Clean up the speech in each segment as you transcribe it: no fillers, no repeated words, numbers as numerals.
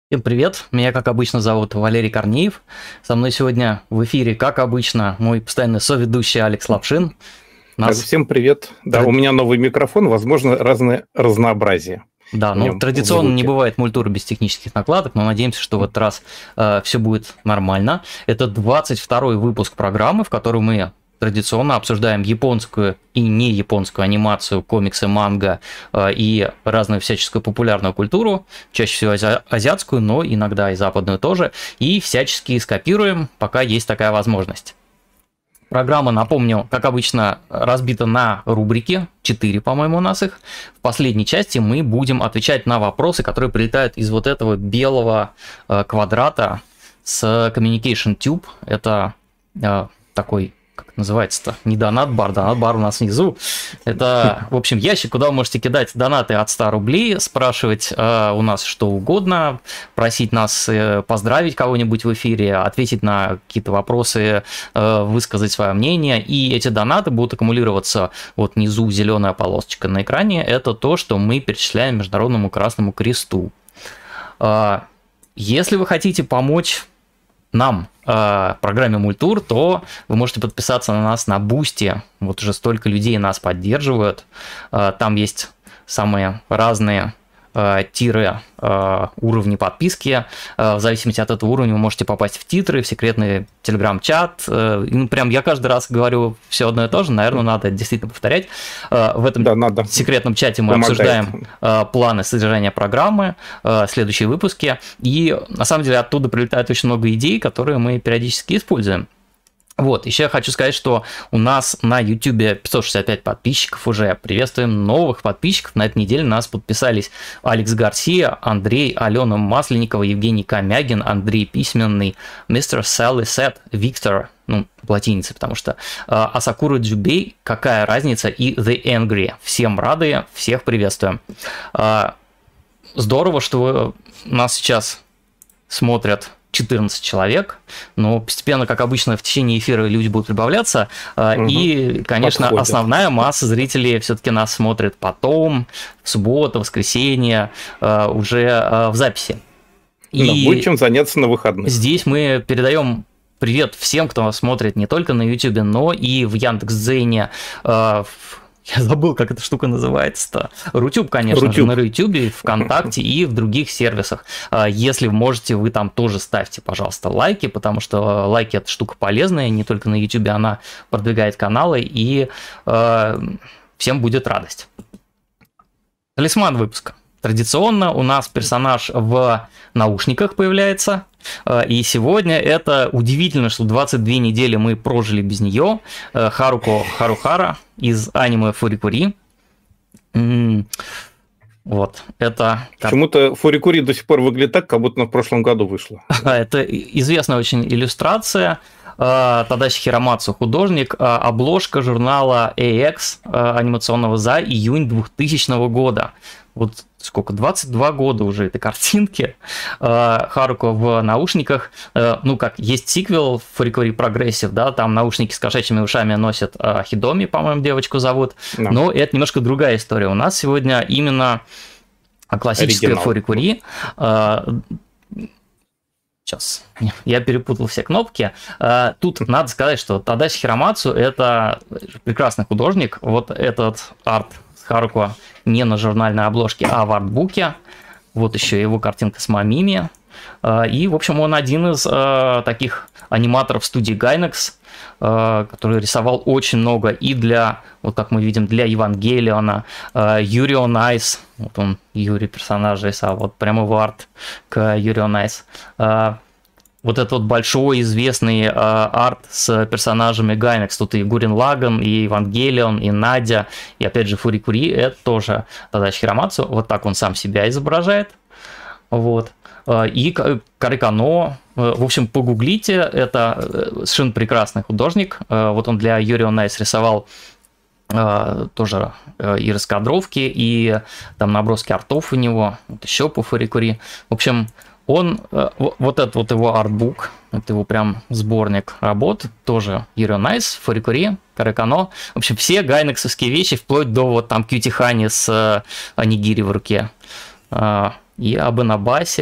Всем привет, меня как обычно зовут Валерий Корнеев. Со мной сегодня в эфире, как обычно, мой постоянный соведущий Алекс Лапшин. Всем привет. Да, у меня новый микрофон, возможно, разнообразие. Да, ну традиционно не бывает мультура без технических накладок, но надеемся, что в этот раз все будет нормально. Это 22-й выпуск программы, в которой мы традиционно обсуждаем японскую и не японскую анимацию, комиксы, манго и разную всяческую популярную культуру, чаще всего азиатскую, но иногда и западную тоже, и всячески скопируем, пока есть такая возможность. Программа, напомню, как обычно, разбита на рубрики, 4, по-моему, у нас их. В последней части мы будем отвечать на вопросы, которые прилетают из вот этого белого квадрата с Communication Tube. Это такой, как называется-то, не донат-бар у нас внизу. Это, в общем, ящик, куда вы можете кидать донаты от 100 рублей, спрашивать у нас что угодно, просить нас поздравить кого-нибудь в эфире, ответить на какие-то вопросы, высказать свое мнение. И эти донаты будут аккумулироваться вот внизу, зеленая полосочка на экране. Это то, что мы перечисляем Международному Красному Кресту. Если вы хотите помочь нам, программе Мультур, то вы можете подписаться на нас на Бусти. Вот уже столько людей нас поддерживают. Там есть самые разные тиры, уровни подписки. В зависимости от этого уровня вы можете попасть в титры, в секретный телеграм-чат. Ну, прям я каждый раз говорю все одно и то же, наверное, надо действительно повторять. В этом секретном чате мы обсуждаем планы содержания программы, следующие выпуски. И на самом деле оттуда прилетает очень много идей, которые мы периодически используем. Вот, еще я хочу сказать, что у нас на YouTube 565 подписчиков уже. Приветствуем новых подписчиков. На этой неделе нас подписались Алекс Гарсия, Андрей, Алена Масленникова, Евгений Камягин, Андрей Письменный, Мистер Салли Сет, Виктор, ну, в латинице, потому что Асакура Джубей, какая разница, и The Angry. Всем рады, всех приветствуем. Здорово, что нас сейчас смотрят 14 человек, но постепенно, как обычно, в течение эфира люди будут прибавляться, и, конечно, основная масса зрителей все-таки нас смотрит потом, в субботу, воскресенье, уже в записи. И будет чем заняться на выходных. Здесь мы передаем привет всем, кто нас смотрит не только на YouTube, но и в Яндекс.Дзене, я забыл, как эта штука называется-то. Рутюб, конечно же, на Рутюбе, ВКонтакте и в других сервисах. Если можете, вы там тоже ставьте, пожалуйста, лайки, потому что лайки – это штука полезная, не только на Ютубе она продвигает каналы, и всем будет радость. Талисман выпуска. Традиционно у нас персонаж в наушниках появляется, и сегодня это удивительно, что 22 недели мы прожили без нее. Харуко Харухара из аниме Фурикури. Вот, это... Почему-то Фурикури до сих пор выглядит так, как будто она в прошлом году вышла. Это известная очень иллюстрация. Тадаши Хиромацу художник, обложка журнала AX анимационного за июнь 2000 года. Вот сколько, 22 года уже этой картинки. Харуко в наушниках. Ну как, есть сиквел Фурикури Прогрессив, да, там наушники с кошачьими ушами носят Хидоми, по-моему, девочку зовут. Да. Но это немножко другая история. У нас сегодня именно классическая Фурикури. Сейчас, я перепутал все кнопки. Тут надо сказать, что Тадаши Хиромацу – это прекрасный художник. Вот этот арт Харуко не на журнальной обложке, а в артбуке. Вот еще его картинка с Мамими. И, в общем, он один из таких аниматоров студии Gainax, который рисовал очень много и для, вот как мы видим, для Евангелиона, Юри он Айс, вот он, Юри персонаж рисовал, вот прямо в арт к Юри он Айс. Вот этот вот большой известный арт с персонажами Gainax. Тут и Гуррен Лаганн, и Евангелион, и Надя, и опять же Фурикури. Это тоже Тадаши Хиромацу. Вот так он сам себя изображает. Вот. И Карикано. В общем, погуглите. Это совершенно прекрасный художник. Вот он для Юри он Айс рисовал тоже и раскадровки, и там наброски артов у него. Вот еще по Фурикури. В общем, он, вот этот вот его артбук, это его прям сборник работ, тоже Юри он Айс, Фурикури, Карикано. В общем, все гайнексовские вещи, вплоть до вот там Кьюти Хани с онигири в руке. И Абэнабаси,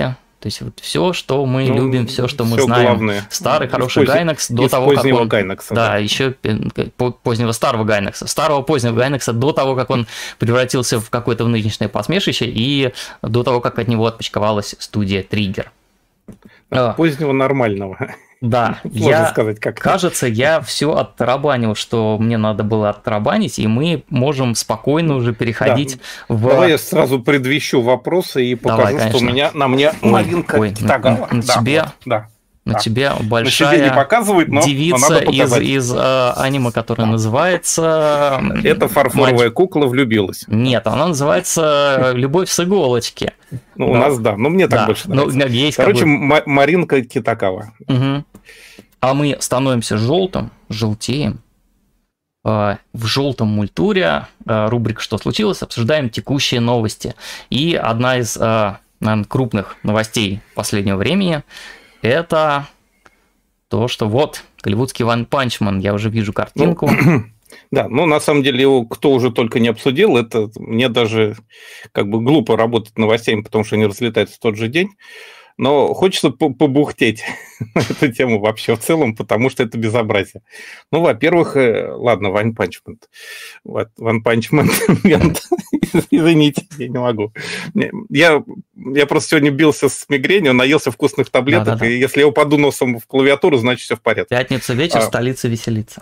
То есть вот все, что мы любим, все, что мы всё знаем. главное. Старый хороший Гайнекс до того, как он... Гайнекса, да, еще позднего старого Гайнекса. Старого позднего Гайнекса до того, как он превратился в какое-то нынешнее посмешище, и до того, как от него отпочковалась студия Триггер. Позднего нормального. Да, кажется, я все оттарабанил, что мне надо было оттарабанить, и мы можем спокойно уже переходить в... Давай я сразу предвещу вопросы и покажу, что на мне Маринка Китагава. На тебе большая не показывает, но девица из аниме, которая называется... Это фарфоровая кукла влюбилась. Нет, она называется «Любовь с иголочки». Ну, у нас, да, но мне так больше нравится. Короче, Маринка Китагава. А мы становимся желтым, желтеем. В желтом мультуре, рубрика «Что случилось?», обсуждаем текущие новости. И одна из, наверное, крупных новостей последнего времени – это то, что вот, голливудский One Punch Man, я уже вижу картинку. Да, ну на самом деле его кто уже только не обсудил, это мне даже как бы глупо работать новостями, потому что они разлетаются в тот же день. Но хочется побухтеть на эту тему вообще в целом, потому что это безобразие. Ну, во-первых, ладно, One Punch Man. One Punch Man. Извините, я не могу. Я просто сегодня бился с мигренью, наелся вкусных таблеток, и если я упаду носом в клавиатуру, значит, все в порядке. Пятница вечер, столица веселится.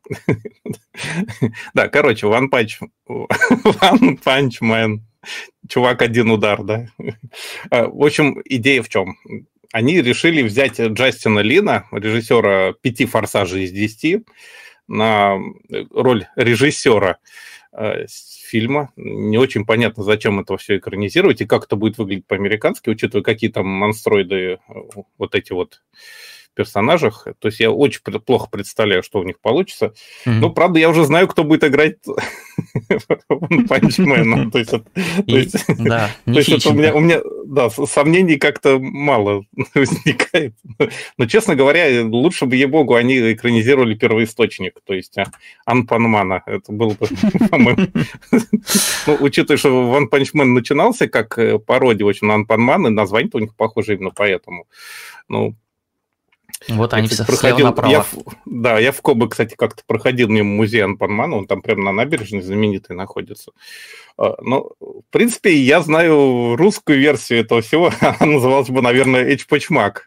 Да, короче, One Punch Man. Чувак, один удар, да. В общем, идея в чем? Они решили взять Джастина Лина, режиссера 5 «Форсажей» из 10, на роль режиссера фильма. Не очень понятно, зачем это все экранизировать и как это будет выглядеть по-американски, учитывая, какие там монстроиды вот эти вот персонажах. То есть я очень плохо представляю, что у них получится. Ну, правда, я уже знаю, кто будет играть Панчмена. То есть у меня сомнений как-то мало возникает. Но, честно говоря, лучше бы, ей-богу, они экранизировали первоисточник, то есть Анпанмана. Это было бы, по-моему... Ну, учитывая, что One Punch Man начинался как пародия очень на Анпанмана, название-то у них похоже именно поэтому. Ну, вот они все слева направо. Я в Кобе, кстати, как-то проходил мимо музея Анпанмана, он там прямо на набережной знаменитый находится. Но, в принципе, я знаю русскую версию этого всего, она называлась бы, наверное, Эчпочмак.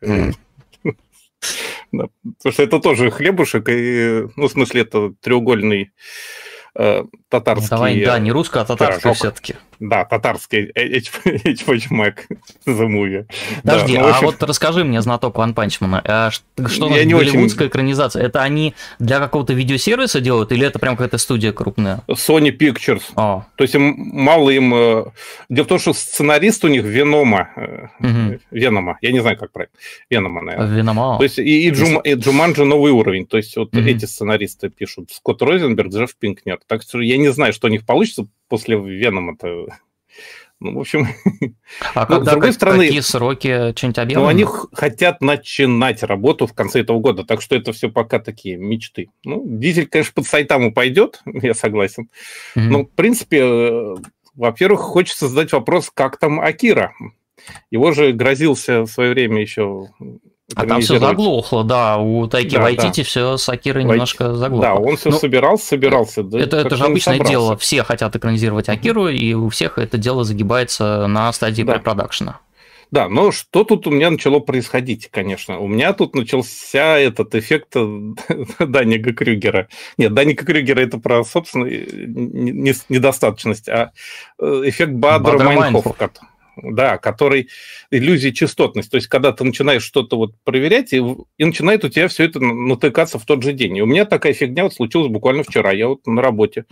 Потому что это тоже хлебушек, ну, в смысле, это треугольный татарский... Давай, да, не русский, а татарский все-таки. Да, татарский Эчпочмак The Movie. Подожди, вот расскажи мне, знаток One Punch Man, что у нас голливудская экранизация? Это они для какого-то видеосервиса делают, или это прям какая-то студия крупная? Sony Pictures. То есть мало им... Дело в том, что сценарист у них Венома, я не знаю, как правильно. Венома, наверное. Венома. То есть и Джуманджи новый уровень. То есть вот эти сценаристы пишут. Скотт Розенберг, Джефф Пинкнер. Так что я не знаю, что у них получится после Венома-то. Ну, в общем... А когда, с другой стороны, какие сроки, что-нибудь объявлено? Ну, они хотят начинать работу в конце этого года, так что это все пока такие мечты. Ну, Дизель, конечно, под Сайтаму пойдет, я согласен. Но, в принципе, во-первых, хочется задать вопрос, как там Акира? Его же грозился в свое время еще... А там все заглохло, да, у Тайки Вайтити все с Акирой немножко заглохло. Да, он все собирался. Да, это же обычное дело, все хотят экранизировать Акиру, и у всех это дело загибается на стадии препродакшена. Да, но что тут у меня начало происходить, конечно? У меня тут начался этот эффект Данника Крюгера. Нет, Данника Крюгера это про собственную недостаточность, а эффект Бадра Майнхофа. Да, который иллюзия частотности. То есть, когда ты начинаешь что-то вот проверять, и начинает у тебя все это натыкаться в тот же день. И у меня такая фигня вот случилась буквально вчера. Я вот на работе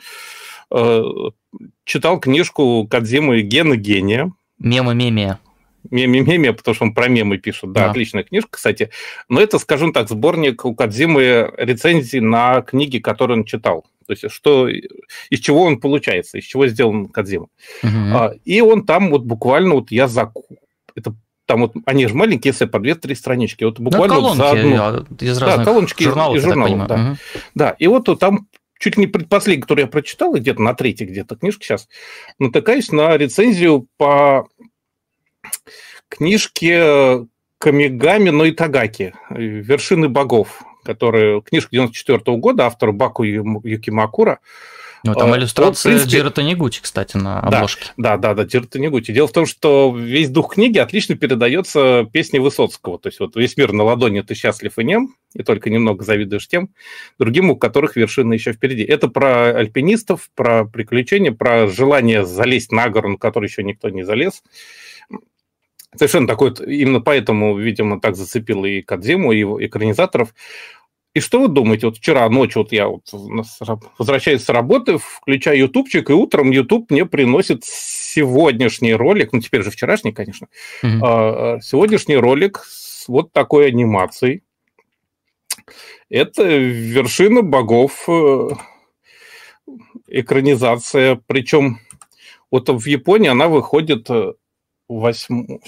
читал книжку Кодзимы «Гена гения». Мемия. Мемия, потому что он про мемы пишет. Да, отличная книжка, кстати. Но это, скажем так, сборник у Кодзимы рецензий на книги, которые он читал. То есть, из чего он получается, из чего сделан Кодзима. И он там вот буквально, вот я это там вот, они же маленькие, если по 2-3 странички. Вот буквально колонки за одну... из разных колоночки журналов, из журналов, да. Да, и вот там чуть ли не предпоследний, который я прочитал, где-то на 3-й где-то книжке сейчас, натыкаюсь на рецензию по книжки Камигами но Итагаки «Вершины богов», книжка 94 года, автор Баку Юкимакура. Ну, там иллюстрация Джиро Танигучи, кстати, на обложке. Да, Джиро Танигучи. Дело в том, что весь дух книги отлично передается песней Высоцкого. То есть вот «Весь мир на ладони, ты счастлив и нем, и только немного завидуешь тем, другим, у которых вершины еще впереди». Это про альпинистов, про приключения, про желание залезть на гору, на который еще никто не залез. Совершенно такой, именно поэтому, видимо, так зацепило и Кодзиму, и его экранизаторов. И что вы думаете? Вот вчера ночью я возвращаюсь с работы, включаю ютубчик, и утром ютуб мне приносит сегодняшний ролик, ну теперь же вчерашний, конечно, сегодняшний ролик с вот такой анимацией. Это «Вершина богов», экранизация, причем вот в Японии она выходит 8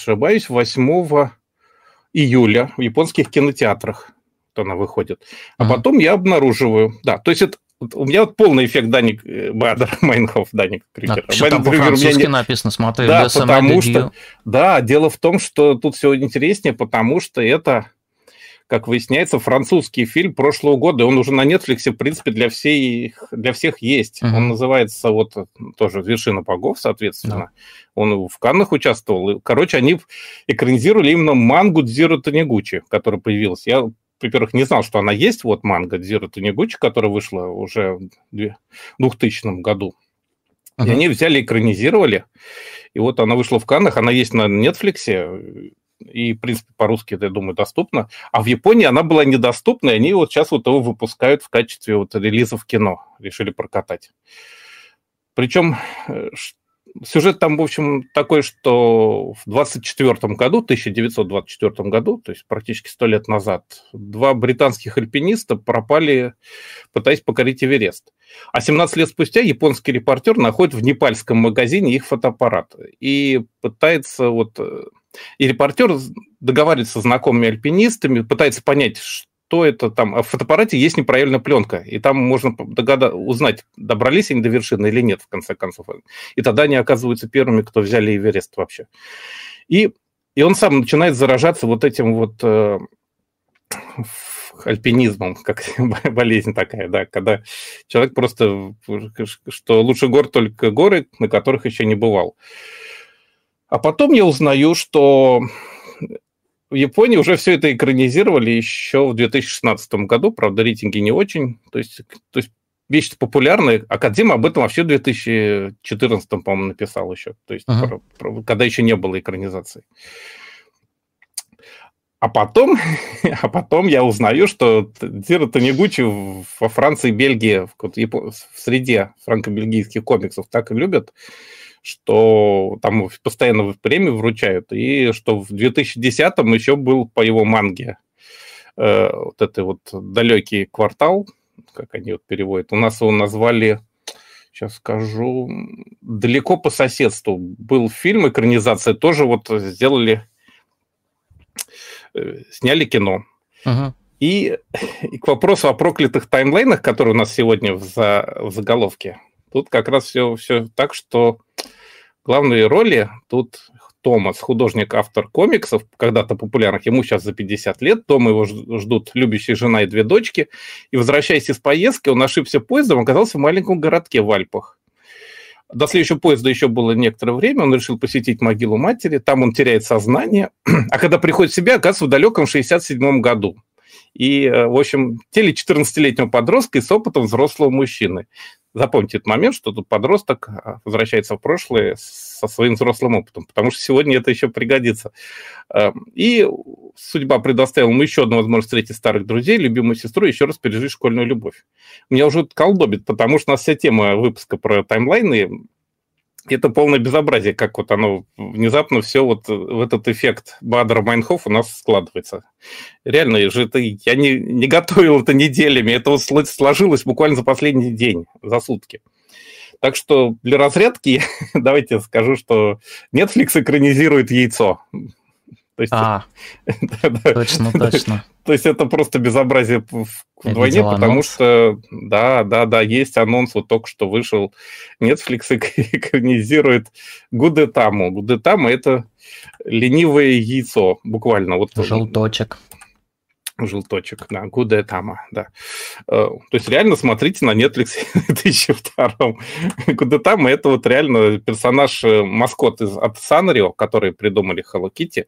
июля в японских кинотеатрах. Она выходит. А потом я обнаруживаю... Да, то есть это у меня вот полный эффект Даник Бадер Майнхоф, Даник Крикер. Там по-французски написано, смотри. Да, потому что... Да, дело в том, что тут все интереснее, потому что это, как выясняется, французский фильм прошлого года. Он уже на Netflix, в принципе, для всех есть. Он называется вот тоже «Вершина богов», соответственно. Он в Каннах участвовал. Короче, они экранизировали именно мангу Джиро Танигучи, которая появилась. Я... Во-первых, не знал, что она есть, вот манга Джиро Танигучи, которая вышла уже в 2000 году. И они взяли, экранизировали, и вот она вышла в Каннах, она есть на Netflix, и, в принципе, по-русски, я думаю, доступна. А в Японии она была недоступна, и они вот сейчас вот его выпускают в качестве вот релиза в кино, решили прокатать. Причем... Сюжет там, в общем, такой, что в 1924 году, то есть практически 100 лет назад, 2 британских альпиниста пропали, пытаясь покорить Эверест. А 17 лет спустя японский репортер находит в непальском магазине их фотоаппарат. И пытается вот... И репортер договаривается с знакомыми альпинистами, пытается понять, что это там. А в фотоаппарате есть неправильная пленка, и там можно узнать, добрались они до вершины или нет, в конце концов. И тогда они оказываются первыми, кто взяли Эверест вообще. И он сам начинает заражаться вот этим вот альпинизмом, как болезнь такая, да, когда человек просто, что лучше гор только горы, на которых еще не бывал. А потом я узнаю, что... В Японии уже все это экранизировали еще в 2016 году, правда, рейтинги не очень, то есть вещи популярные, а Кодзима об этом вообще в 2014, по-моему, написал еще, то есть когда еще не было экранизации. А потом я узнаю, что Джиро Танигучи во Франции и Бельгии, в среде франко-бельгийских комиксов так и любят, что там постоянно премию вручают, и что в 2010-м еще был по его манге вот это вот «Далекий квартал», как они вот переводят. У нас его назвали, сейчас скажу, «Далеко по соседству». Был фильм, экранизация, тоже вот сняли кино. И к вопросу о проклятых таймлайнах, которые у нас сегодня в заголовке, тут как раз все так, что главные роли тут Томас, художник-автор комиксов, когда-то популярных, ему сейчас за 50 лет, дома его ждут любящая жена и 2 дочки, и, возвращаясь из поездки, он ошибся поездом, оказался в маленьком городке в Альпах. До следующего поезда еще было некоторое время, он решил посетить могилу матери, там он теряет сознание, а когда приходит в себя, оказывается в далеком 67 году. И, в общем, теле 14-летнего подростка и с опытом взрослого мужчины. Запомните этот момент, что тут подросток возвращается в прошлое со своим взрослым опытом, потому что сегодня это еще пригодится. И судьба предоставила ему еще одну возможность встретить старых друзей, любимую сестру и еще раз пережить школьную любовь. Меня уже колдобит, потому что у нас вся тема выпуска про таймлайны – это полное безобразие, как вот оно внезапно все вот в этот эффект Бадера Майнхоф у нас складывается. Реально же это я не готовил это неделями, это вот сложилось буквально за последний день, за сутки. Так что для разрядки давайте скажу, что Netflix экранизирует «Яйцо». То есть, точно. То есть это просто безобразие вдвойне, потому что, да, есть анонс, вот только что вышел, Netflix экранизирует Гудетаму. Гудетама – это ленивое яйцо, буквально. Вот, желточек. Желточек, да, Гудетама, да. То есть реально смотрите на Netflix в 2002-м. Гудетама — это вот реально персонаж, маскот от Санрио, который придумали Hello Kitty.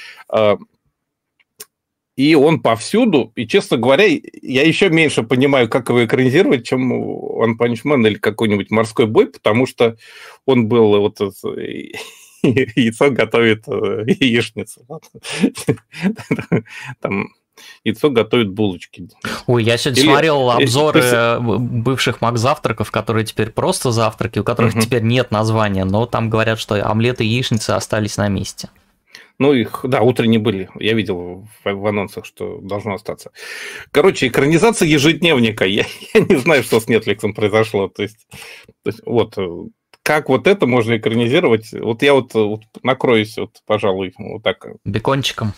И он повсюду, и, честно говоря, я еще меньше понимаю, как его экранизировать, чем One Punch Man или какой-нибудь морской бой, потому что он был вот яйцо готовит яичница. Там яйцо готовит булочки. Ой, я сегодня смотрел обзоры бывших Макзавтраков, которые теперь просто завтраки, у которых теперь нет названия, но там говорят, что омлеты и яичницы остались на месте. Ну, их, да, утренние были. Я видел в анонсах, что должно остаться. Короче, экранизация ежедневника. Я не знаю, что с Netflix произошло. То есть, вот, как вот это можно экранизировать? Вот я вот накроюсь, вот, пожалуй, вот так. Бекончиком,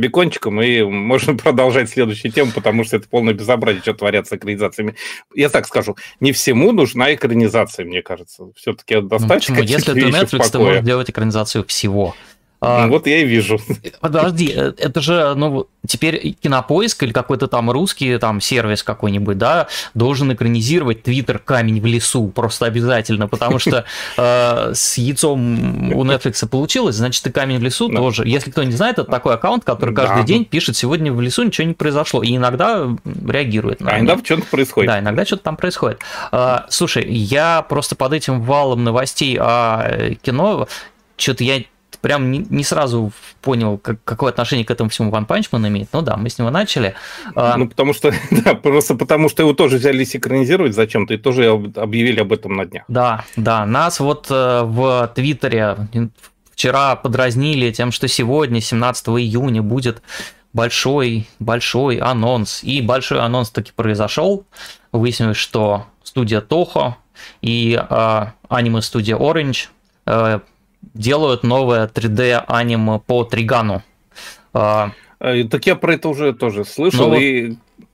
и можно продолжать следующую тему, потому что это полное безобразие, что творят с экранизациями. Я так скажу, не всему нужна экранизация, мне кажется. Все-таки достаточно. Почему? Если ты Netflix, ты можешь делать экранизацию всего. Вот я и вижу. Подожди, это же, ну, теперь Кинопоиск или какой-то там русский там сервис какой-нибудь, да, должен экранизировать Твиттер «Камень в лесу», просто обязательно, потому что с яйцом у Netflix получилось, значит, и «Камень в лесу» тоже. Если кто не знает, это такой аккаунт, который каждый день пишет: сегодня в лесу ничего не произошло, и иногда реагирует на иногда что-то происходит. Да, иногда что-то там происходит. Слушай, я просто под этим валом новостей о кино, что-то я прям не сразу понял, какое отношение к этому всему One Punch Man имеет. Ну да, мы с него начали. Ну, потому что, да, просто потому что его тоже взялись экранизировать зачем-то, и тоже объявили об этом на днях. Да, нас вот в Твиттере вчера подразнили тем, что сегодня, 17 июня, будет большой анонс. И большой анонс таки произошел. Выяснилось, что студия Toho и аниме-студия Orange делают новое 3D-аниме по Тригану. Так я про это уже тоже слышал. И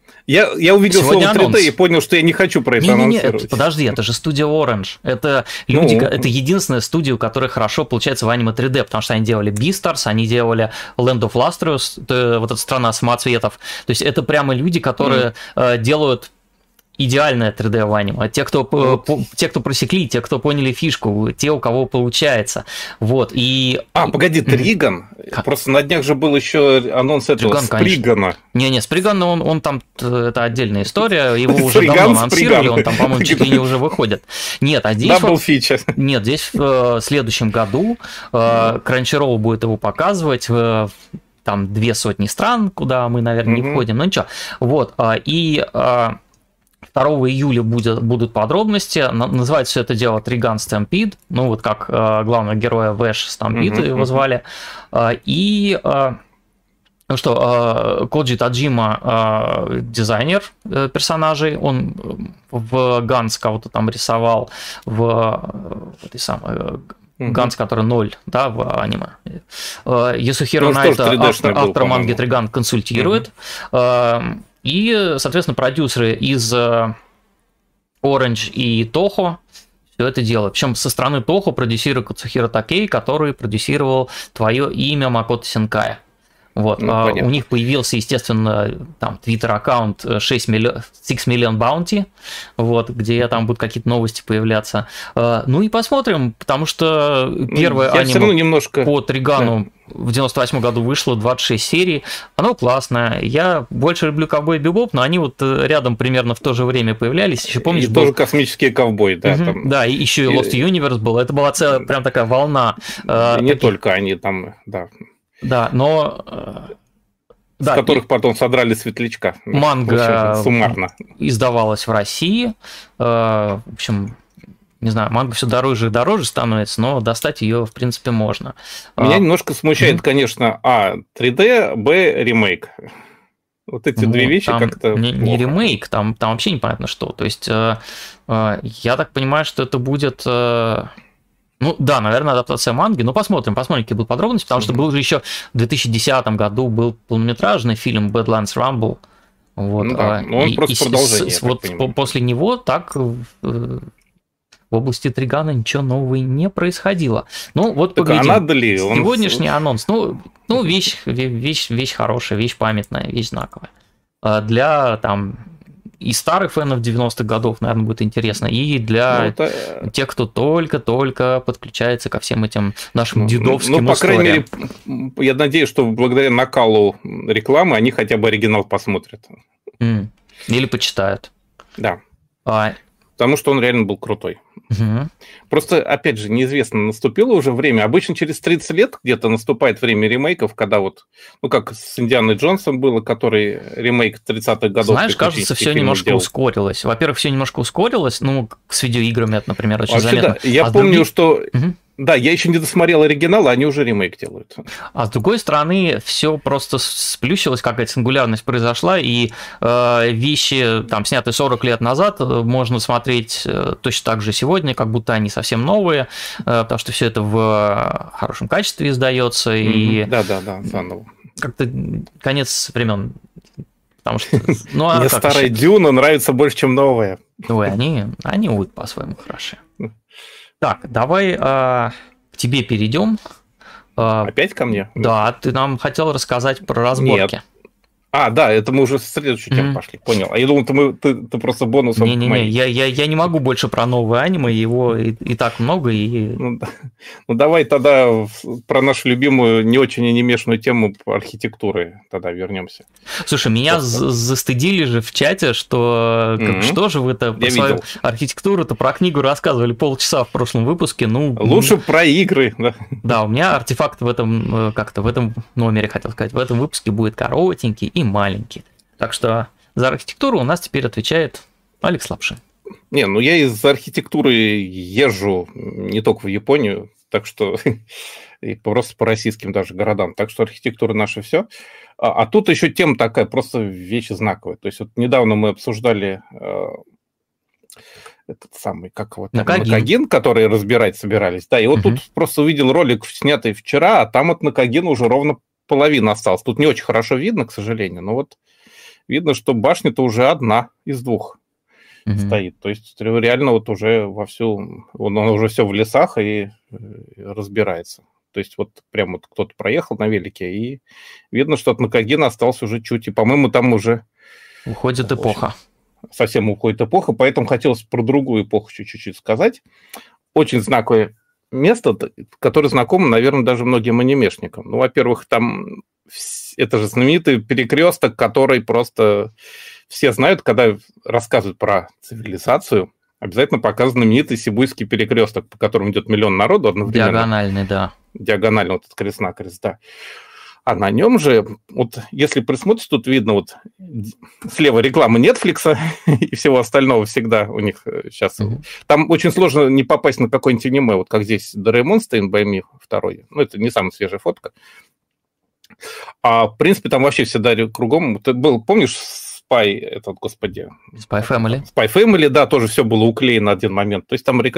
я увидел слово 3D анонс. И понял, что я не хочу про это анонсировать. Подожди, это же студия Orange. Это люди, это единственная студия, у которой хорошо получается в аниме 3D, потому что они делали Beastars, они делали Land of Lustrous, вот эта страна самоцветов. То есть это прямо люди, которые делают идеальное 3D в аниме. Те, кто просекли, те, кто поняли фишку, те, у кого получается. Вот, и... погоди, Триган? Просто на днях же был еще анонс этого Спригана. Не, Сприган, он там, это отдельная история, его уже давно анонсировали, он там, по-моему, чуть ли не уже выходит. Нет, а здесь... Нет, здесь в следующем году Crunchyroll будет его показывать там 200 стран, куда мы, наверное, не входим, но ничего. Вот, и... 2 июля будут подробности. Называется все это дело Trigun Stampede. Ну, вот как главного героя Вэш Stampede его звали. И ну что, Коджи Таджима дизайнер персонажей. Он в Ганс кого-то там рисовал в этой самой... Ганс, который 0, да, в аниме. Ясухиро Найта, автор манги Триган, консультирует. И, соответственно, продюсеры из Orange и Toho все это делают. Причем со стороны Toho продюсирует Кацухиро Такей, который продюсировал «Твое имя» Макото Синкая. Вот. У них появился, естественно, там твиттер-аккаунт 6 Million Bounty, вот, где там будут какие-то новости появляться. Ну и посмотрим, потому что первое аниме по Тригану в 98 году вышло 26 серий. Оно классное. Я больше люблю Ковбой Бибоп, но они вот рядом примерно в то же время появлялись. Еще помнишь, и тоже космические ковбои, да. Там... Да, и еще и Lost Universe был. Это была целая прям такая волна. Не только они там, да. Да, но... С которых потом содрали светлячка. Манга суммарно издавалась в России. В общем, не знаю, манга все дороже и дороже становится, но достать ее, в принципе, можно. Меня немножко смущает, конечно, 3D, ремейк. Вот эти две вещи как-то не ремейк, там вообще непонятно что. То есть, я так понимаю, что это будет... Ну да, наверное, адаптация манги, но посмотрим, какие будут подробности, потому что был же еще в 2010 году был полнометражный фильм Badlands Rumble. Вот, он просто продолжение. Вот после него так в области Тригана ничего нового не происходило. Ну, вот так поглядим. А надо ли? Сегодняшний анонс, вещь хорошая, вещь памятная, вещь знаковая. Для там и старых фенов 90-х годов, наверное, будет интересно, и для тех, кто только-только подключается ко всем этим нашим дедовским по крайней мере, я надеюсь, что благодаря накалу рекламы они хотя бы оригинал посмотрят. Или почитают. Да. Потому что он реально был крутой. Угу. Просто, опять же, неизвестно, наступило уже время. Обычно через 30 лет где-то наступает время ремейков, когда вот, ну, как с Индианой Джонсом было, который ремейк 30-х годов. Знаешь, кажется, все немножко ускорилось. Во-первых, все немножко ускорилось, ну, с видеоиграми это, например, очень вообще, заметно. Да. Я помню, что... Да, я еще не досмотрел оригинал, а они уже ремейк делают. А с другой стороны, все просто сплющилось, какая-то сингулярность произошла, и вещи, там, снятые 40 лет назад, можно смотреть точно так же сегодня, как будто они совсем новые, потому что все это в хорошем качестве издается. И да, заново. Как-то конец времен. Потому что, ну, мне старая Дюна нравится больше, чем новая. Ой, они будут по-своему хороши. Так, давай к тебе перейдем. Опять ко мне? Да, ты нам хотел рассказать про разборки. Нет. Да, это мы уже в следующую тему пошли, понял. А я думал, ты просто бонусом... Не-не-не, я не могу больше про новое аниме, его и так много. Ну, давай тогда про нашу любимую, не очень анимешную тему архитектуры тогда вернемся. Слушай, меня застыдили же в чате, что что же вы-то про свою архитектуру-то, про книгу рассказывали полчаса в прошлом выпуске. Лучше про игры. Да, у меня артефакт в этом номере, хотел сказать, в этом выпуске будет коротенький и маленький. Так что за архитектуру у нас теперь отвечает Алекс Лапшин. Я из архитектуры езжу не только в Японию, так что и просто по российским даже городам. Так что архитектура наша все. А тут еще тема такая, просто вещь знаковая. То есть вот недавно мы обсуждали этот самый, как его там, Накагин, который разбирать собирались. Да, и вот тут просто увидел ролик, снятый вчера, а там от Накагина уже ровно половина осталась. Тут не очень хорошо видно, к сожалению, но вот видно, что башня-то уже одна из двух стоит. То есть реально вот уже вовсю, он уже все в лесах и разбирается. То есть вот прям вот кто-то проехал на велике, и видно, что от Накагина остался уже чуть, и, по-моему, там уже... Уходит эпоха. Совсем уходит эпоха, поэтому хотелось про другую эпоху чуть-чуть сказать. Очень знаковое место, которое знакомо, наверное, даже многим анимешникам. Ну, во-первых, там это же знаменитый перекресток, который просто все знают, когда рассказывают про цивилизацию, обязательно показан знаменитый Сибуйский перекресток, по которому идет миллион народу одновременно. Диагональный, да. Диагонально, вот этот крест-накрест, да. А на нем же, вот если присмотришь, тут видно вот слева реклама Netflix и всего остального всегда у них сейчас. Там очень сложно не попасть на какой-нибудь аниме, вот как здесь Doraemon Stand by Me 2. Ну, это не самая свежая фотка. А в принципе там вообще всегда кругом. Ты был, помнишь, Spy Family. Spy Family, да, тоже все было уклеено на один момент. То есть там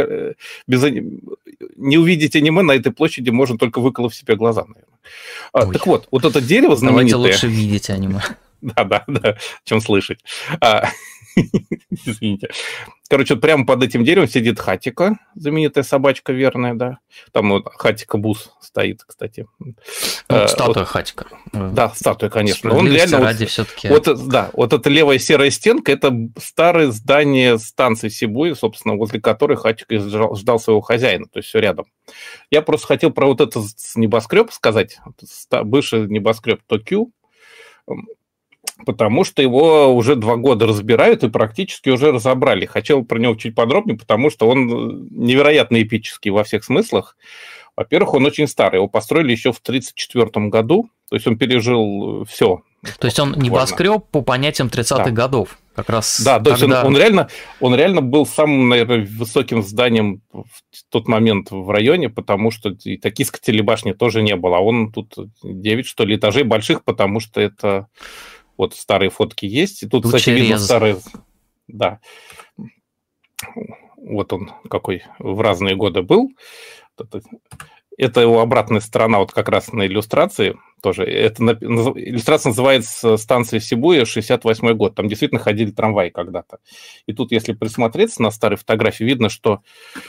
не увидеть аниме на этой площади можно только выколов себе глаза, наверное. Так вот это дерево знаменитое... Давайте лучше видеть аниме. Да, чем слышать. Извините. Короче, вот прямо под этим деревом сидит Хатико, знаменитая собачка верная, да. Там вот Хатико Бус стоит, кстати. Статуя Хатико. Да, статуя, конечно. Он реально ради все-таки. Вот эта левая серая стенка, это старое здание станции Сибуи, собственно, возле которой Хатико ждал своего хозяина, то есть все рядом. Я просто хотел про вот этот небоскреб сказать, бывший небоскреб Токю, потому что его уже 2 года разбирают и практически уже разобрали. Хотел про него чуть подробнее, потому что он невероятно эпический во всех смыслах. Во-первых, он очень старый. Его построили еще в 1934 году, то есть он пережил все. То есть он небоскреб по понятиям 30-х годов. Как раз да, то есть он реально был самым, наверное, высоким зданием в тот момент в районе, потому что и Токийской телебашни тоже не было. А он тут 9, что ли, этажей больших, потому что это... Вот старые фотки есть. И тут, кстати, видно старые... Да. Вот он какой в разные годы был. Это его обратная сторона вот как раз на иллюстрации. тоже. Иллюстрация называется «Станция Сибуя, 68-й год». Там действительно ходили трамваи когда-то. И тут, если присмотреться на старые фотографии, видно, что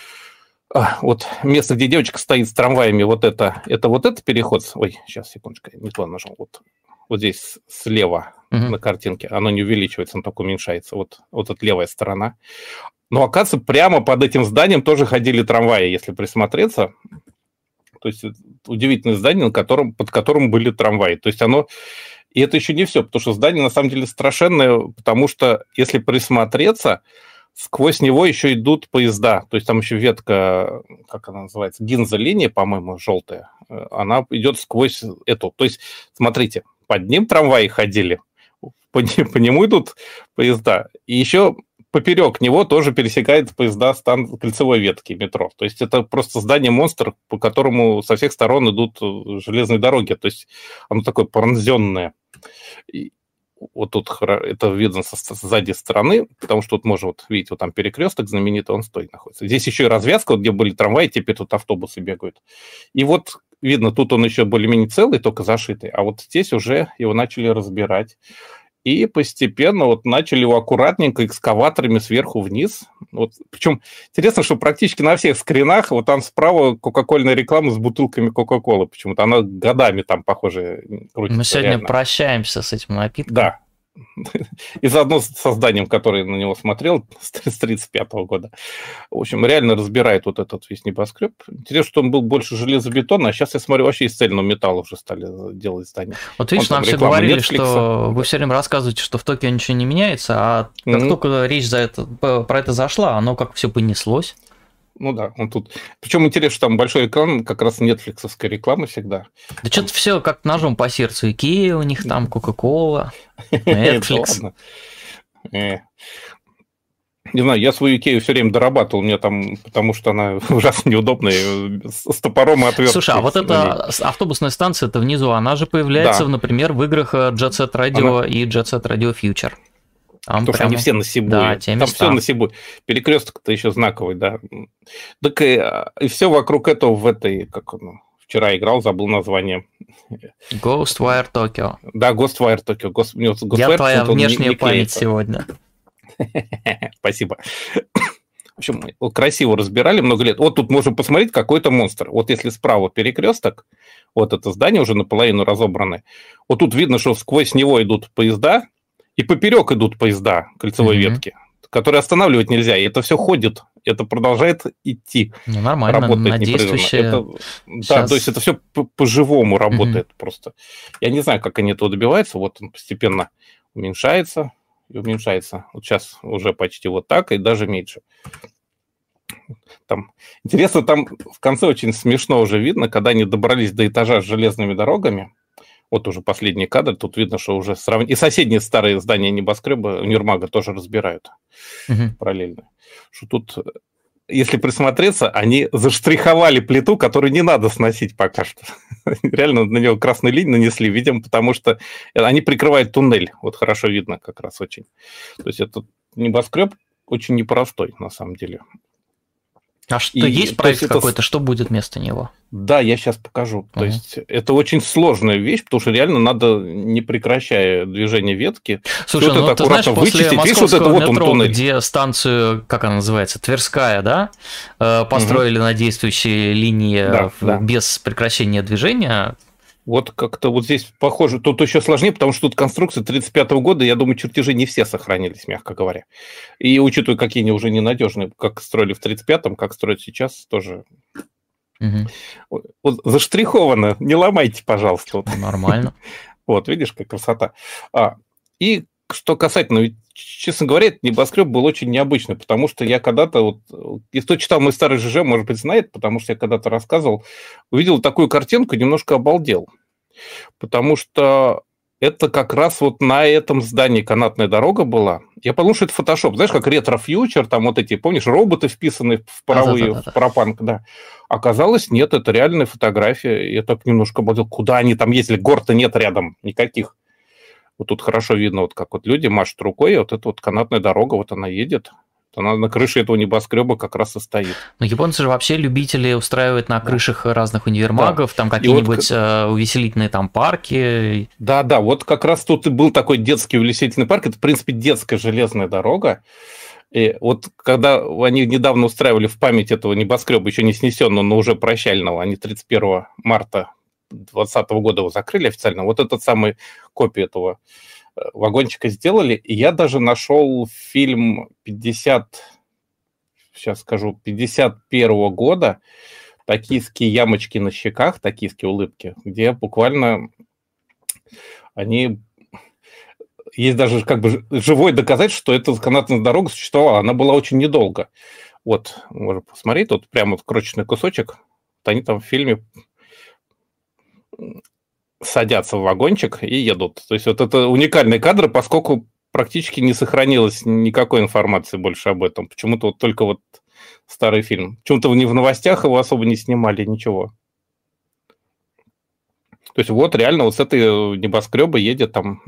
вот место, где девочка стоит с трамваями, вот это переход. Ой, сейчас, секундочку, не то нажал. Вот здесь слева на картинке. Оно не увеличивается, оно только уменьшается. Вот эта левая сторона. Но, оказывается, прямо под этим зданием тоже ходили трамваи, если присмотреться. То есть удивительное здание, под которым были трамваи. То есть оно... И это еще не все, потому что здание на самом деле страшенное, потому что, если присмотреться, сквозь него еще идут поезда. То есть там еще ветка, как она называется, Гинза-линия, по-моему, желтая. Она идет сквозь эту. То есть, смотрите, под ним трамваи ходили, по нему идут поезда. И еще... Поперек него тоже пересекает поезда кольцевой ветки метро. То есть это просто здание-монстр, по которому со всех сторон идут железные дороги. То есть оно такое пронзенное. И вот тут это видно сзади стороны, потому что тут можно вот видеть, вот там перекресток знаменитый, он стоит находится. Здесь еще и развязка, вот где были трамваи, теперь тут автобусы бегают. И вот видно, тут он еще более-менее целый, только зашитый, а вот здесь уже его начали разбирать. И постепенно вот начали его аккуратненько экскаваторами сверху вниз. Вот, причем интересно, что практически на всех скринах вот там справа кока-кольная реклама с бутылками кока-колы. Почему-то она годами там, похоже, крутится. Мы сегодня реально прощаемся с этим напитком. Да. И заодно с зданием, который на него смотрел с 1935 года. В общем, реально разбирает вот этот весь небоскреб. Интересно, что он был больше железобетона, а сейчас, я смотрю, вообще из цельного металла уже стали делать здание. Вот видишь, нам все говорили, что вы все время рассказываете, что в Токио ничего не меняется, а как только речь про это зашла, оно как все понеслось. Ну да, он тут. Причем интересно, что там большой экран, как раз нетфликсовская реклама всегда. Да что-то все как ножом по сердцу. Икея у них там, Кока-Кола, Netflix. Не знаю, я свою Икею все время дорабатывал, мне там, потому что она ужасно неудобная, с топором и отверткой. Слушай, а вот эта автобусная станция, это внизу, она же появляется, например, в играх Jet Set Radio и Jet Set Radio Future. Там потому что они все на Сибуе. Да, там все на Сибуе. Перекресток-то еще знаковый, да. Так и все вокруг этого в этой, как он вчера играл, забыл название. Ghostwire Tokyo. Да, Ghostwire Tokyo. Я твоя внешняя память сегодня. Спасибо. В общем, красиво разбирали много лет. Вот тут можно посмотреть какой-то монстр. Вот если справа перекресток, вот это здание уже наполовину разобрано. Вот тут видно, что сквозь него идут поезда, и поперек идут поезда кольцевой ветки, которые останавливать нельзя. И это все ходит, это продолжает идти. Ну, нормально, работает непрерывно. Да, то есть это все по-живому работает просто. Я не знаю, как они этого добиваются. Вот он постепенно уменьшается и уменьшается. Вот сейчас уже почти вот так, и даже меньше. Там, интересно, там в конце очень смешно уже видно, когда они добрались до этажа с железными дорогами. Вот уже последний кадр, тут видно, что уже и соседние старые здания небоскреба универмага тоже разбирают параллельно. Что тут, если присмотреться, они заштриховали плиту, которую не надо сносить пока что. Реально на нее красную линию нанесли, видимо, потому что они прикрывают туннель. Вот хорошо видно как раз очень. То есть этот небоскреб очень непростой на самом деле. А что, есть проект какой-то, что будет вместо него? Да, я сейчас покажу. То есть это очень сложная вещь, потому что реально надо, не прекращая движение ветки, слушай, ну ты знаешь, после московского метро, где станцию, как она называется, Тверская, да, построили на действующей линии без прекращения движения. Вот как-то вот здесь похоже, тут еще сложнее, потому что тут конструкция 1935 года, я думаю, чертежи не все сохранились, мягко говоря. И учитывая, какие они уже ненадежные, как строили в 1935-м, как строят сейчас, тоже... Вот заштриховано, не ломайте, пожалуйста. Нормально. Вот, видишь, как красота. И что касательно, честно говоря, этот небоскреб был очень необычный, потому что я когда-то, вот, и кто читал мой старый ЖЖ, может быть, знает, потому что я когда-то рассказывал, увидел такую картинку, немножко обалдел. Потому что это как раз вот на этом здании канатная дорога была. Я подумал, что это фотошоп. Знаешь, как ретро-фьючер, там вот эти, помнишь, роботы вписаны в паровые, в паропанк, да. Оказалось, нет, это реальная фотография. Я так немножко обалдел, куда они там ездили, гор-то нет рядом никаких. Вот тут хорошо видно, вот как вот люди машут рукой, вот эта вот канатная дорога, вот она едет. Она на крыше этого небоскреба как раз и стоит. Но японцы же вообще любители устраивать на крышах разных универмагов, там какие-нибудь увеселительные там парки. Да, вот как раз тут и был такой детский увеселительный парк. Это, в принципе, детская железная дорога. И вот когда они недавно устраивали в память этого небоскреба, еще не снесенного, но уже прощального, они 31 марта 2020 года его закрыли официально, вот этот самый копию этого вагончика сделали, и я даже нашел фильм 51 года «Токийские ямочки на щеках», «Токийские улыбки», где буквально они... Есть даже как бы живое доказательство, что эта канатная дорога существовала. Она была очень недолго. Вот, можно посмотреть, тут прямо вот крошечный кусочек. Вот они там в фильме садятся в вагончик и едут. То есть вот это уникальные кадры, поскольку практически не сохранилось никакой информации больше об этом. Почему-то вот только вот старый фильм. Почему-то не в новостях его особо не снимали, ничего. То есть вот реально вот с этой небоскреба едет там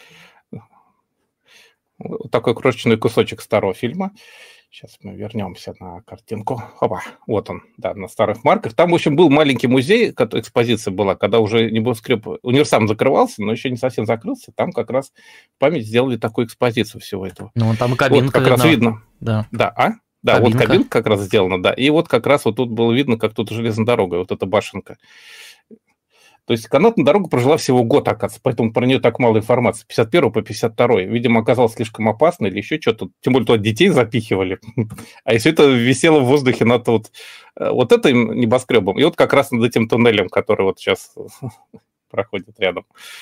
вот такой крошечный кусочек старого фильма. Сейчас мы вернемся на картинку. Опа, вот он, да, на старых марках. Там, в общем, был маленький музей, экспозиция была, когда уже небоскреб, универсам закрывался, но еще не совсем закрылся. Там как раз в память сделали такую экспозицию всего этого. Ну, там и кабинка вот как раз видно. Да, Да, кабинка. Вот кабинка как раз сделана, да. И вот как раз вот тут было видно, как тут железная дорога, вот эта башенка. То есть канатная дорога прожила всего год, оказывается, поэтому про нее так мало информации. 51 по 52. Видимо, оказалось слишком опасно или еще что-то. Тем более, туда детей запихивали. А если это висело в воздухе над вот этим небоскребом, и вот как раз над этим туннелем, который вот сейчас проходит рядом.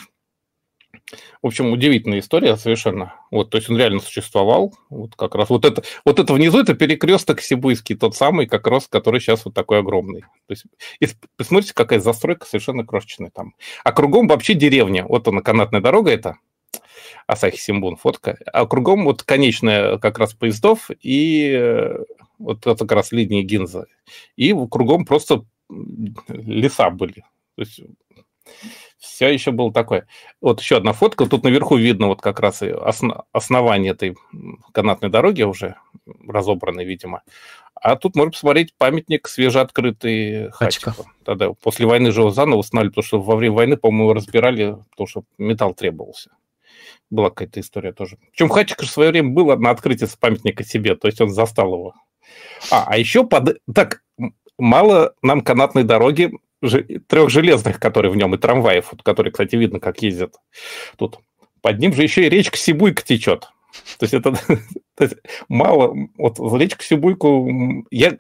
В общем, удивительная история совершенно. Вот, то есть он реально существовал. Вот как раз вот это внизу, это перекресток Сибуйский, тот самый, как раз, который сейчас вот такой огромный. То есть, посмотрите, какая застройка совершенно крошечная там. А кругом вообще деревня. Вот она, канатная дорога это, Асахи Симбун, фотка. А кругом вот конечная как раз поездов и вот это как раз линии Гинза. И кругом просто леса были. То есть... Все еще было такое. Вот еще одна фотка. Тут наверху видно вот как раз и основание этой канатной дороги уже разобранной, видимо. А тут можно посмотреть памятник свежеоткрытый Хатико. Тогда после войны же его заново установили, потому что во время войны, по-моему, его разбирали, потому что металл требовался. Была какая-то история тоже. Причем Хатико же в свое время был на открытии с памятника себе, то есть он застал его. А еще так, мало нам канатной дороги, трех железных, которые в нем, и трамваев, которые, кстати, видно, как ездят тут. Под ним же еще и речка Сибуйка течет. То есть это мало. Вот речку Сибуйку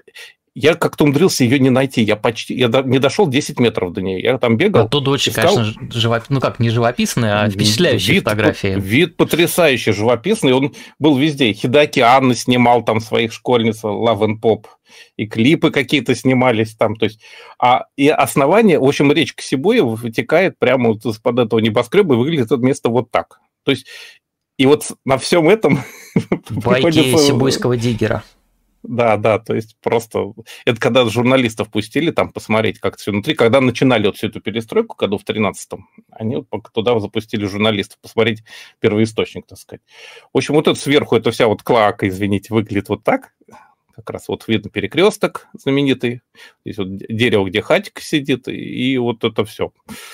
я как-то умудрился ее не найти. Я не дошел 10 метров до нее. Я там бегал. Тут очень, конечно, не живописные, а впечатляющие фотографии. Вид потрясающий, живописный. Он был везде. Хидаки Анна снимал там своих школьниц, Love and Pop. И клипы какие-то снимались там. То есть, и основание, в общем, речка Сибуя вытекает прямо вот из-под этого небоскреба, и выглядит это место вот так. То есть, и вот на всем этом... Байки сибуйского диггера. Да, то есть просто... Это когда журналистов пустили там посмотреть, как это все внутри. Когда начинали вот всю эту перестройку, году в 13-м, они вот туда запустили журналистов посмотреть первоисточник, так сказать. В общем, вот это сверху, это вся вот клоака, извините, выглядит вот так. Как раз вот видно перекресток знаменитый. Здесь вот дерево, где Хатико сидит, и вот это все.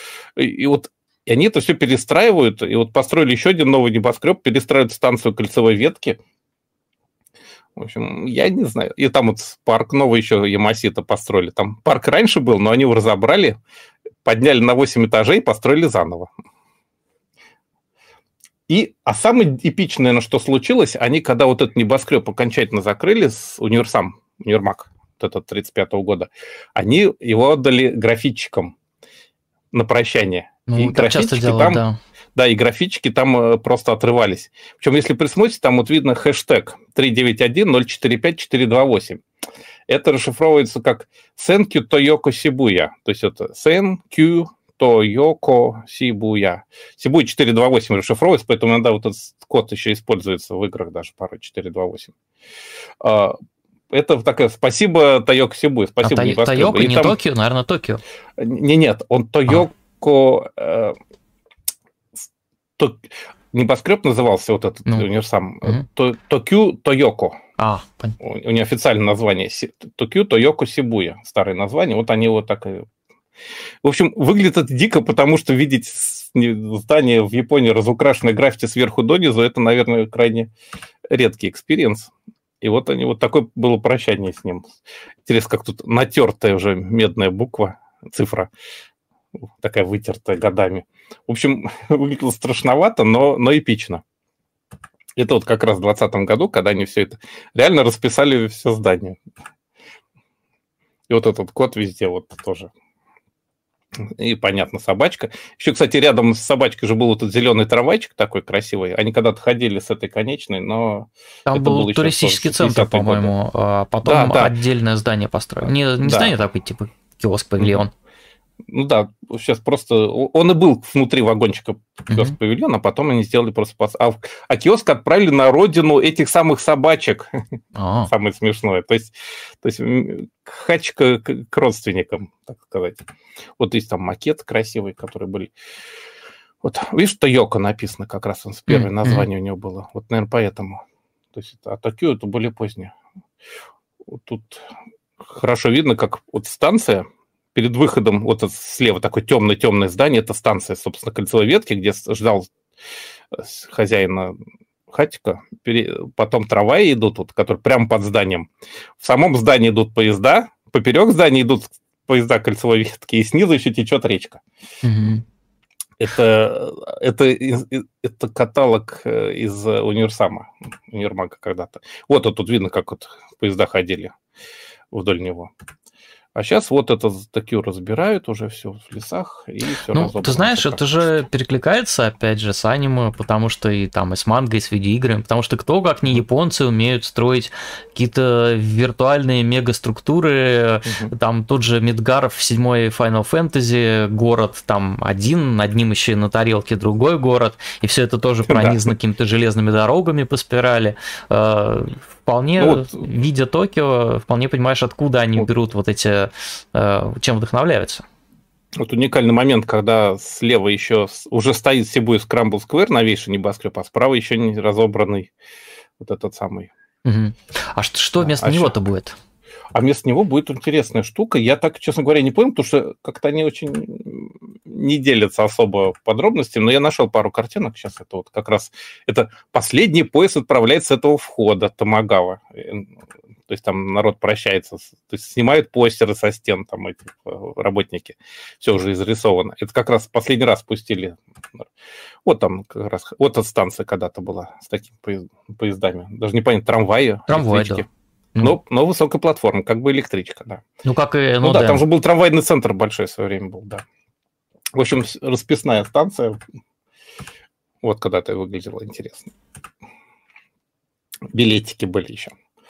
И они это все перестраивают, и вот построили еще один новый небоскреб, перестраивают станцию кольцевой ветки. В общем, я не знаю. И там вот парк новый еще Ямасита построили. Там парк раньше был, но они его разобрали, подняли на 8 этажей и построили заново. А самое эпичное, наверное, что случилось, они, когда вот этот небоскреб окончательно закрыли с универмаг, вот этот 35-го года, они его отдали графитчикам на прощание. Ну, и так часто делают, да. Да, и графитчики там просто отрывались. Причем, если присмотрите, там вот видно хэштег 391-045-428. Это расшифровывается как «Сэнкю Тойоко Сибуя». То есть это «Сэнкю Тойоко Сибуя». Сибуя 428 расшифровывается, поэтому иногда вот этот код еще используется в играх даже порой 428. Это такая «Спасибо, Тойоко Сибуя». Спасибо, Тойоко, не там... Токио, наверное, Токио. Нет, он Тойоко... Небоскреб назывался вот этот универсам. Токю Тойоко. У нее официальное название Токю Тойоко Сибуя, старое название. Вот они вот так и... В общем, выглядит это дико, потому что видеть здание в Японии, разукрашенное граффити сверху донизу, это, наверное, крайне редкий экспириенс. И вот они, вот такое было прощание с ним. Интересно, как тут натертая уже медная буква, цифра, такая вытертая годами. В общем, выглядело страшновато, но эпично. Это вот как раз в 2020 году, когда они все это реально расписали все здание. И вот этот код везде вот тоже. И, понятно, собачка. Еще, кстати, рядом с собачкой же был вот этот зеленый трамвайчик такой красивый. Они когда-то ходили с этой конечной, но... Там это был туристический центр, по-моему. А потом отдельное здание построили. Не здание такое, типа киоск-павильон. Ну да, сейчас просто... Он и был внутри вагончика киоск-павильона, а потом они сделали просто... А киоск отправили на родину этих самых собачек. Самое смешное. То есть хачка к родственникам, так сказать. Вот есть там макет красивый, которые были... Вот, видишь, Тойоко написано как раз, он с первое название у него было. Вот, наверное, поэтому. То есть, а Токио это более позднее. Вот тут хорошо видно, как вот станция... Перед выходом, вот слева такое темное-темное здание, это станция, собственно, кольцевой ветки, где ждал хозяина хатика. Потом трамваи идут, вот, которые прямо под зданием. В самом здании идут поезда, поперек здания идут поезда кольцевой ветки, и снизу еще течет речка. Это каталог из универмага когда-то. Вот тут видно, как вот поезда ходили вдоль него. А сейчас вот это Токио разбирают уже все в лесах и все. Ну, ты знаешь, это же перекликается, опять же, с аниме, потому что и там и с мангой, и с видеоиграми, потому что кто, как не японцы, умеют строить какие-то виртуальные мегаструктуры, там тот же Мидгаров в 7-й Final Fantasy, город там один, над ним еще и на тарелке другой город, и все это тоже пронизано какими-то железными дорогами по спирали. Вполне, видя Токио, вполне понимаешь, откуда они берут вот эти, чем вдохновляются. Вот уникальный момент, когда слева еще уже стоит Сибуя Скрамбл Сквер, новейший небоскреб, а справа еще не разобранный вот этот самый. А что вместо него-то будет? А вместо него будет интересная штука. Я так, честно говоря, не понял, потому что как-то они очень не делятся особо подробностями, но я нашел пару картинок. Сейчас это вот как раз... Это последний поезд отправляется с этого входа Томагава. То есть там народ прощается. То есть снимают постеры со стен, там эти работники. Все уже изрисовано. Это как раз последний раз пустили. Вот там как раз... Вот эта станция когда-то была с такими поездами. Даже не понятно, трамваи, электрички. Да. Но высокая платформа, как бы электричка, да. Ну, как и... Ну да, там же был трамвайный центр большой в свое время был, да. В общем, расписная станция. Вот когда-то выглядело интересно. Билетики были еще.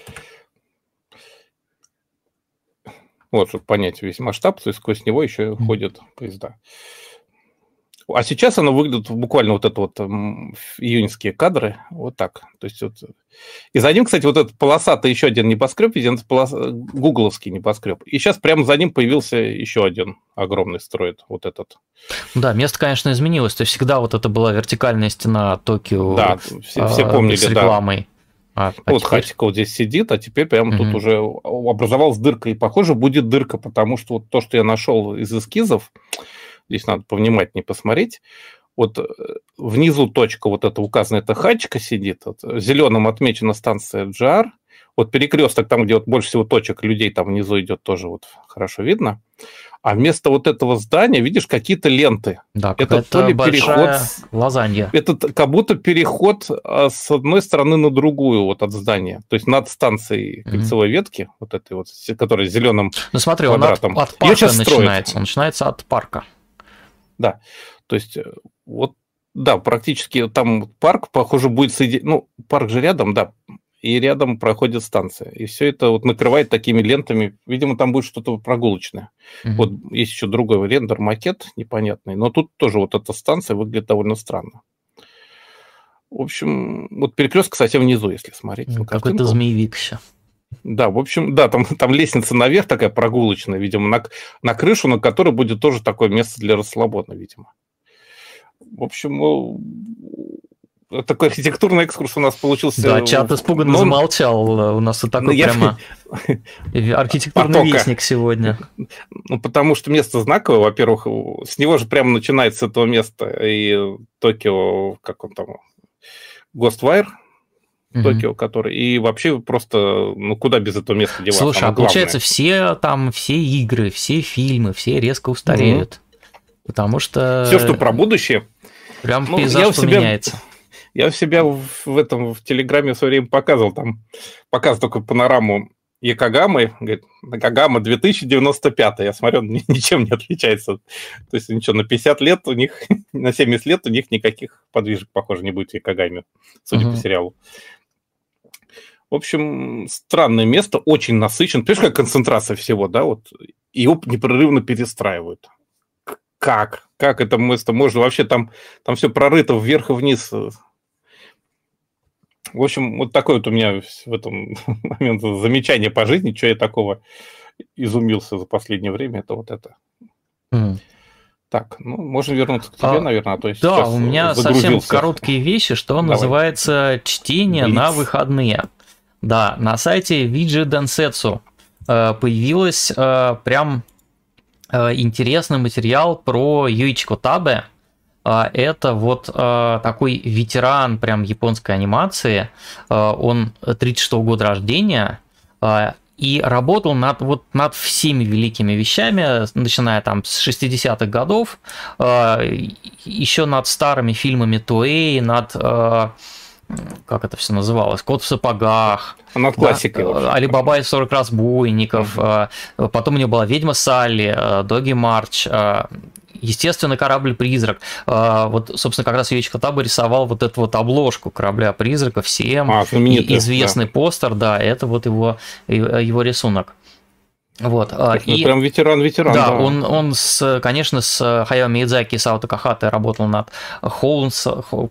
Вот, чтобы понять весь масштаб, то есть сквозь него еще ходят поезда. А сейчас оно выглядит буквально вот это вот июньские кадры, вот так. То есть вот... И за ним, кстати, вот этот полосатый еще один небоскреб, гугловский небоскреб. И сейчас прямо за ним появился еще один огромный строит, вот этот. Да, место, конечно, изменилось. То есть всегда вот это была вертикальная стена Токио. Да, все помнили, с рекламой. Да. Вот Хатико вот здесь сидит, а теперь прямо тут уже образовалась дырка. И, похоже, будет дырка, потому что вот то, что я нашел из эскизов, здесь надо повнимательнее посмотреть. Вот внизу точка вот эта указана, это Хатико сидит. Вот, зеленым отмечена станция GR. Вот перекресток, там, где вот больше всего точек людей, там внизу идет, тоже вот хорошо видно. А вместо вот этого здания, видишь, какие-то ленты. Да, это то ли переход, лазанья. Это как будто переход с одной стороны на другую вот от здания. То есть над станцией кольцевой ветки, вот этой вот, которая зеленым ну смотри, квадратом. Он от парка начинается. Он начинается от парка. Да, то есть вот, да, практически там парк, похоже, будет соединен. Ну, парк же рядом, да, и рядом проходит станция. И все это вот накрывает такими лентами. Видимо, там будет что-то прогулочное. Вот есть еще другой рендер-макет непонятный, но тут тоже вот эта станция выглядит довольно странно. В общем, вот перекресток совсем внизу, если смотреть. Какой-то змеевик еще. Да, в общем, да, там лестница наверх такая прогулочная, видимо, на крышу, на которой будет тоже такое место для расслабона, видимо. В общем, такой архитектурный экскурс у нас получился. Да, чат испуганно замолчал. У нас тут такой прямо архитектурный вестник сегодня. Ну, потому что место знаковое, во-первых, с него же прямо начинается это место. И Токио, как он там, Ghostwire, Токио, который... И вообще просто, ну, куда без этого места деваться? Слушай, а получается, все игры, все фильмы, все резко устареют. Потому что... Все, что про будущее. Прям пейзаж поменяется. Я у себя в Телеграме в свое время показывал такую панораму Якогамы, говорит, Якогама 2095, я смотрю, он ничем не отличается. То есть ничего, на 50 лет у них, на 70 лет у них никаких подвижек, похоже, не будет в Якогаме, судя по сериалу. В общем, странное место, очень насыщенно. Понимаешь, какая концентрация всего, да, вот, его непрерывно перестраивают. Как это место можно? Вообще там все прорыто вверх и вниз. В общем, вот такое вот у меня в этом момент замечание по жизни, что я такого изумился за последнее время, это вот это. Так, ну, можно вернуться к тебе, наверное, а то есть да, у меня совсем короткие вещи, что называется чтение на выходные. Да, на сайте Viji Densetsu появилась прям интересный материал про Юичико Табе. Это вот такой ветеран прям японской анимации. Он 36-го года рождения и работал над всеми великими вещами, начиная там с 60-х годов, еще над старыми фильмами Тоэй, над... как это все называлось? «Кот в сапогах». Над классикой. Да, «Алибаба и 40 разбойников». Потом у него была «Ведьма Салли», «Доги Марч», естественно, «Корабль-призрак». Вот, собственно, как раз Юичико Табе рисовал вот эту вот обложку «Корабля-призрака», всем известный постер, да, это вот его рисунок. Вот. Прям ветеран. Да, он конечно, с Хаяо Миядзаки и Сао Такахата работал над Хорс,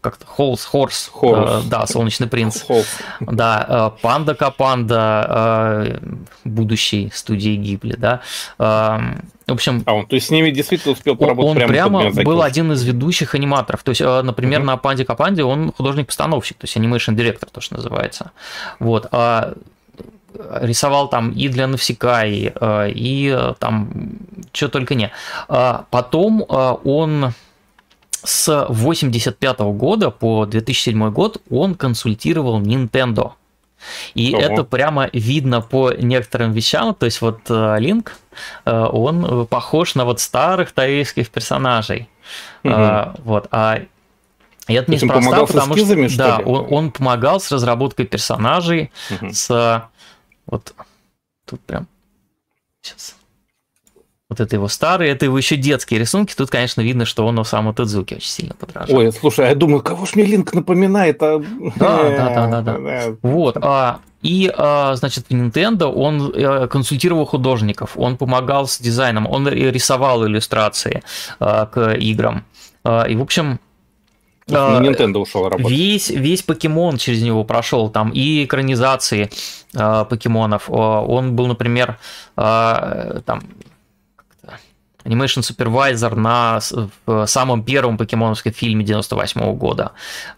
да, «Солнечный принц». Да, «Панда Капанда», будущей студии Гибли, да. В общем, то есть с ними действительно успел поработать он прямо был один из ведущих аниматоров. То есть, например, на «Панде Капанде» он художник-постановщик, то есть animation директор, то, что называется. Вот. Рисовал там и для Навсекай, и там что только не. Потом он с 85 года по 2007 год он консультировал Nintendo. И это прямо видно по некоторым вещам. То есть вот Линк, он похож на вот старых тоэйских персонажей. Вот. И это неспроста, потому что да, он помогал с разработкой персонажей, с... Вот тут прям сейчас. Вот это его старые, это его еще детские рисунки. Тут, конечно, видно, что он Осаму Тедзуки очень сильно подражал. Ой, слушай, я думаю, кого ж мне Линк напоминает? Да. Вот. Значит, в Nintendo он консультировал художников, он помогал с дизайном, он рисовал иллюстрации к играм. И, в общем... Nintendo ушел работать. Весь покемон через него прошел, там и экранизации покемонов. Он был, например, там Animation Supervisor на самом первом покемоновском фильме 98 года.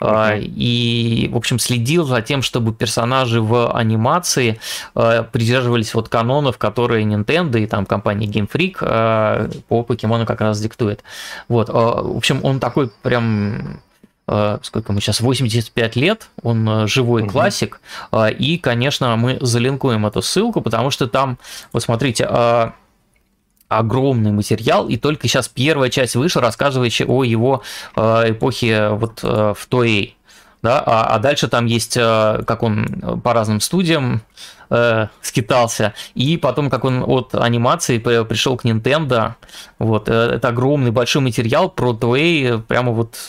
И, в общем, следил за тем, чтобы персонажи в анимации придерживались вот канонов, которые Nintendo и там компания Game Freak по покемону как раз диктует. Вот. В общем, он такой прям... Сколько ему сейчас, 85 лет, он живой классик, и, конечно, мы залинкуем эту ссылку, потому что там, вот смотрите, огромный материал, и только сейчас первая часть вышла, рассказывающая о его эпохе вот в Тоэй, да, а дальше там есть, как он по разным студиям скитался, и потом, как он от анимации пришел к Nintendo, вот, это огромный большой материал про Тоэй, прямо вот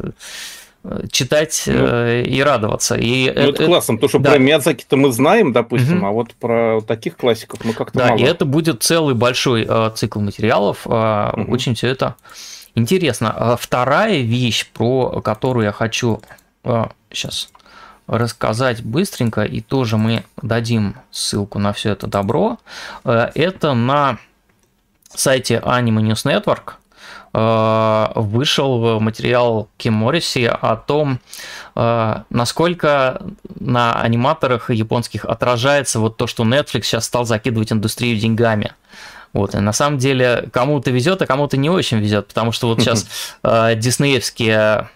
читать и радоваться. Это классно, потому что про Миядзаки-то мы знаем, допустим, а вот про таких классиков мы как-то мало. Да, и это будет целый большой цикл материалов, очень все это интересно. Вторая вещь, про которую я хочу сейчас рассказать быстренько, и тоже мы дадим ссылку на все это добро, это на сайте Anime News Network вышел материал Ким Морриси о том, насколько на аниматорах японских отражается вот то, что Netflix сейчас стал закидывать индустрию деньгами. Вот, и на самом деле кому-то везет, а кому-то не очень везет, потому что вот сейчас диснеевские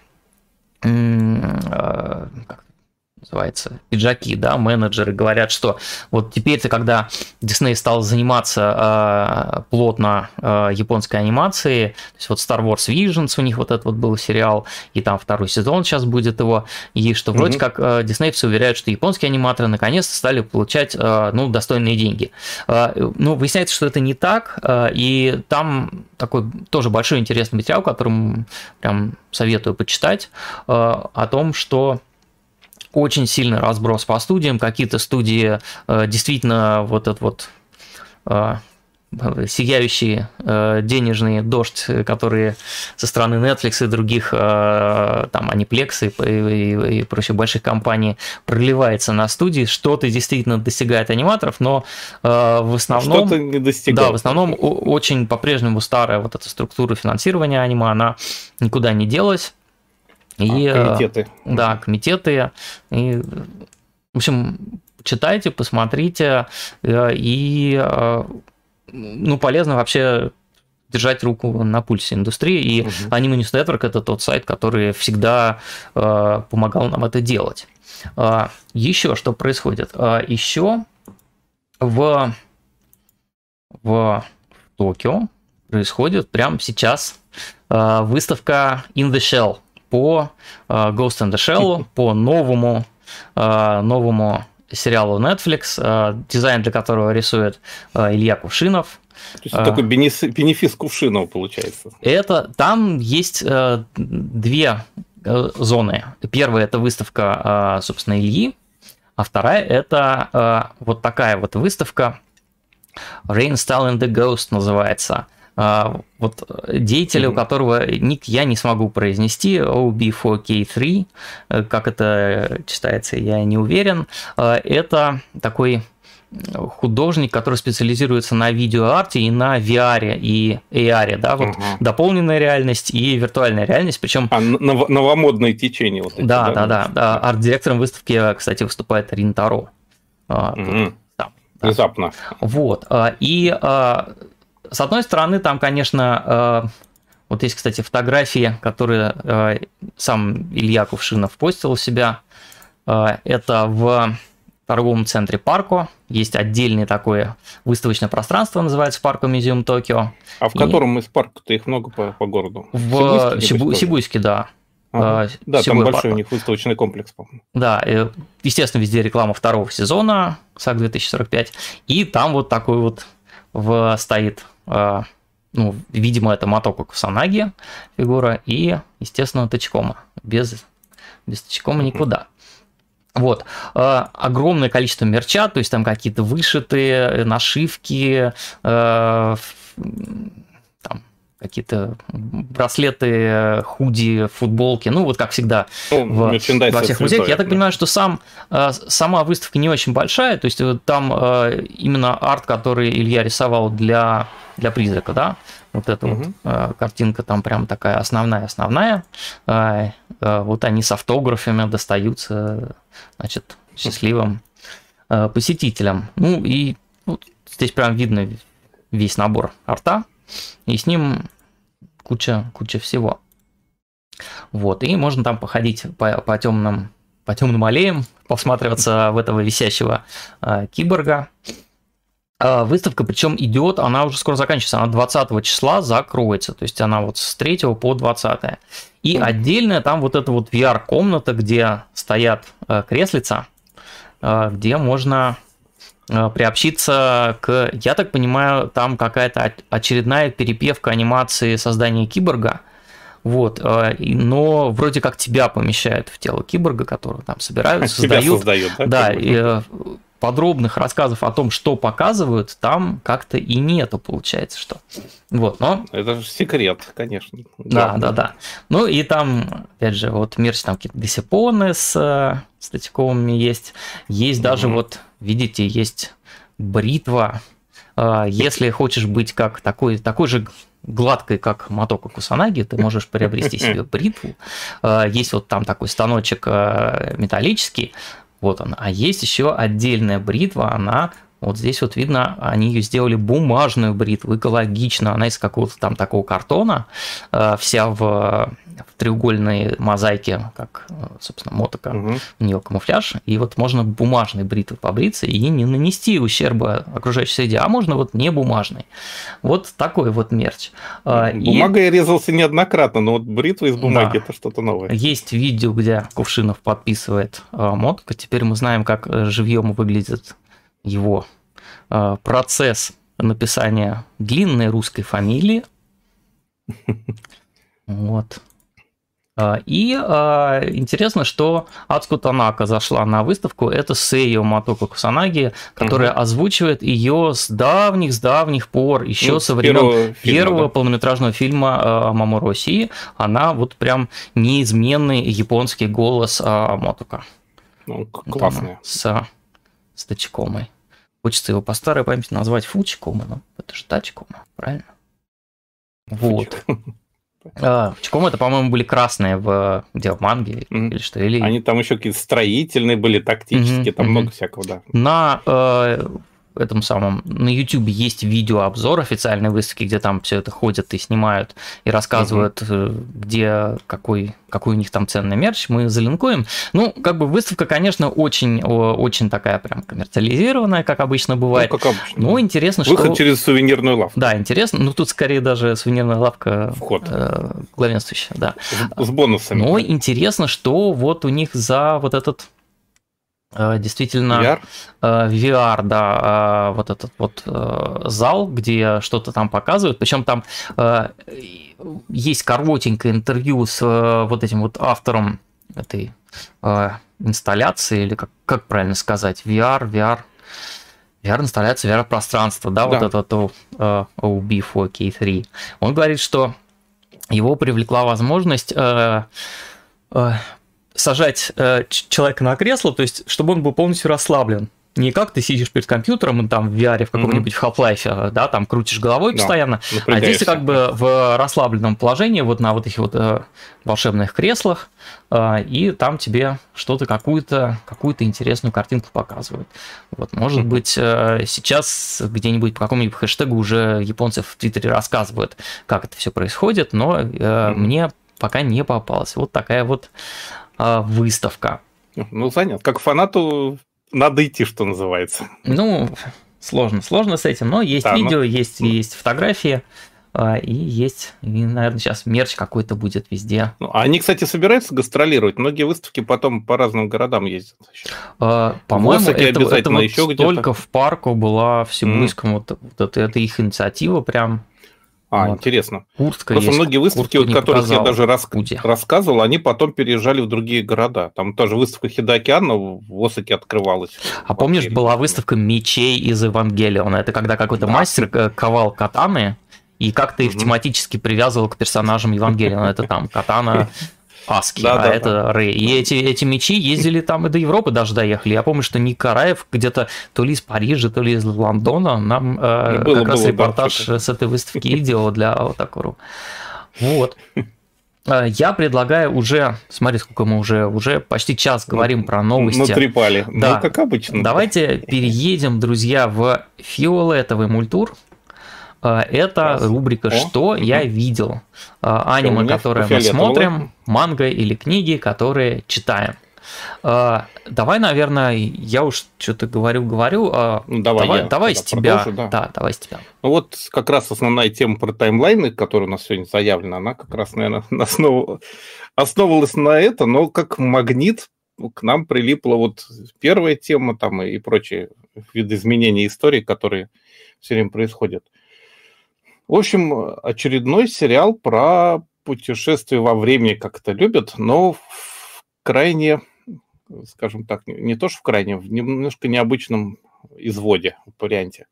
называется, пиджаки, да, менеджеры говорят, что вот теперь-то, когда Disney стал заниматься плотно японской анимацией, то есть вот Star Wars Visions у них вот этот вот был сериал, и там второй сезон сейчас будет его, и что вроде как диснеевцы уверяют, что японские аниматоры наконец-то стали получать, ну, достойные деньги. Ну, выясняется, что это не так, и там такой тоже большой интересный материал, которым прям советую почитать, о том, что очень сильный разброс по студиям. Какие-то студии действительно вот этот вот сияющий денежный дождь, которые со стороны Netflix и других там Aniplex и прочих больших компаний проливается на студии. Что-то действительно достигает аниматоров, но в основном... Что-то не достигает. Да, в основном очень по-прежнему старая вот эта структура финансирования аниме, она никуда не делась. И, комитеты. Да, комитеты. И, в общем, читайте, посмотрите. И ну, полезно вообще держать руку на пульсе индустрии. И Anime News Network – это тот сайт, который всегда помогал нам это делать. Еще что происходит? Еще в Токио происходит прямо сейчас выставка In the Shell по Ghost in the Shell, по новому сериалу Netflix, дизайн для которого рисует Илья Кувшинов. То есть такой бенефис Кувшинова получается. Там есть две зоны. Первая – это выставка, собственно, Ильи, а вторая – это вот такая вот выставка Rain Style and the Ghost называется. Вот деятеля, у которого ник я не смогу произнести, OB4K3, как это читается, я не уверен. Это такой художник, который специализируется на видеоарте и на VR и AR, да, вот дополненная реальность и виртуальная реальность, причем... Новомодные течения. Вот эти, да. Арт-директором выставки, кстати, выступает Рин Таро. Внезапно. Вот. И... С одной стороны, там, конечно, вот есть, кстати, фотографии, которые сам Илья Кувшинов постил у себя. Это в торговом центре Парко. Есть отдельное такое выставочное пространство, называется Парко Музеум Токио. А в котором из парка-то их много по городу? В Сибуйске, да. Да, там большой у них выставочный комплекс, по-моему. Да, естественно, везде реклама второго сезона, САК 2045. И там вот такой вот стоит... Ну, видимо, это Мотоко Кусанаги фигура и, естественно, Тачикома. Без Тачикома никуда. Вот. Огромное количество мерча, то есть там какие-то вышитые нашивки, там какие-то браслеты, худи, футболки, ну вот как всегда во всех музеях. Я так понимаю, что сама выставка не очень большая, то есть там именно арт, который Илья рисовал для призрака, да, вот эта вот картинка там прям такая основная. Вот они с автографами достаются, значит, счастливым посетителям. Ну и вот здесь прям видно весь набор арта. И с ним куча всего. Вот. И можно там походить по темным аллеям, посматриваться в этого висящего киборга. Выставка, причем идет, она уже скоро заканчивается, она 20 числа закроется, то есть она вот с 3 по 20. И отдельная там вот эта вот VR-комната, где стоят креслица, где можно... приобщиться к, я так понимаю, там какая-то очередная перепевка анимации создания киборга, вот, но вроде как тебя помещают в тело киборга, который там собирают, создают, да, и подробных рассказов о том, что показывают, там как-то и нету, получается, что. Вот, но... Это же секрет, конечно. Да. Ну и там, опять же, вот мерч, там какие-то десипоны с статиковыми есть даже вот, видите, есть бритва. Если хочешь быть как такой же гладкой, как Мотоко Кусанаги, ты можешь приобрести себе бритву. Есть вот там такой станочек металлический, вот он. А есть еще отдельная бритва, она... Вот здесь вот видно, они ее сделали бумажную бритву, экологичную, она из какого-то там такого картона, вся в треугольной мозаике, как, собственно, мотока, у нее камуфляж, и вот можно бумажной бритвой побриться и не нанести ущерба окружающей среде, а можно вот не бумажной. Вот такой вот мерч. Бумагой я резался неоднократно, но вот бритва из бумаги это что-то новое. Есть видео, где Кувшинов подписывает мотока, теперь мы знаем, как живьем выглядит его процесс написания длинной русской фамилии. Вот. И интересно, что Ацуко Танака зашла на выставку. Это сэйо Мотоко Кусанаги, которая озвучивает ее с давних пор, еще со времен первого полнометражного фильма Маморо Осии. Она вот прям неизменный японский голос Мотоко. Ну, классная. С Тачикомой. Хочется его по старой памяти назвать Фучикома, но это же Тачикома, правильно? Вот. Фучикома это, по-моему, были красные в манге или что? Или... Они там еще какие-то строительные были, тактические, там много всякого, да. На этом самом, на YouTube есть видеообзор официальной выставки, где там все это ходят и снимают, и рассказывают, где какой у них там ценный мерч, мы залинкуем. Ну, как бы выставка, конечно, очень такая прям коммерциализированная, как обычно бывает. Ну, как обычно. Но интересно, Выход что... через сувенирную лавку. Да, интересно. Ну, тут скорее даже сувенирная лавка вход главенствующая, да. С бонусами. Но интересно, что вот у них за вот этот... Действительно, VR, да, вот этот вот зал, где что-то там показывают, причем там есть коротенькое интервью с вот этим вот автором этой инсталляции, или как правильно сказать, VR-инсталляция, VR-пространство, да, вот этот OB4K3. Он говорит, что его привлекла возможность сажать человека на кресло, то есть, чтобы он был полностью расслаблен. Не как ты сидишь перед компьютером, и там в VR, в каком-нибудь Half-Life, да, там крутишь головой постоянно, а здесь ты как бы в расслабленном положении, вот на вот этих вот волшебных креслах, и там тебе что-то, какую-то интересную картинку показывают. Вот, может быть, сейчас где-нибудь по какому-нибудь хэштегу уже японцы в Твиттере рассказывают, как это все происходит, но мне пока не попалось. Вот такая вот выставка. Ну, занят. Как фанату надо идти, что называется. Ну, сложно с этим, но есть видео, есть фотографии, и есть, и, наверное, сейчас мерч какой-то будет везде. Ну, они, кстати, собираются гастролировать. Многие выставки потом по разным городам ездят. По-моему, это вот еще только в парку была в Сибуйском, вот это их инициатива прям. Вот. Интересно. Куртка просто есть. многие выставки, о которых я даже рассказывал, они потом переезжали в другие города. Там тоже выставка Хидоокеана в Осаке открывалась. А помнишь, была выставка мечей из Евангелиона? Это когда какой-то мастер ковал катаны и как-то их тематически привязывал к персонажам Евангелиона. Это там катана Аски, это Рэй. И эти мечи ездили там и до Европы даже доехали. Я помню, что Ник Караев где-то то ли из Парижа, то ли из Лондона нам как раз репортаж с этой выставки и делал для Otaku.ru. Вот. Я предлагаю уже, смотри, сколько мы уже почти час говорим про новости. Натрепали, да. Ну, как обычно. Давайте переедем, друзья, в фиолетовый мультур. Это рубрика «Что я видел?». Аниме, которое мы смотрим, манго или книги, которые читаем. Давай, наверное, я уж что-то говорю. Давай с тебя. Продолжу, да, давай с тебя. Ну вот как раз основная тема про таймлайны, которая у нас сегодня заявлена, она как раз, наверное, основывалась на это, но как магнит к нам прилипла вот первая тема там и прочие виды изменений истории, которые все время происходят. В общем, очередной сериал про путешествие во времени, как это любят, но в крайне, скажем так, не то что в крайне, в немножко необычном изводе, варианте.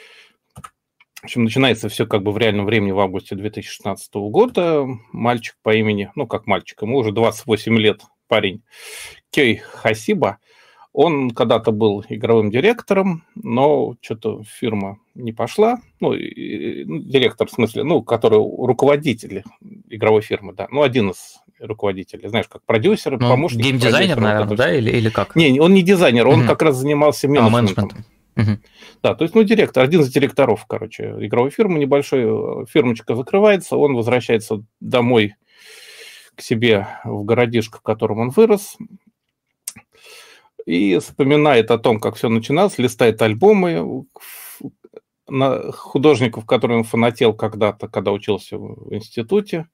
В общем, начинается все как бы в реальном времени в августе 2016 года. Мальчик по имени, ну как мальчик, ему уже 28 лет, парень, Кёй Хасиба, Он когда-то был игровым директором, но что-то фирма не пошла. Ну, директор, в смысле, ну, который руководитель игровой фирмы, да. Ну, один из руководителей. Знаешь, как продюсер, помощник геймдизайнер, наверное, вот да? Или как? Не, он не дизайнер, он как раз занимался менеджментом. Да, то есть, ну, директор, один из директоров, короче, игровой фирмы небольшой, фирмочка закрывается, он возвращается домой к себе в городишко, в котором он вырос, и вспоминает о том, как все начиналось, листает альбомы художников, которые он фанател когда-то, когда учился в институте.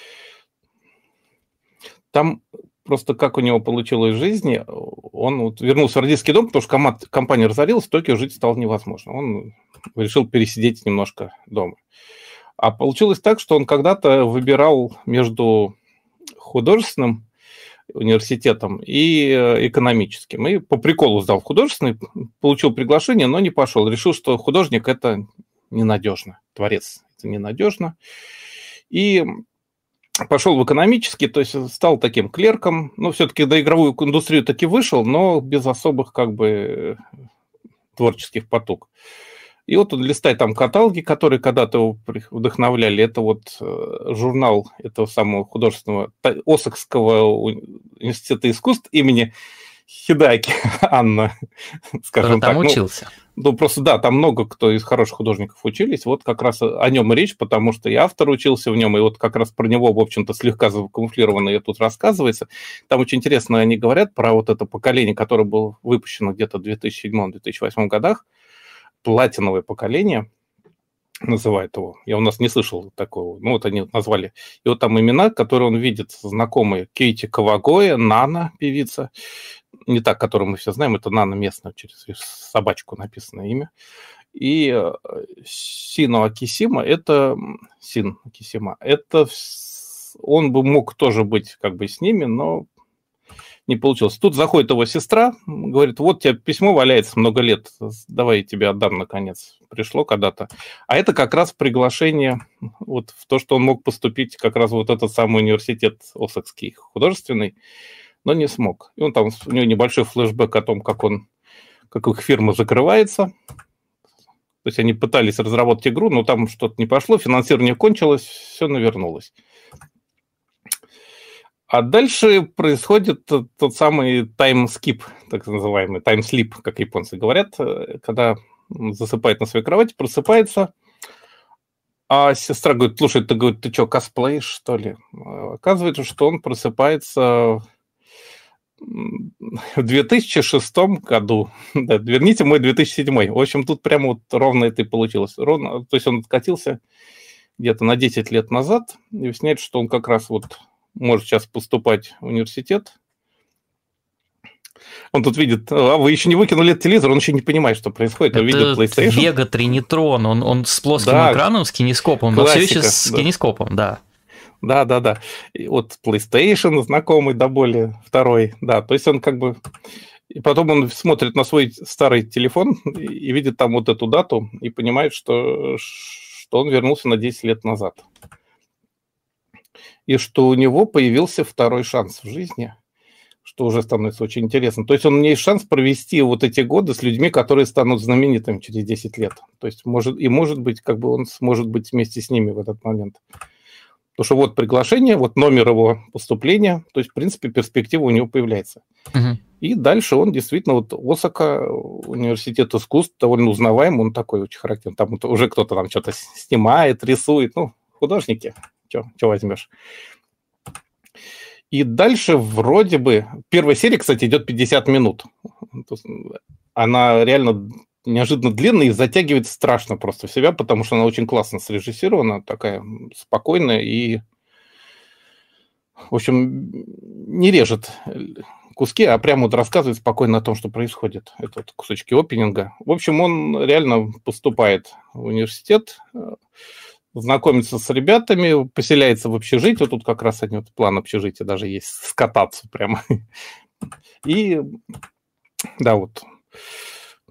Там просто как у него получилось в жизни, он вот вернулся в родительский дом, потому что компания разорилась, в Токио жить стало невозможно. Он решил пересидеть немножко дома. А получилось так, что он когда-то выбирал между художественным университетом и экономическим. И по приколу сдал в художественный, получил приглашение, но не пошел. Решил, что художник – это ненадежно, творец – это ненадежно. И пошел в экономический, то есть стал таким клерком. Ну, все-таки до игровую индустрию таки вышел, но без особых как бы творческих потуг. И вот он листает там каталоги, которые когда-то его вдохновляли. Это вот журнал этого самого художественного Осакского университета искусств имени Хидаки Анна, скажем так. Там учился. Ну, просто да, там много кто из хороших художников учились. Вот как раз о нем и речь, потому что и автор учился в нем, и вот как раз про него, в общем-то, слегка закамуфлированно тут рассказывается. Там очень интересно они говорят про вот это поколение, которое было выпущено где-то в 2007-2008 годах. Платиновое поколение называют его. Я у нас не слышал такого. Ну, вот они назвали. И вот там имена, которые он видит, знакомые. Кейти Кавагоэ, Нана, певица. Не так, которую мы все знаем, это Нана местная, через собачку написано имя. И Сино Акисима, это он бы мог тоже быть как бы с ними, но не получилось. Тут заходит его сестра, говорит, вот у тебя письмо валяется много лет, давай я тебе отдам, наконец. Пришло когда-то. А это как раз приглашение вот в то, что он мог поступить как раз вот этот самый университет Осакский художественный, но не смог. И он там, у него небольшой флешбэк о том, как их фирма закрывается. То есть они пытались разработать игру, но там что-то не пошло, финансирование кончилось, все навернулось. А дальше происходит тот самый таймскип, так называемый таймслип, как японцы говорят, когда засыпает на своей кровати, просыпается, а сестра говорит, слушай, ты что, косплеишь, что ли? Оказывается, что он просыпается в 2006 году. Да, верните мой 2007. В общем, тут прямо вот ровно это и получилось. Ровно, то есть он откатился где-то на 10 лет назад, и выясняется, что он как раз вот может сейчас поступать в университет. Он тут видит, вы еще не выкинули этот телевизор, он еще не понимает, что происходит. Он видит PlayStation. Vega Trinitron, он с плоским экраном, с кинескопом, но все еще с кинескопом, да. Да. И вот PlayStation знакомый до боли, второй, да. То есть он как бы... И потом он смотрит на свой старый телефон и видит там вот эту дату и понимает, что он вернулся на 10 лет назад. И что у него появился второй шанс в жизни, что уже становится очень интересно. То есть у него есть шанс провести вот эти годы с людьми, которые станут знаменитыми через 10 лет. То есть может быть, как бы он сможет быть вместе с ними в этот момент. Потому что вот приглашение, вот номер его поступления, то есть, в принципе, перспектива у него появляется. Угу. И дальше он действительно, вот Осака, университет искусств, довольно узнаваемый, он такой очень характерный. Там уже кто-то там что-то снимает, рисует, ну, художники. Что возьмешь? И дальше вроде бы... Первая серия, кстати, идет 50 минут. Она реально неожиданно длинная и затягивает страшно просто в себя, потому что она очень классно срежиссирована, такая спокойная и, в общем, не режет куски, а прямо вот рассказывает спокойно о том, что происходит. Это вот кусочки опенинга. В общем, он реально поступает в университет, знакомится с ребятами, поселяется в общежитии. Тут как раз один вот план общежития даже есть, скататься прямо. И, да, вот,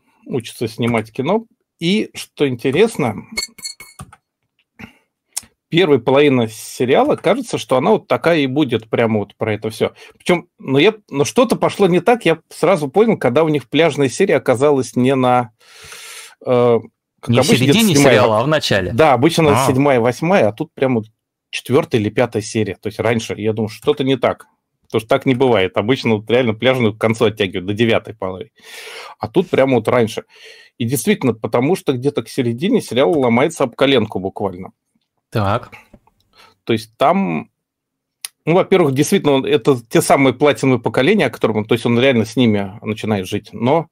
учится снимать кино. И, что интересно, первая половина сериала кажется, что она вот такая и будет, прямо вот про это все. Причем, но что-то пошло не так, я сразу понял, когда у них пляжная серия оказалась не на... не в середине сериала, а в начале. Да, обычно 7-я, 8-я, а тут прямо 4-я или 5-я серия. То есть раньше, я думаю, что-то не так. Потому что так не бывает. Обычно вот реально пляжную к концу оттягивают, до 9-й половины. А тут прямо вот раньше. И действительно, потому что где-то к середине сериал ломается об коленку буквально. Так. То есть там, ну, во-первых, действительно, это те самые платиновые поколения, о которых, то есть он реально с ними начинает жить. Но,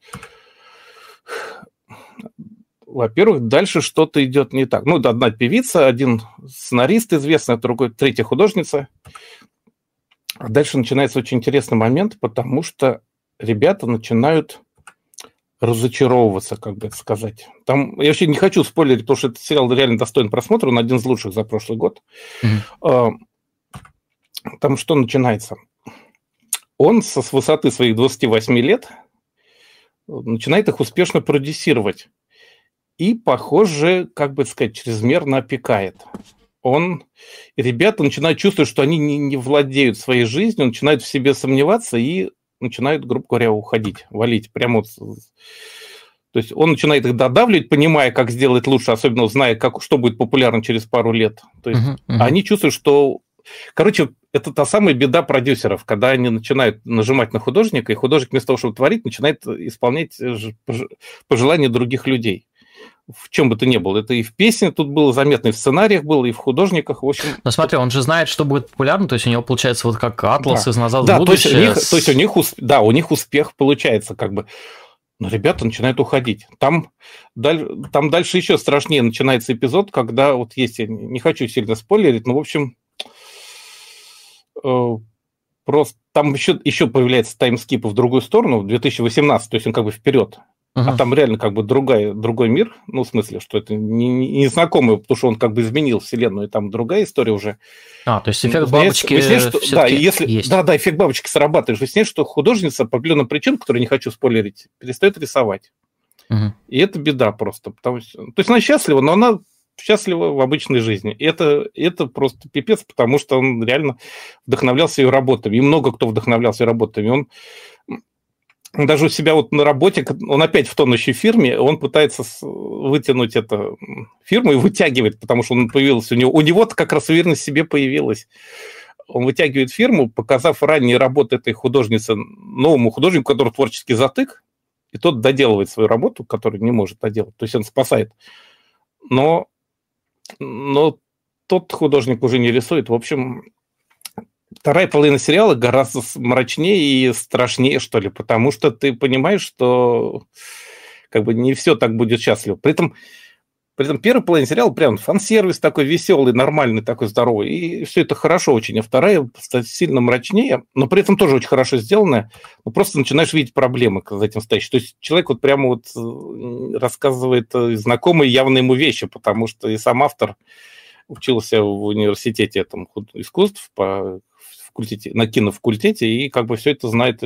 во-первых, дальше что-то идет не так. Ну, одна певица, один сценарист известный, другой, третья художница. А дальше начинается очень интересный момент, потому что ребята начинают разочаровываться, как бы это сказать. Там, я вообще не хочу спойлерить, потому что этот сериал реально достоин просмотра, он один из лучших за прошлый год. Там что начинается? Он с высоты своих 28 лет начинает их успешно продюсировать. И, похоже, как бы сказать, чрезмерно опекает. Ребята начинают чувствовать, что они не владеют своей жизнью, начинают в себе сомневаться и начинают, грубо говоря, уходить, валить. Прямо вот. То есть он начинает их додавливать, понимая, как сделать лучше, особенно зная, что будет популярно через пару лет. То есть они чувствуют, что... Короче, это та самая беда продюсеров, когда они начинают нажимать на художника, и художник вместо того, чтобы творить, начинает исполнять пожелания других людей. В чем бы то ни было. Это и в песне тут было заметно, и в сценариях было, и в художниках. В общем, но смотри, он же знает, что будет популярно, то есть у него получается вот как Атлас из «Назад в будущее». То есть у них успех получается как бы. Но ребята начинают уходить. Там дальше еще страшнее начинается эпизод, когда вот есть, я не хочу сильно спойлерить, но в общем просто там еще появляется таймскип в другую сторону, в 2018, то есть он как бы вперед. А там реально как бы другой мир, ну, в смысле, что это не знакомый, потому что он как бы изменил вселенную, и там другая история уже. То есть эффект бабочки есть. Да, эффект бабочки срабатывает. Выясняется, что художница по определенным причинам, которые не хочу спойлерить, перестает рисовать. И это беда просто. То есть она счастлива, но она счастлива в обычной жизни. И это просто пипец, потому что он реально вдохновлялся ее работами. И много кто вдохновлялся ее работами. Он даже у себя вот на работе, он опять в тонущей фирме, он пытается вытянуть эту фирму и вытягивает, потому что он появился, у него-то как раз уверенность в себе появилась. Он вытягивает фирму, показав ранние работы этой художницы новому художнику, который творческий затык, и тот доделывает свою работу, которую не может доделать, то есть он спасает. Но тот художник уже не рисует. В общем, вторая половина сериала гораздо мрачнее и страшнее, что ли, потому что ты понимаешь, что как бы не все так будет счастливо. При этом первая половина сериала прям фан-сервис такой веселый, нормальный, такой здоровый, и все это хорошо очень. А вторая сильно мрачнее, но при этом тоже очень хорошо сделанная. Но просто начинаешь видеть проблемы за этим стоящие. То есть человек вот прямо вот рассказывает знакомые явно ему вещи, потому что и сам автор учился в университете искусств на кинофакультете, и как бы все это знает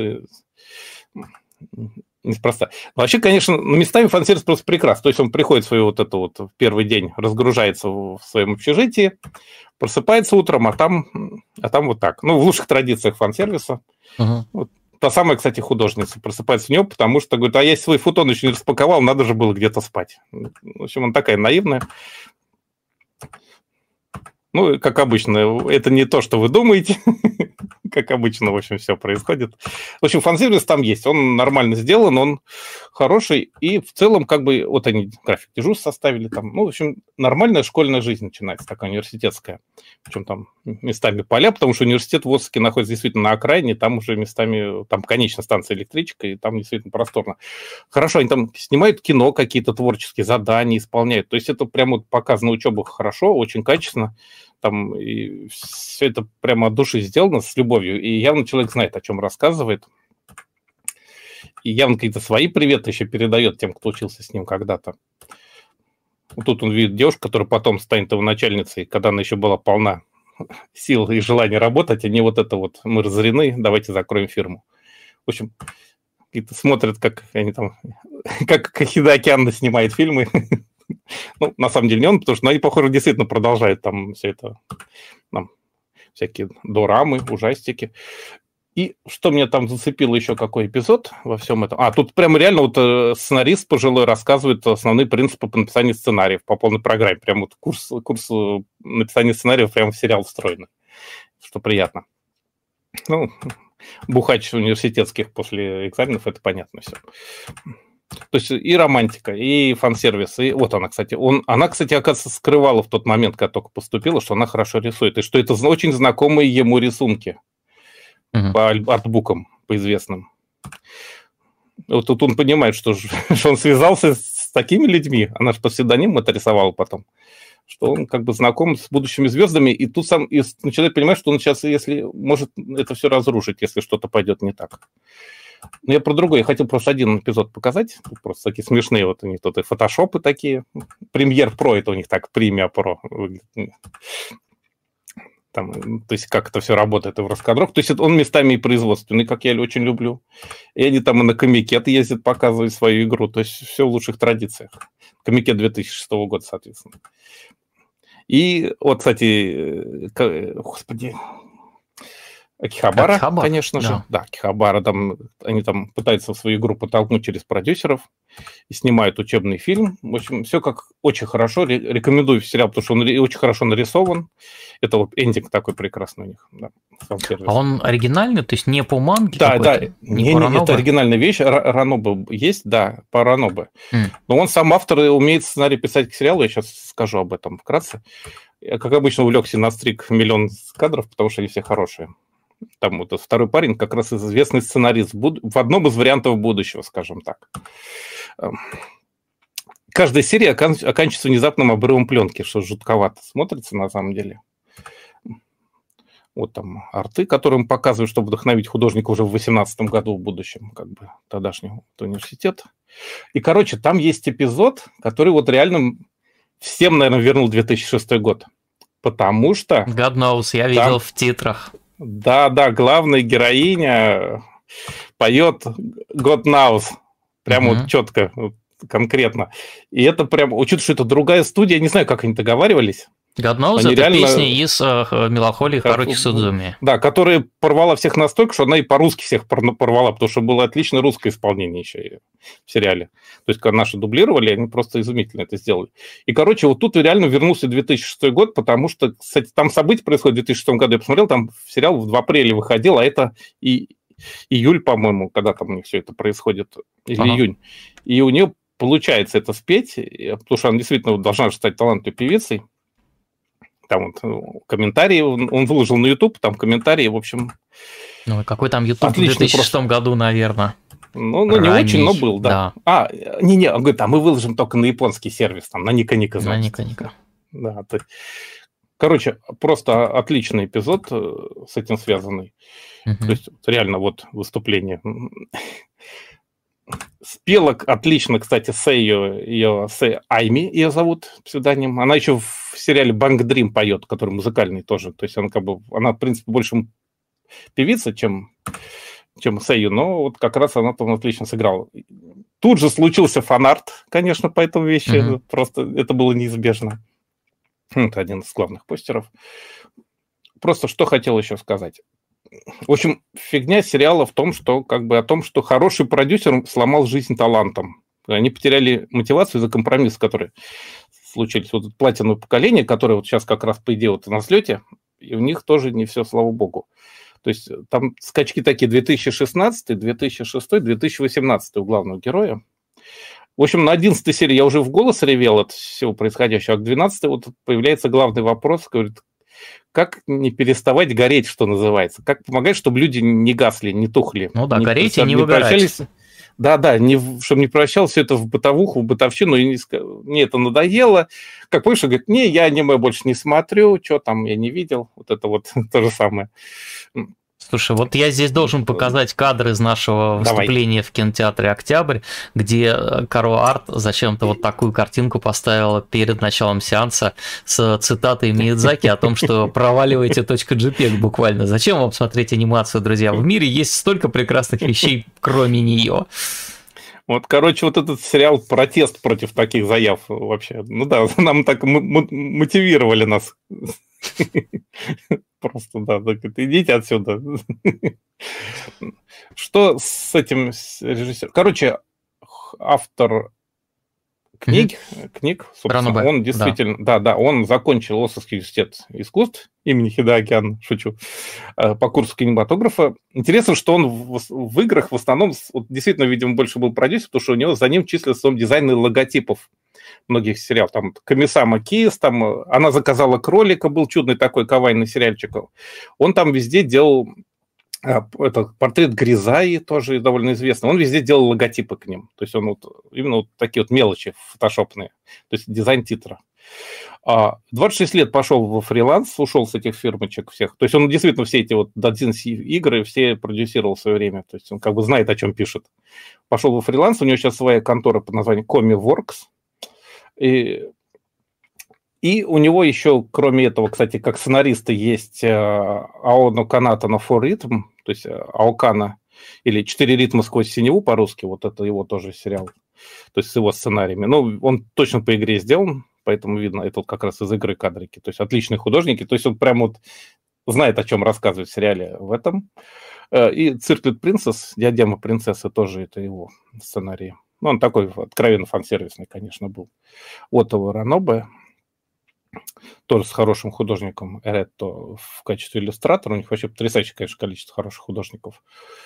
неспроста. Но вообще, конечно, местами фан-сервис просто прекрасный. То есть он приходит в свой вот в первый день, разгружается в своем общежитии, просыпается утром, а там вот так. Ну, в лучших традициях фан-сервиса. Вот. Та самая, кстати, художница просыпается в него, потому что говорит, а я свой футон еще не распаковал, надо же было где-то спать. В общем, она такая наивная. Ну, как обычно, это не то, что вы думаете. Как обычно, в общем, все происходит. В общем, фан-сервис там есть. Он нормально сделан, он хороший. И в целом, как бы, вот они график дежурств составили там. Ну, в общем, нормальная школьная жизнь начинается, такая университетская. Причем там местами поля, потому что университет в Осаке находится действительно на окраине. Там уже местами, там конечная станция электричка, и там действительно просторно. Хорошо, они там снимают кино, какие-то творческие задания исполняют. То есть это прямо вот показано учеба хорошо, очень качественно. Там и все это прямо от души сделано, с любовью. И явно человек знает, о чем рассказывает. И явно какие-то свои приветы еще передает тем, кто учился с ним когда-то. Вот тут он видит девушку, которая потом станет его начальницей, когда она еще была полна сил и желания работать, а не вот это вот «мы разорены, давайте закроем фирму». В общем, какие-то смотрят, как они там, как Хидеаки Анно снимает фильмы. Ну, на самом деле не он, потому что они, похоже, действительно продолжают там все это, там, всякие дорамы, ужастики. И что меня там зацепило еще, какой эпизод во всем этом? Тут прямо реально вот сценарист пожилой рассказывает основные принципы по написанию сценариев по полной программе. Прям вот курс написания сценариев прямо в сериал встроенный, что приятно. Ну, бухач университетских после экзаменов, это понятно все. То есть и романтика, и фан-сервис, и вот она, кстати. Она, кстати, оказывается, скрывала в тот момент, когда только поступила, что она хорошо рисует, и что это очень знакомые ему рисунки по артбукам, по известным. Вот тут он понимает, что он связался с такими людьми, она же по псевдониму это рисовала потом, что он как бы знаком с будущими звездами, и тут сам начинает понимать, что он сейчас, если может это все разрушить, если что-то пойдет не так. Но я про другое. Я хотел просто один эпизод показать. Тут просто такие смешные вот у них тут и фотошопы такие. Премьер Про, это у них так, премия Про. Там, то есть как это все работает и в раскадрах. То есть он местами и производственный, как я очень люблю. И они там и на Комикет ездят, показывают свою игру. То есть все в лучших традициях. Комикет 2006 года, соответственно. И вот, кстати, господи... Акихабара, конечно же. Да, Акихабара. Они там пытаются свою игру подтолкнуть через продюсеров и снимают учебный фильм. В общем, все как очень хорошо. Рекомендую сериал, потому что он очень хорошо нарисован. Это вот эндинг такой прекрасный у них. Да, а он оригинальный? То есть не по манге? Да, да. Не, это оригинальная вещь. Ранобе есть, да, по Ранобе. Но он сам автор и умеет сценарий писать к сериалу. Я сейчас скажу об этом вкратце. Я, как обычно, увлекся на стрик миллион кадров, потому что они все хорошие. Там вот второй парень как раз известный сценарист в одном из вариантов будущего, скажем так. Каждая серия оканчивается внезапным обрывом пленки, что жутковато смотрится на самом деле. Вот там арты, которые им показывают, чтобы вдохновить художника уже в 2018 году в будущем, как бы тогдашнего университета. И, короче, там есть эпизод, который вот реально всем, наверное, вернул 2006 год. Потому что... God knows, я видел в титрах. Да, главная героиня поет God Knows. Прямо вот четко, конкретно. И это прям, учитывая, что это другая студия, не знаю, как они договаривались. God Knows — это реально... песня из «Меланхолии» Харуки Судзуми. Да, которая порвала всех настолько, что она и по-русски всех порвала, потому что было отличное русское исполнение еще в сериале. То есть, когда наши дублировали, они просто изумительно это сделали. И, короче, вот тут реально вернулся 2006 год, потому что, кстати, там события происходят в 2006 году. Я посмотрел, там сериал в апреле выходил, а это и июль, по-моему, когда там у них все это происходит, или июнь. И у нее получается это спеть, потому что она действительно должна же стать талантливой певицей. Там вот комментарии, он выложил на YouTube, там комментарии, в общем... Ну, какой там YouTube в 2006 году, наверное? Ну не очень, но был, да. Не, он говорит, мы выложим только на японский сервис, там, на Ника-Ника. На Ника-Ника. Да, короче, просто отличный эпизод с этим связанный. То есть реально вот выступление... Спела отлично, кстати, ее Айми, ее зовут, псевдоним. Она еще в сериале Bang Dream поет, который музыкальный тоже. То есть она, в принципе, больше певица, чем Сэйю, но вот как раз она там отлично сыграла. Тут же случился фанарт, конечно, по этой вещи. Просто это было неизбежно. Это один из главных постеров. Просто что хотел еще сказать. В общем, фигня сериала в том, что о том, что хороший продюсер сломал жизнь талантам. Они потеряли мотивацию за компромисс, который случились. Вот это платиновое поколение, которое вот сейчас как раз, по идее, вот на взлете, и у них тоже не все, слава богу. То есть там скачки такие 2016, 2006, 2018 у главного героя. В общем, на 11 серии я уже в голос ревел от всего происходящего, а к 12 вот появляется главный вопрос, говорит, как не переставать гореть, что называется? Как помогать, чтобы люди не гасли, не тухли? Ну да, гореть и не выгорать. Да, чтобы не превращалось все это в бытовуху, в бытовщину, и мне это надоело. Как помнишь, говорит, я аниме больше не смотрю, что там я не видел. Вот это вот то же самое. Слушай, вот я здесь должен показать кадр из нашего выступления в кинотеатре «Октябрь», где Каро Арт зачем-то вот такую картинку поставила перед началом сеанса с цитатой Миядзаки о том, что проваливаете .jpg буквально. Зачем вам смотреть анимацию, друзья? В мире есть столько прекрасных вещей, кроме нее. Вот, короче, вот этот сериал протест против таких заяв вообще. Ну да, нам так мотивировали нас. Просто, да, так, идите отсюда. Что с этим режиссером? Короче, автор книг, собственно, Ранобэ, он действительно, да, он закончил Осакский университет искусств имени Хидеакиана, шучу, по курсу кинематографа. Интересно, что он в играх в основном, вот, действительно, видимо, больше был продюсер, потому что у него за ним числится дизайн логотипов многих сериалов. Там Комиссама Кис, там «Она заказала кролика», был чудный такой кавайный сериальчик. Он там везде делал этот портрет Гризаи, тоже довольно известный. Он везде делал логотипы к ним. То есть он вот, именно вот такие вот мелочи фотошопные. То есть дизайн титра. 26 лет пошел во фриланс, ушел с этих фирмочек всех. То есть он действительно все эти вот Додзинси игры все продюсировал в свое время. То есть он как бы знает, о чем пишет. Пошел во фриланс. У него сейчас своя контора под названием ComiWorks. И у него еще, кроме этого, кстати, как сценариста, есть Аоно Каната на For Rhythm, то есть Аокана, или «Четыре ритма сквозь синеву» по-русски, вот это его тоже сериал, то есть с его сценариями. Ну, он точно по игре сделан, поэтому видно, это вот как раз из игры кадрики, то есть отличные художники, то есть он прям вот знает, о чем рассказывать в сериале в этом. И «Circlet Princess», «Диадема принцессы» тоже это его сценарий. Ну, он такой откровенно фан-сервисный, конечно, был. Отто Ранобэ, тоже с хорошим художником Эретто в качестве иллюстратора. У них вообще потрясающее, конечно, количество хороших художников.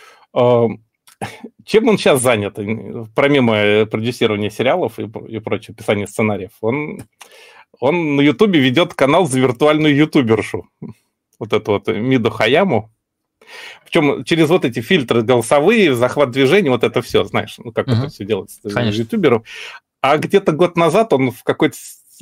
Чем он сейчас занят, помимо продюсирования сериалов и прочего, писания сценариев? Он на Ютубе ведет канал за виртуальную ютубершу. Вот эту вот Мидо Хаяму. Причем через вот эти фильтры голосовые, захват движения, вот это все, знаешь, ну как это все делается с ютубером. А где-то год назад он в какой-то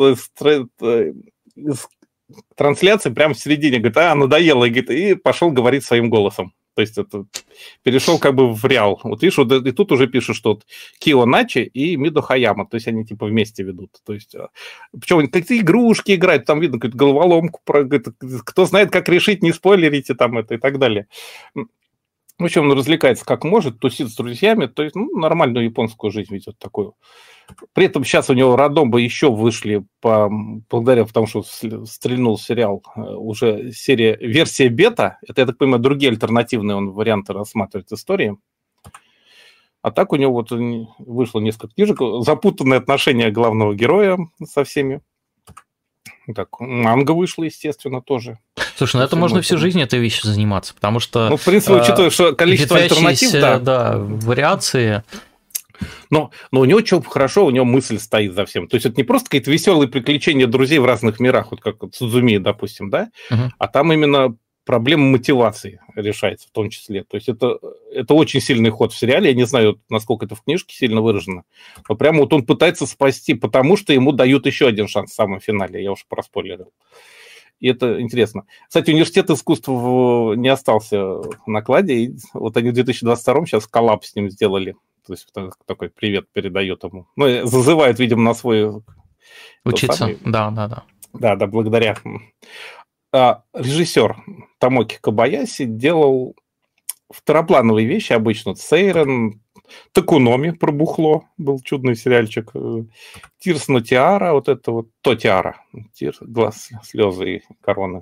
трансляции прямо в середине говорит, надоело, и пошел говорить своим голосом. То есть это перешел как бы в реал. Вот видишь, вот и тут уже пишут, что вот Кио Начи и Мидо Хаяма, то есть они типа вместе ведут. То есть, причем какие-то игрушки играют, там видно какую-то головоломку, кто знает, как решить, не спойлерите там это и так далее. В общем, он развлекается как может, тусит с друзьями, то есть нормальную японскую жизнь ведет такую. При этом сейчас у него Ранобэ еще вышли, благодаря тому, что стрельнул сериал, уже версия бета. Это, я так понимаю, другие альтернативные он варианты рассматривает истории. А так у него вот вышло несколько книжек. Запутанные отношения главного героя со всеми. Так, манга вышла, естественно, тоже. Слушай, ну это можно всю жизнь этой вещью заниматься, потому что... Ну, в принципе, учитывая, что количество альтернатив... Да, вариации... Но у него что хорошо, у него мысль стоит за всем. То есть это не просто какие-то веселые приключения друзей в разных мирах, вот как вот Судзуми, допустим, да? А там именно проблема мотивации решается в том числе. То есть это очень сильный ход в сериале. Я не знаю, насколько это в книжке сильно выражено. Но прямо вот он пытается спасти, потому что ему дают еще один шанс в самом финале. Я уж проспойлерил. И это интересно. Кстати, университет искусств не остался в накладе. И вот они в 2022 сейчас коллаб с ним сделали. То есть такой привет передает ему. Ну, зазывает, видимо, на свой... Учиться, да. Да, благодаря. Режиссер Томоки Кобаяси делал второплановые вещи обычно. Сейрен, Такуноми про бухло, был чудный сериальчик. Тирс но Тиара, вот это вот То Тиара. Глаз, слезы и корона.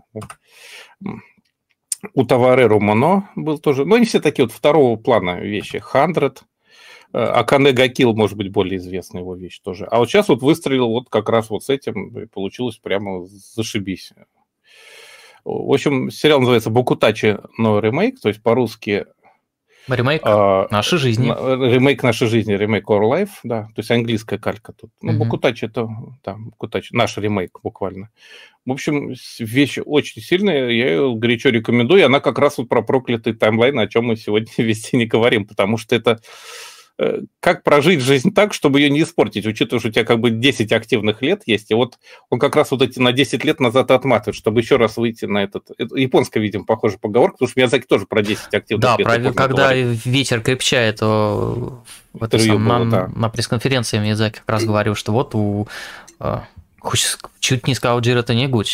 У Тавареру Моно был тоже. Ну, они все такие вот второго плана вещи. 100. Акане Гакил, может быть, более известная его вещь тоже. А вот сейчас вот выстрелил вот как раз вот с этим, и получилось прямо зашибись. В общем, сериал называется «Бокутачи но ремейк», то есть по-русски... Ремейк «Нашей жизни». Ремейк «Нашей жизни», ремейк «Our Life», да, то есть английская калька тут. Ну, «Бокутачи» это, да, «Бокутачи», наш ремейк буквально. В общем, вещь очень сильная, я ее горячо рекомендую, и она как раз вот про проклятый таймлайн, о чем мы сегодня везде не говорим, потому что это... Как прожить жизнь так, чтобы ее не испортить, учитывая, что у тебя как бы 10 активных лет есть, и вот он как раз вот эти на 10 лет назад отматывает, чтобы еще раз выйти на этот... Это японская, видимо, похожая поговорка, потому что Миядзаки тоже про 10 активных лет. Да, когда ветер крепчает, на пресс-конференции Миядзаки как раз говорил, что вот чуть не сказал Джиро Танигучи,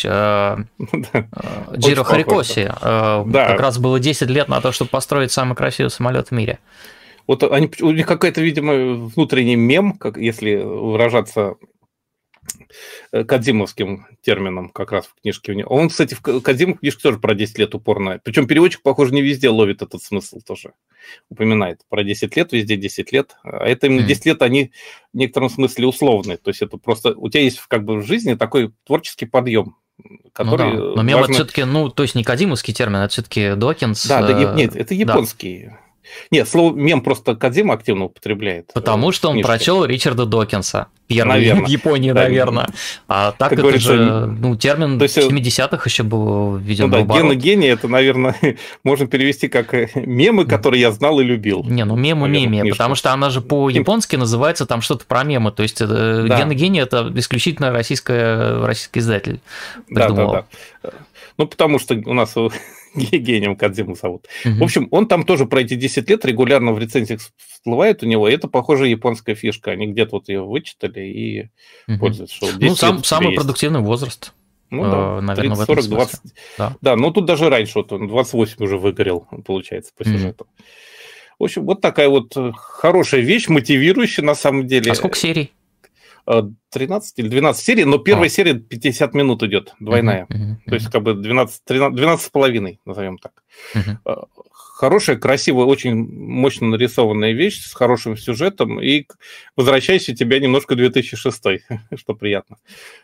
Джиро Хорикоси, как раз было 10 лет на то, чтобы построить самый красивый самолет в мире. Вот у них какой-то, видимо, внутренний мем, как если выражаться кодзимовским термином, как раз в книжке у него. Он, кстати, в Кодзиму книжке тоже про 10 лет упорно. Причем переводчик, похоже, не везде ловит этот смысл тоже. Упоминает про 10 лет, везде 10 лет. А это именно 10 лет, они в некотором смысле условные. То есть это просто... У тебя есть как бы в жизни такой творческий подъем, который... Ну да. Но мем это все-таки, ну, то есть не кодзимовский термин, это все-таки Докинс. Да, нет, это японский. Да. Нет, слово мем просто Кодзима активно употребляет. Потому что он прочел Ричарда Докинса. Первый в Японии, да, наверное. А так это же, ну, термин в 70-х еще был введен в оборот. Гены гения, это, наверное, можно перевести как мемы, которые я знал и любил. Не, ну мемы, потому что она же по-японски называется там что-то про мемы. То есть Гены гения это исключительно российский издатель придумал. Да. Ну, потому что у нас гением Кодзиму зовут. В общем, он там тоже про эти 10 лет регулярно в рецензиях всплывает у него, и это, похоже, японская фишка. Они где-то вот ее вычитали и пользуются. Ну, самый продуктивный возраст. Ну да, наверное, 30, 40, 20. Да, ну тут даже раньше, вот он 28 уже выгорел, получается, по сюжету. В общем, вот такая вот хорошая вещь, мотивирующая на самом деле. А сколько серий? 13 или 12 серий, но первая серия 50 минут идет, двойная. То есть как бы 12 с половиной, назовем так. Хорошая, красивая, очень мощно нарисованная вещь с хорошим сюжетом и возвращающая тебя немножко 2006, что приятно.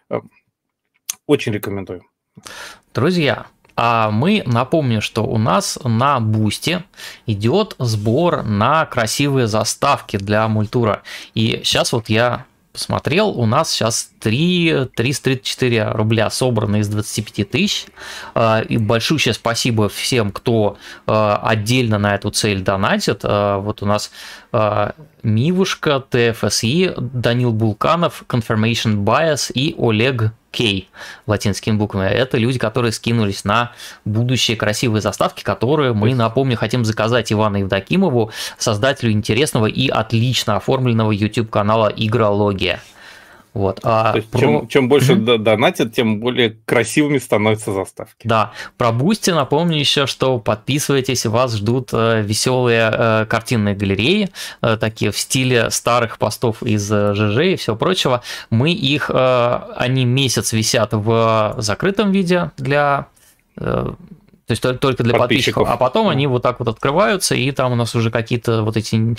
Очень рекомендую. Друзья, а мы напомним, что у нас на Бусти идет сбор на красивые заставки для Мультура. И сейчас вот я посмотрел, у нас сейчас 334 рубля собраны из 25 тысяч. И большущее спасибо всем, кто отдельно на эту цель донатит. Вот у нас Мивушка, ТФСИ, Данил Булканов, Confirmation Bias и Олег Кей латинскими буквами. Это люди, которые скинулись на будущие красивые заставки, которые мы, напомню, хотим заказать Ивану Евдокимову, создателю интересного и отлично оформленного YouTube-канала «Игрология». Вот. То есть, чем больше донатят, тем более красивыми становятся заставки. Да. Про Бусти напомню еще, что подписывайтесь, вас ждут веселые картинные галереи, такие в стиле старых постов из ЖЖ и всего прочего. Мы их, они месяц висят в закрытом виде для... То есть только для подписчиков, а потом они вот так вот открываются, и там у нас уже какие-то вот эти...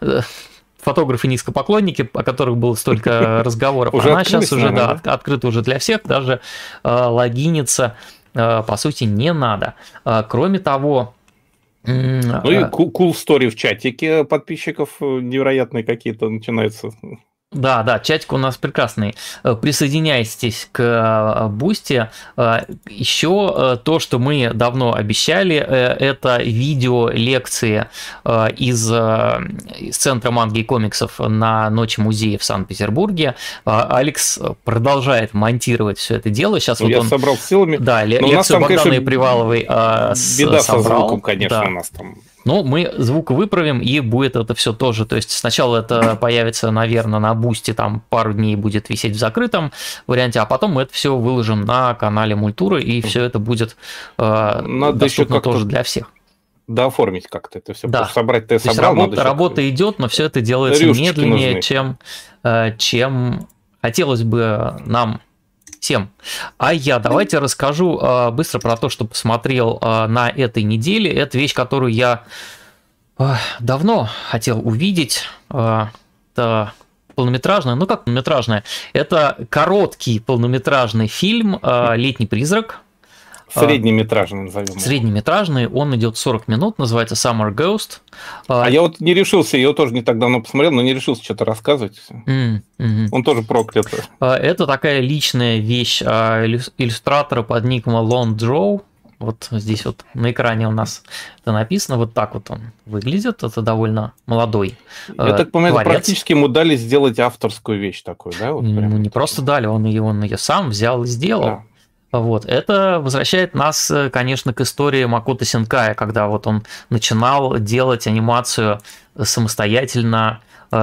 фотографы-низкопоклонники, о которых было столько разговоров, она сейчас уже открыта уже для всех, даже логиниться, по сути, не надо. Кроме того... Ну и cool story в чатике подписчиков невероятные какие-то начинаются... Да, чатик у нас прекрасный. Присоединяйтесь к Бусти. Еще то, что мы давно обещали, это видео-лекции из Центра манги и комиксов на Ночи музея в Санкт-Петербурге. Алекс продолжает монтировать все это дело. Сейчас вот я он собрал силами. Да, лекцию Богданы Приваловой беда собрал. Со звуком, конечно, у нас там. Но мы звук выправим, и будет это все тоже. То есть сначала это появится, наверное, на Бусти, там пару дней будет висеть в закрытом варианте, а потом мы это все выложим на канале Мультуры, и все это будет доступно тоже для всех. Да, оформить как-то это все. Да. Собрать ты собрал. Работа идет, но все это делается медленнее, чем хотелось бы нам всем. А я давайте расскажу быстро про то, что посмотрел на этой неделе. Это вещь, которую я давно хотел увидеть. Это полнометражная, ну как полнометражная? Это короткий полнометражный фильм «Летний призрак». Среднеметражный, назовем. Среднеметражный, он идет 40 минут, называется Summer Ghost. А я вот не решился, я его тоже не так давно посмотрел, но не решился что-то рассказывать. Он тоже проклят. Это такая личная вещь иллюстратора под ником Lone Draw. Вот здесь вот на экране у нас это написано, вот так вот он выглядит, это довольно молодой. Я так понимаю, практически ему дали сделать авторскую вещь такую, да? Вот ну не просто дали, он ее сам взял и сделал. Да. Вот. Это возвращает нас, конечно, к истории Макото Синкая, когда вот он начинал делать анимацию самостоятельно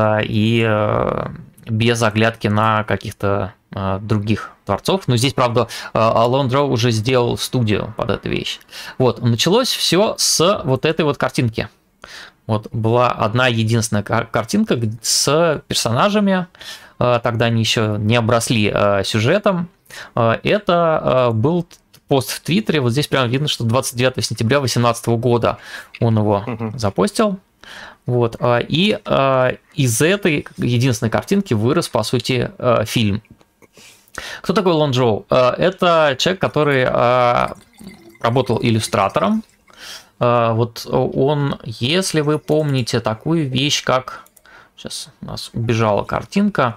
и без оглядки на каких-то других творцов. Но здесь, правда, Lone Draw уже сделал студию под эту вещь. Вот. Началось все с вот этой вот картинки. Вот была одна единственная картинка с персонажами, тогда они еще не обросли сюжетом. Это был пост в Твиттере, вот здесь прямо видно, что 29 сентября 2018 года он его запостил. Вот. И из этой единственной картинки вырос, по сути, фильм. Кто такой Лон Джоу? Это человек, который работал иллюстратором. Вот он, если вы помните такую вещь, как... Сейчас у нас убежала картинка.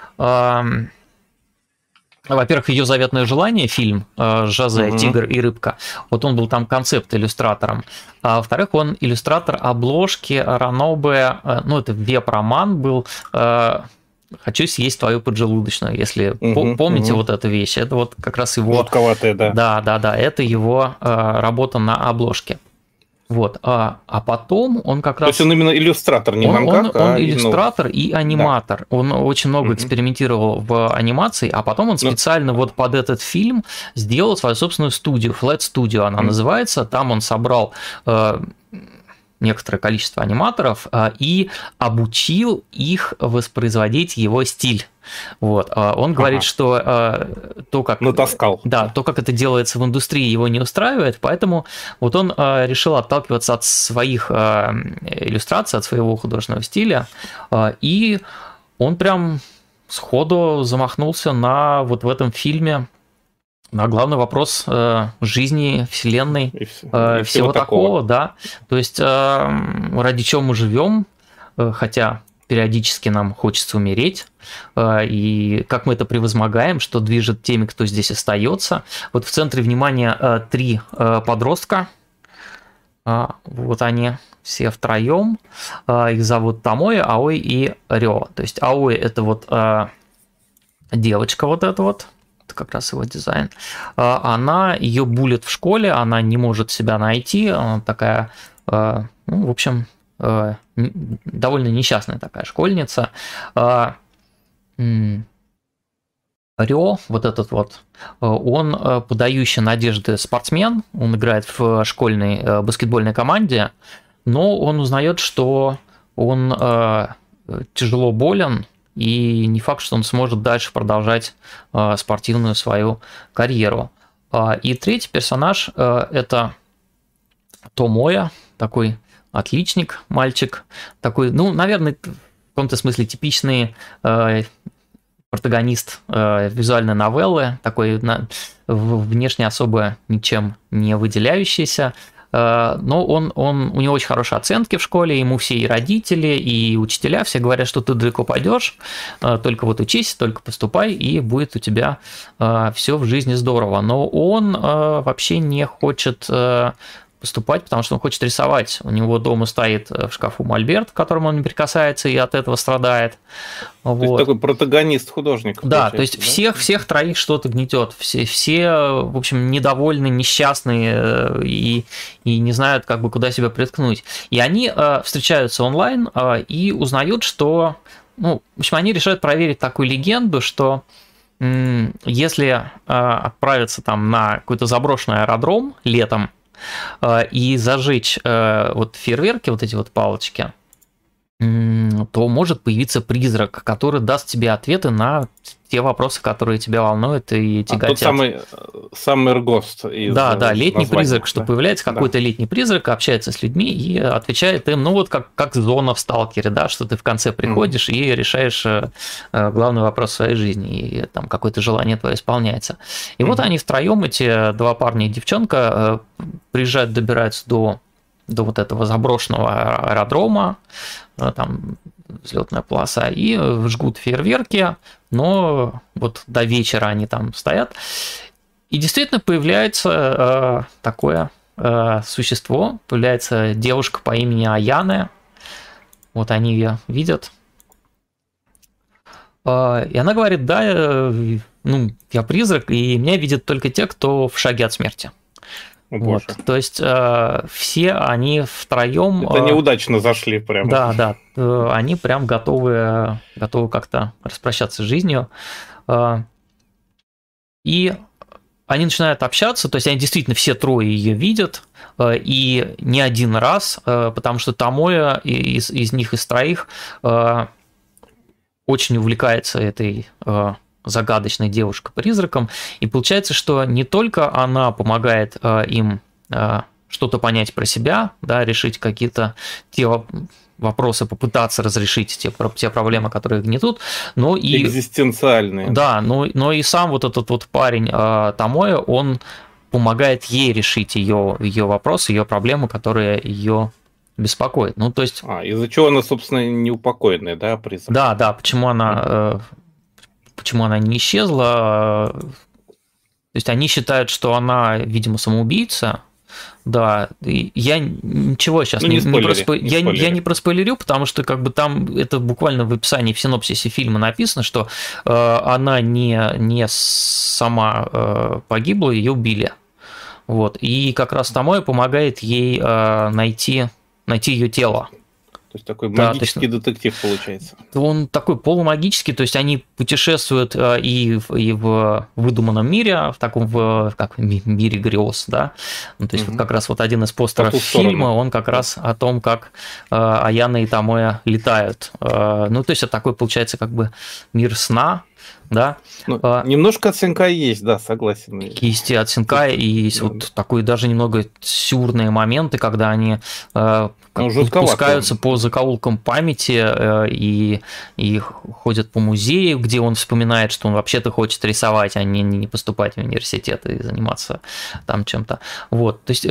Во-первых, «Ее заветное желание», фильм Жозе, «Тигр и рыбка». Вот он был там концепт-иллюстратором. А во-вторых, он иллюстратор обложки Ранобе, ну, это веб-роман был «Хочу съесть твою поджелудочную», если помните вот эту вещь. Это вот как раз его... Жутковатая, да. Да, это его работа на обложке. Вот, а потом он как раз... То есть он именно иллюстратор, не мангак, он иллюстратор и аниматор. Да. Он очень много экспериментировал в анимации, а потом он специально вот под этот фильм сделал свою собственную студию, Flat Studio она называется. Там он собрал некоторое количество аниматоров и обучил их воспроизводить его стиль. Вот. Он говорит, что то, как... Натаскал. Да, то, как это делается в индустрии, его не устраивает, поэтому вот он решил отталкиваться от своих иллюстраций, от своего художественного стиля, и он прям сходу замахнулся на вот в этом фильме на главный вопрос жизни, вселенной, и всего такого, да. То есть ради чего мы живем, хотя периодически нам хочется умереть, и как мы это превозмогаем, что движет теми, кто здесь остается. Вот в центре внимания 3 подростка, вот они все втроем, их зовут Томоэ, Аой и Рё. То есть Аой это вот девочка вот эта вот, это как раз его дизайн, она, ее булят в школе, она не может себя найти, она такая, ну, в общем, довольно несчастная такая школьница. Рё, вот этот вот, он подающий надежды спортсмен, он играет в школьной баскетбольной команде, но он узнает, что он тяжело болен, и не факт, что он сможет дальше продолжать спортивную свою карьеру. И третий персонаж – это Томоэ, такой отличник, мальчик, такой, ну, наверное, в каком-то смысле типичный протагонист визуальной новеллы, такой внешне особо ничем не выделяющийся, но у него очень хорошие оценки в школе, ему все и родители, и учителя все говорят, что ты далеко пойдешь, только вот учись, только поступай, и будет у тебя все в жизни здорово. Но он вообще не хочет поступать, потому что он хочет рисовать. У него дома стоит в шкафу мольберт, к которому он не прикасается и от этого страдает. То есть такой протагонист-художник. Да, то есть всех троих что-то гнетет. Все, в общем, недовольны, несчастные и не знают, как бы куда себя приткнуть. И они встречаются онлайн и узнают, что... Ну, в общем, они решают проверить такую легенду, что если отправиться там на какой-то заброшенный аэродром летом, и зажечь вот фейерверки, вот эти вот палочки, то может появиться призрак, который даст тебе ответы на те вопросы, которые тебя волнуют и тяготят. Тот самый Эргост. Да, летний призрак, что появляется какой-то летний призрак, общается с людьми и отвечает им, ну вот как зона в Сталкере, да, что ты в конце приходишь и решаешь главный вопрос в своей жизни, и там какое-то желание твое исполняется. И вот они втроем, эти 2 парня и девчонка, приезжают, добираются до вот этого заброшенного аэродрома, там взлетная полоса, и жгут фейерверки, но вот до вечера они там стоят. И действительно появляется такое существо, появляется девушка по имени Аяне, вот они ее видят. И она говорит, да, ну, я призрак, и меня видят только те, кто в шаге от смерти. Вот. То есть все они втроем... Это неудачно зашли прям. Да, они прям готовы как-то распрощаться с жизнью. И они начинают общаться, то есть они действительно все трое ее видят, и не один раз, потому что Томоя из них, из троих, очень увлекается этой загадочной девушкой-призраком, и получается, что не только она помогает им что-то понять про себя, да, решить какие-то те вопросы, попытаться разрешить те проблемы, которые гнетут, но и... Экзистенциальные. Да, но и сам вот этот вот парень Томоя, он помогает ей решить ее вопросы, ее проблемы, которые ее беспокоят. Ну, то есть... из-за чего она, собственно, неупокоенная, да, призрак? Да, почему она не исчезла. То есть они считают, что она, видимо, самоубийца. Да, и я ничего сейчас я не проспойлерю, потому что как бы там это буквально в описании, в синопсисе фильма написано, что она не сама погибла, ее убили. Вот. И как раз Томоя помогает ей найти ее тело. То есть такой магический детектив получается. Он такой полумагический, то есть они путешествуют и в выдуманном мире, в таком мире грез, да. Ну, то есть вот как раз вот один из постеров фильма, он как раз о том, как Аяна и Томоя летают. Ну, то есть это такой получается как бы мир сна. Да? Немножко от Синкай есть, да, согласен. Есть и от Синкай, и есть вот такой даже немного сюрные моменты, когда они спускаются по закоулкам памяти и ходят по музею, где он вспоминает, что он вообще-то хочет рисовать, а не поступать в университет и заниматься там чем-то. Вот, то есть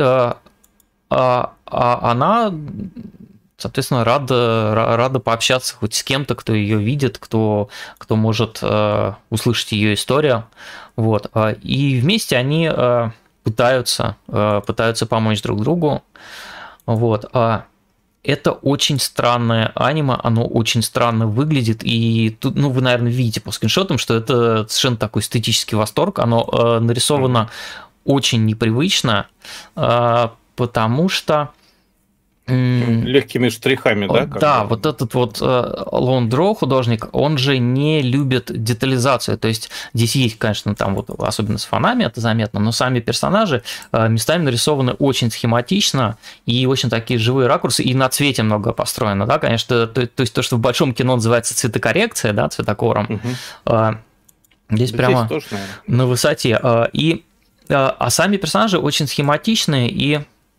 она... Соответственно, рада пообщаться хоть с кем-то, кто ее видит, кто может услышать ее историю. Вот. И вместе они пытаются помочь друг другу. Вот. Это очень странное аниме, оно очень странно выглядит, и тут, вы, наверное, видите по скриншотам, что это совершенно такой эстетический восторг, оно нарисовано очень непривычно, потому что легкими штрихами, да? Да, вот этот вот Лондро, художник, он же не любит детализацию. То есть здесь есть, конечно, там вот особенно с фонами это заметно, но сами персонажи местами нарисованы очень схематично и очень такие живые ракурсы, и на цвете много построено, да, конечно. То есть то, что в большом кино называется цветокоррекция, да, цветокором, здесь прямо тоже, на высоте. А сами персонажи очень схематичные, и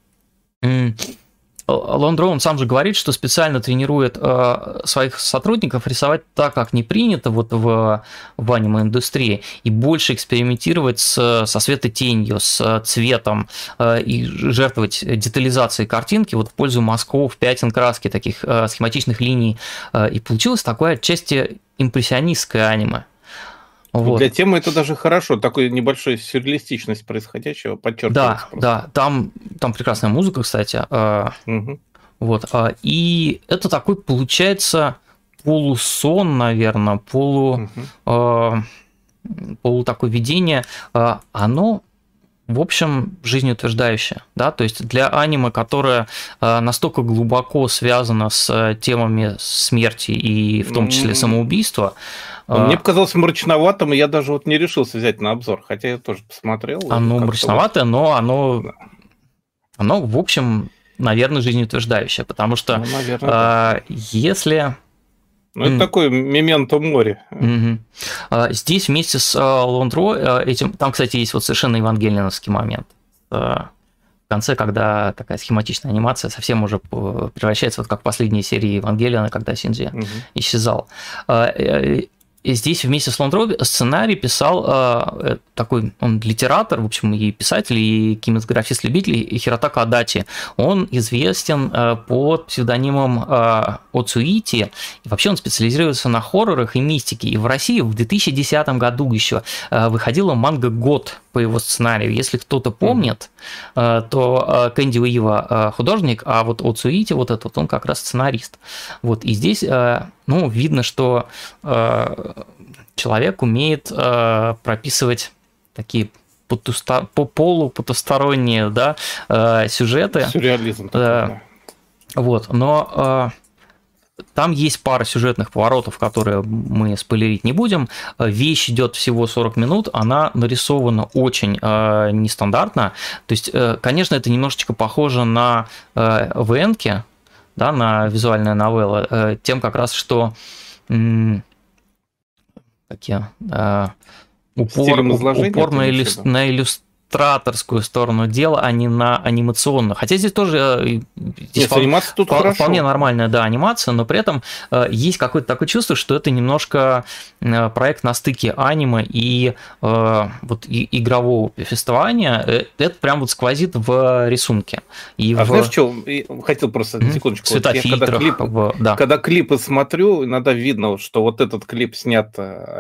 Лондро, он сам же говорит, что специально тренирует своих сотрудников рисовать так, как не принято вот в аниме-индустрии, и больше экспериментировать со светотенью, с цветом, и жертвовать детализацией картинки вот в пользу мазков, пятен краски, таких схематичных линий. И получилось такое отчасти импрессионистское аниме. Вот. Для темы это даже хорошо, такой небольшой сюрреалистичность происходящего подчеркивается. Да, там прекрасная музыка, кстати. Вот. И это такой, получается, полусон, наверное, полу такое видение. Оно, в общем, жизнеутверждающее. Да? То есть для аниме, которое настолько глубоко связано с темами смерти и в том числе самоубийства, мне показалось мрачноватым, и я даже вот не решился взять на обзор, хотя я тоже посмотрел. Оно мрачноватое, но оно, в общем, наверное, жизнеутверждающее, потому что если... это такое мементо море. Здесь вместе с Лондро, там, кстати, есть вот совершенно евангелиновский момент. В конце, когда такая схематичная анимация совсем уже превращается вот как в последние серии Евангелиона, когда Синджи исчезал. И здесь вместе с Лондро сценарий писал такой, он литератор, в общем, и писатель, и кинематографист-любитель Хиротака Адачи. Он известен под псевдонимом Оцуити. И вообще он специализируется на хоррорах и мистике. И в России в 2010 году еще выходила манга «Год» по его сценарию. Если кто-то помнит, то Кэнди Уива художник, а вот Оцуити, вот этот, он как раз сценарист. Вот, и здесь, видно, что человек умеет прописывать такие полупотусторонние, сюжеты. Сюрреализм такой, да. Вот, но Там есть пара сюжетных поворотов, которые мы спойлерить не будем. Вещь идет всего 40 минут, она нарисована очень нестандартно. То есть, конечно, это немножечко похоже на ВН-ки, да, на визуальная новелла, тем как раз, что такие упор на иллюстраторскую сторону дела, а не на анимационную. Хотя здесь тоже анимация тут вполне нормальная, да, анимация, но при этом есть какое-то такое чувство, что это немножко проект на стыке аниме и вот игрового повествования. Это прям вот сквозит в рисунке. И знаешь, что? Хотел просто секундочку. Когда клипы смотрю, иногда видно, что вот этот клип снят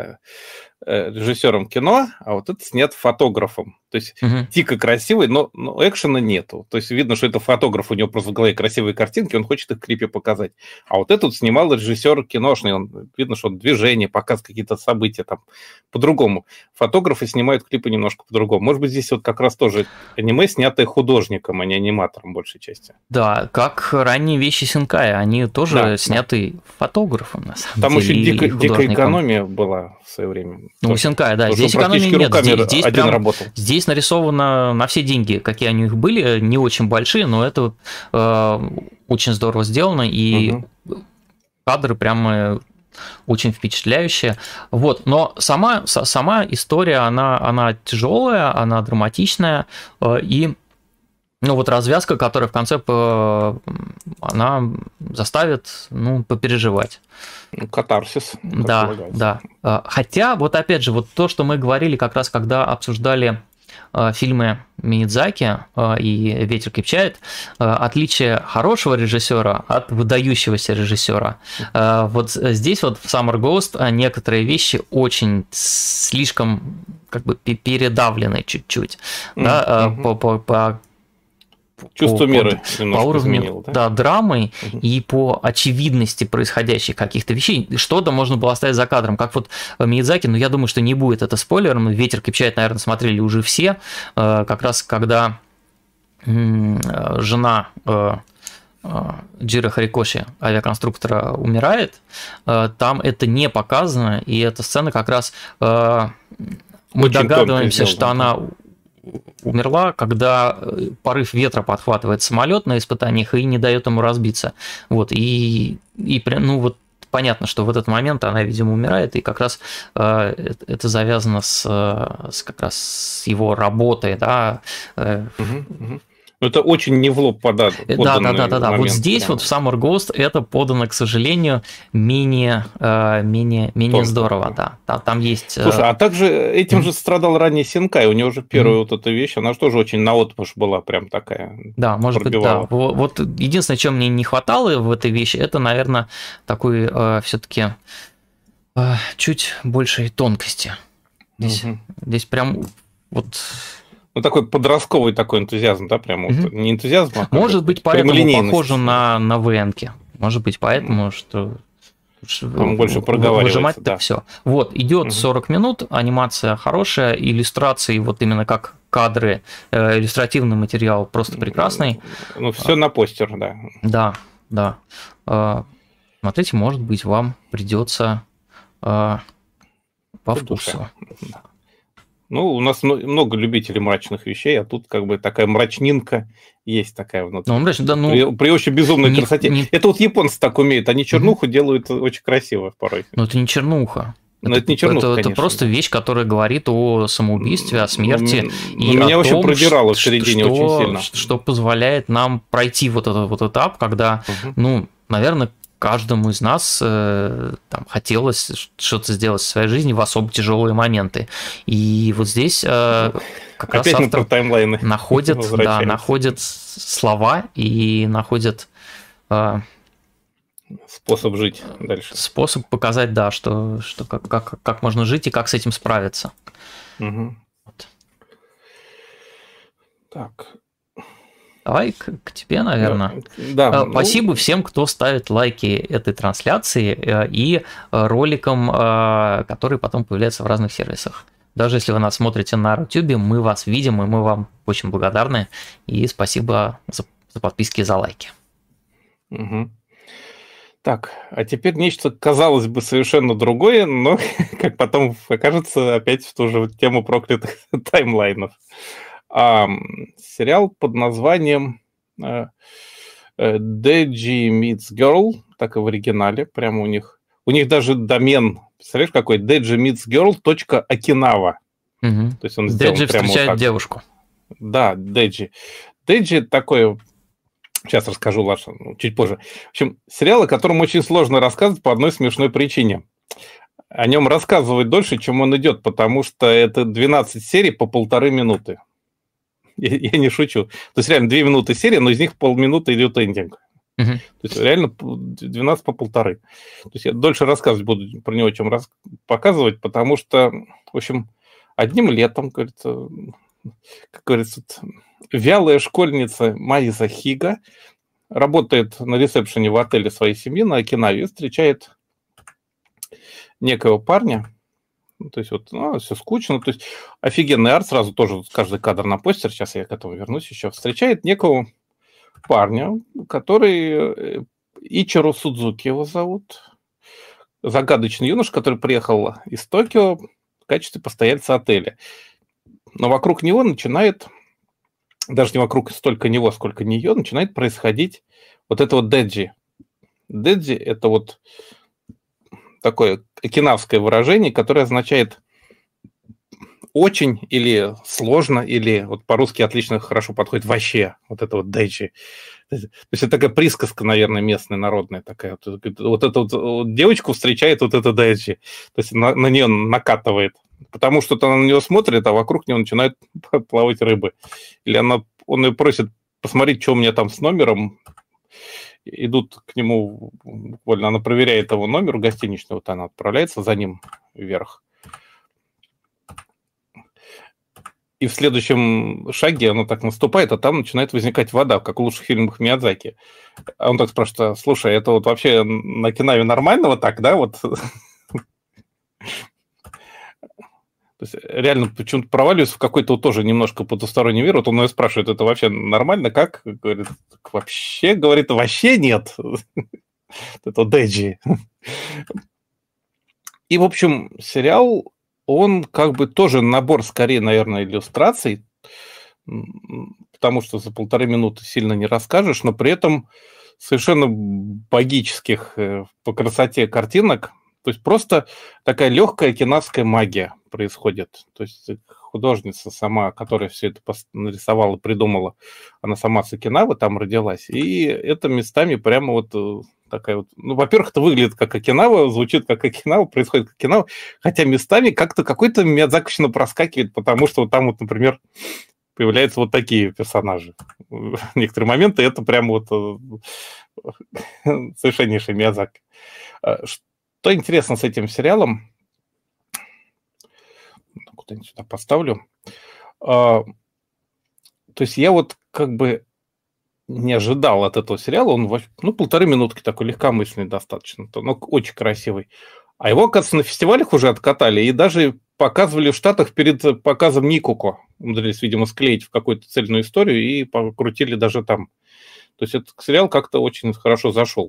режиссером кино, а вот это снят фотографом. То есть дико красивый, но экшена нету. То есть видно, что это фотограф, у него просто в голове красивые картинки, он хочет их в клипе показать. А вот этот снимал режиссер киношный, видно, что он движение, показ какие-то события там по-другому. Фотографы снимают клипы немножко по-другому. Может быть, здесь вот как раз тоже аниме, снятое художником, а не аниматором в большей части. Да, как ранние вещи Синкая, они тоже сняты фотографом, на самом там деле. Там еще дикая экономия была в свое время. Ну, у Синкая, да. Здесь экономии нет. Здесь один работал. Здесь нарисовано на все деньги, какие они у них были, не очень большие, но это очень здорово сделано, и кадры прямо очень впечатляющие. Вот. Но сама история, она тяжелая, она драматичная, и вот развязка, которая в конце, она заставит попереживать. Катарсис. Да. Хотя, вот опять же, вот то, что мы говорили как раз, когда обсуждали фильмы Миядзаки и «Ветер крепчает», отличие хорошего режиссера от выдающегося режиссера. Вот здесь вот в Summer Ghost некоторые вещи очень слишком как бы передавлены чуть-чуть. По чувство меры по уровню изменил, да, драмы и по очевидности происходящих каких-то вещей. Что-то можно было оставить за кадром, как вот Миядзаки, но я думаю, что не будет это спойлером. «Ветер крепчает», наверное, смотрели уже все. Как раз когда жена Джиро Хорикоши, авиаконструктора, умирает, там это не показано, и эта сцена как раз мы догадываемся, что она умерла, когда порыв ветра подхватывает самолет на испытаниях и не дает ему разбиться. Вот, вот понятно, что в этот момент она, видимо, умирает, и как раз это завязано как раз с его работой, да. Это очень не в лоб подан. Да. Вот здесь вот в Summer Ghost это подано, к сожалению, менее здорово, да. Там есть. Слушай, а также этим же страдал ранее Синкай. У него же первая вот эта вещь, она же тоже очень наотмашь была, прям такая. Да, может пробивала. Быть, да. Вот единственное, чем мне не хватало в этой вещи, это, наверное, такой все-таки чуть большей тонкости. Здесь прям вот. Такой подростковый такой энтузиазм, да, прямо вот, не энтузиазм, а может быть, поэтому похоже на ВН-ки. Может быть, поэтому, что больше проговаривается, выжимать так все. Вот, идет 40 минут, анимация хорошая, иллюстрации, вот именно как кадры, иллюстративный материал просто прекрасный. Все на постер, да. Да. Смотрите, может быть, вам придется по вкусу. У нас много любителей мрачных вещей, а тут как бы такая мрачнинка есть такая внутри. При очень безумной красоте. Это вот японцы так умеют, они чернуху делают очень красиво порой. Но это не чернуха. Это не чернуха, это просто вещь, которая говорит о самоубийстве, о смерти. И меня о том, очень продирало в середине очень сильно. Что позволяет нам пройти вот этот вот этап, когда, наверное, каждому из нас хотелось что-то сделать в своей жизни в особо тяжелые моменты. И вот здесь как раз автор находит слова и находит способ жить дальше. Способ показать, да, что как можно жить и как с этим справиться. Вот. Так. Давай к тебе, наверное. Да, спасибо всем, кто ставит лайки этой трансляции и роликам, которые потом появляются в разных сервисах. Даже если вы нас смотрите на YouTube, мы вас видим, и мы вам очень благодарны. И спасибо за подписки и за лайки. Так, а теперь нечто, казалось бы, совершенно другое, но, как потом окажется, опять в ту же тему проклятых таймлайнов. Сериал под названием Deji Meets Girl, так и в оригинале, прямо у них. У них даже домен, представляешь, какой? dejimeetsgirl.okinawa. Угу. То есть он Деджи встречает вот девушку. Да, Деджи. Деджи такой... Сейчас расскажу, Лаша, чуть позже. В общем, сериал, о котором очень сложно рассказывать по одной смешной причине. О нем рассказывать дольше, чем он идет, потому что это 12 серий по 1,5 минуты. Я не шучу. То есть реально 2 минуты серия, но из них полминуты идет эндинг. То есть реально 12 по 1,5. То есть я дольше рассказывать буду про него, чем показывать, потому что, в общем, одним летом, говорится, как говорится, вялая школьница Маиса Хига работает на ресепшене в отеле своей семьи на Окинаве и встречает некого парня. То есть вот все скучно. То есть офигенный арт, сразу тоже каждый кадр на постер, сейчас я к этому вернусь еще. Встречает некого парня, который Ичиро Судзуки его зовут. Загадочный юноша, который приехал из Токио в качестве постояльца отеля. Но вокруг него начинает, даже не вокруг столько него, сколько нее, начинает происходить вот это вот деджи. Деджи – это вот такое окинавское выражение, которое означает очень или сложно, или вот по-русски отлично, хорошо подходит вообще, вот это вот деджи. То есть это такая присказка, наверное, местная, народная такая. Вот эту вот девочку встречает вот это деджи. То есть на нее накатывает. Потому что она на него смотрит, а вокруг него начинают плавать рыбы. Или он ее просит посмотреть, что у меня там с номером. Идут к нему, буквально она проверяет его номер гостиничный, вот она отправляется за ним вверх. И в следующем шаге она так наступает, а там начинает возникать вода, как в лучших фильмах Миядзаки. А он так спрашивает: слушай, это вот вообще на Окинаве нормально вот так, да? Вот... То есть реально почему-то проваливаюсь в какой-то вот тоже немножко потусторонний мир. Вот он ее спрашивает: это вообще нормально? Как? Говорит, вообще, говорит, вообще нет. Это деджи. И, в общем, сериал, он как бы тоже набор, скорее, наверное, иллюстраций, потому что за 1,5 минуты сильно не расскажешь, но при этом совершенно богических по красоте картинок. То есть просто такая легкая окинавская магия происходит. То есть художница сама, которая все это нарисовала, придумала, она сама с Окинавы там родилась. И это местами прямо вот такая вот... Ну, во-первых, это выглядит как Окинава, звучит как Окинава, происходит как Окинава, хотя местами как-то какой-то миядзаковщина проскакивает, потому что вот там вот, например, появляются вот такие персонажи. В некоторые моменты это прямо вот совершеннейший Миядзаки. Что интересно с этим сериалом, куда-нибудь сюда поставлю, то есть я вот как бы не ожидал от этого сериала, он, 1,5 минутки такой легкомысленный достаточно, но очень красивый. А его, оказывается, на фестивалях уже откатали и даже показывали в Штатах перед показом Никуко. Умудрились, видимо, склеить в какую-то цельную историю и покрутили даже там. То есть этот сериал как-то очень хорошо зашел.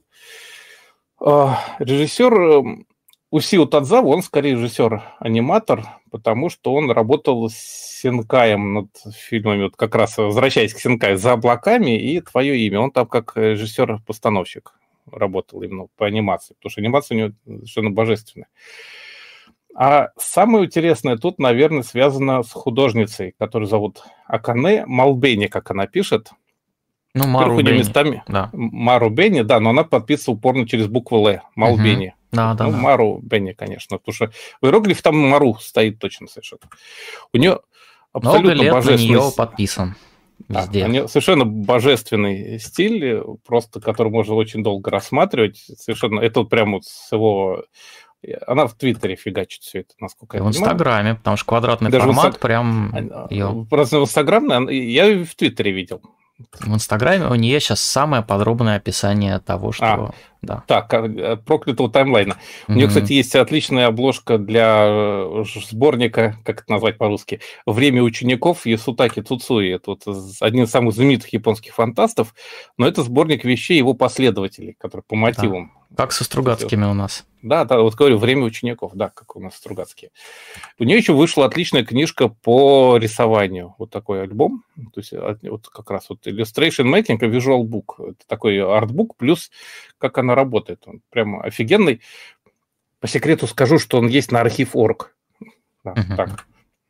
Режиссер Усио Тадзава, он скорее режиссер-аниматор, потому что он работал с Синкаем над фильмами, вот как раз возвращаясь к Синкаю, «За облаками» и «Твое имя». Он там как режиссер-постановщик работал именно по анимации, потому что анимация у него совершенно божественная. А самое интересное тут, наверное, связано с художницей, которую зовут Акане Малбени, как она пишет. Ну, Мару Бенни. Местами... Да. Мару Бенни, да, но она подписывается упорно через букву Л. Малбени. Да. Мару Бенни, конечно, потому что в иероглифе там Мару стоит точно совершенно. У нее абсолютно много лет божественный... на нее подписан везде. Да, у нее совершенно божественный стиль, просто который можно очень долго рассматривать. Совершенно, это вот прямо вот с его... Она в Твиттере фигачит все это, насколько я понимаю. В Инстаграме, потому что квадратный даже формат прям ее... Просто в Инстаграме, я в Твиттере видел. В Инстаграме у нее сейчас самое подробное описание того, что да. Так, проклятого таймлайна. У нее, кстати, есть отличная обложка для сборника, как это назвать по-русски, «Время учеников» Ясутаки Цуцуи. Это вот один из самых знаменитых японских фантастов, но это сборник вещей его последователей, которые по мотивам. Да. Как со Стругацкими у нас. Да, вот говорю, «Время учеников», да, как у нас Стругацкие. У нее еще вышла отличная книжка по рисованию. Вот такой альбом. То есть вот как раз вот Illustration Making и Visual Book. Это такой артбук, плюс как она работает. Он прямо офигенный. По секрету скажу, что он есть на архив.орг. Да, так.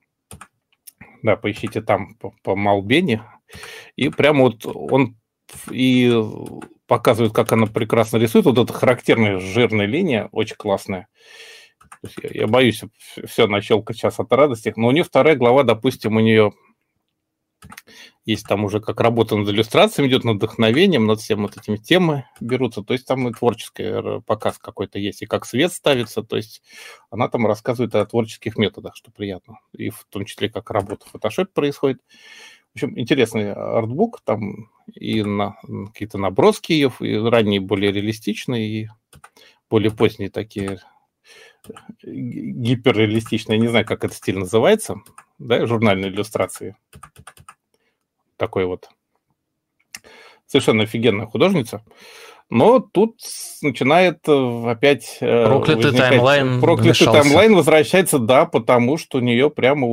Да, поищите там по Малбени. И прямо вот он и показывает, как она прекрасно рисует. Вот эта характерная жирная линия, очень классная. Я боюсь все нащелкать сейчас от радости. Но у нее вторая глава, допустим, у нее есть там уже как работа над иллюстрациями, идет над вдохновением, над всем вот этими темы берутся. То есть там и творческий показ какой-то есть, и как свет ставится. То есть она там рассказывает о творческих методах, что приятно. И в том числе, как работа в Photoshop происходит. В общем, интересный артбук, там и какие-то наброски ее, и ранние более реалистичные, и более поздние такие гиперреалистичные. Я не знаю, как этот стиль называется, да, журнальные иллюстрации. Такой вот. Совершенно офигенная художница. Но тут начинает опять проклятый таймлайн. Проклятый таймлайн возвращается, да, потому что у нее прямо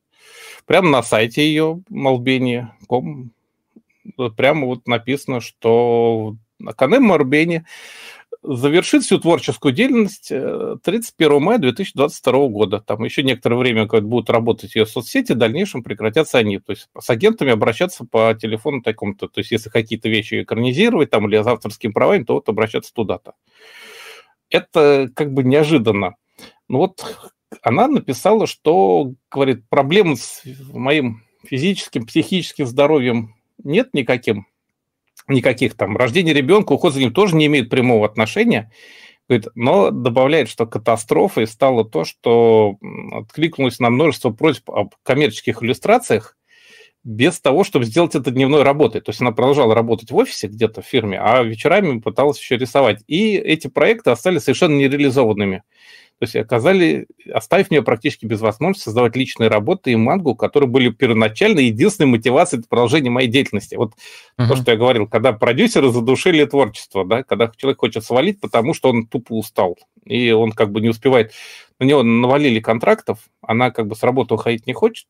на сайте ее Malbeni.com прямо вот написано, что Акане Малбени завершит всю творческую деятельность 31 мая 2022 года. Там еще некоторое время будут работать ее соцсети, в дальнейшем прекратятся они. То есть с агентами обращаться по телефону такому-то. То есть если какие-то вещи экранизировать там, или с авторскими правами, то вот обращаться туда-то. Это как бы неожиданно. Ну вот она написала, что, говорит, проблем с моим физическим, психическим здоровьем нет никаких там. Рождение ребенка, уход за ним тоже не имеет прямого отношения. Говорит, но добавляет, что катастрофой стало то, что откликнулось на множество просьб об коммерческих иллюстрациях без того, чтобы сделать это дневной работой. То есть она продолжала работать в офисе где-то в фирме, а вечерами пыталась еще рисовать. И эти проекты остались совершенно нереализованными. То есть оставив меня практически без возможности создавать личные работы и мангу, которые были первоначально единственной мотивацией для продолжения моей деятельности. Вот то, что я говорил, когда продюсеры задушили творчество, да, когда человек хочет свалить, потому что он тупо устал, и он как бы не успевает. На него навалили контрактов, она как бы с работы уходить не хочет,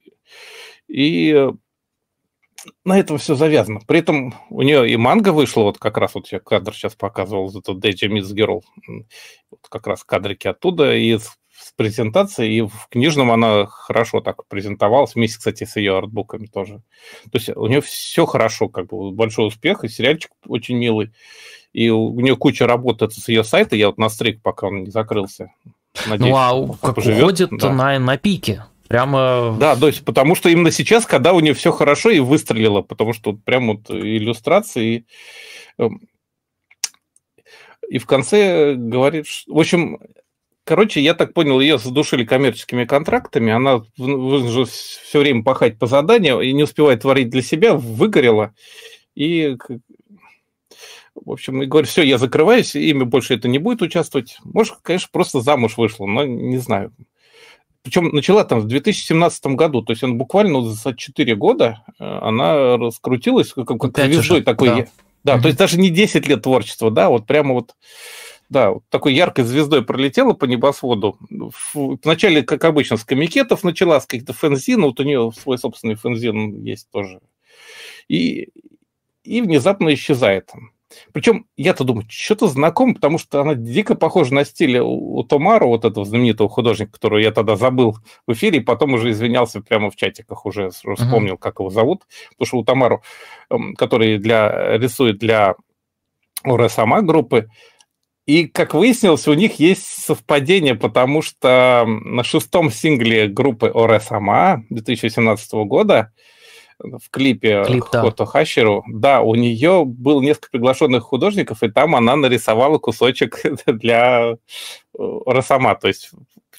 и на этом все завязано. При этом у нее и манга вышла, вот как раз вот я кадр сейчас показывал, это Deji Meets Girl, вот как раз кадрики оттуда, и с презентацией, и в книжном она хорошо так презентовалась, вместе, кстати, с ее артбуками тоже. То есть у нее все хорошо, как бы большой успех, и сериальчик очень милый, и у нее куча работы с ее сайта, я вот настриг, пока он не закрылся. Надеюсь, ну а как уходит на пике? Прямо... Да, то есть потому что именно сейчас, когда у нее все хорошо и выстрелило, потому что прям вот иллюстрации и в конце говорит, что... В общем, короче, я так понял, ее задушили коммерческими контрактами, она же все время пахать по заданию и не успевает творить для себя, выгорела, и... В общем, и говорит, все, я закрываюсь, ими больше это не будет участвовать. Может, конечно, просто замуж вышла, но не знаю. Причем начала там в 2017 году, то есть он буквально за 4 года она раскрутилась как звездой такой. Да, то есть даже не 10 лет творчества, да, вот прямо вот, да, вот такой яркой звездой пролетела по небосводу. Вначале, как обычно, с комикетов начала, с каких-то фэнзин, вот у нее свой собственный фэнзин есть тоже. И внезапно исчезает. Причем я-то думаю, что-то знакомо, потому что она дико похожа на стиль у Томаро, вот этого знаменитого художника, которого я тогда забыл в эфире, и потом уже извинялся прямо в чатиках, уже вспомнил, как его зовут, потому что у Томаро, который рисует для Ore-sama группы, и, как выяснилось, у них есть совпадение, потому что на 6-м сингле группы Ore-sama 2018 года в клипе Хото Хаширу, да, у нее было несколько приглашенных художников, и там она нарисовала кусочек для Ore-sama. То есть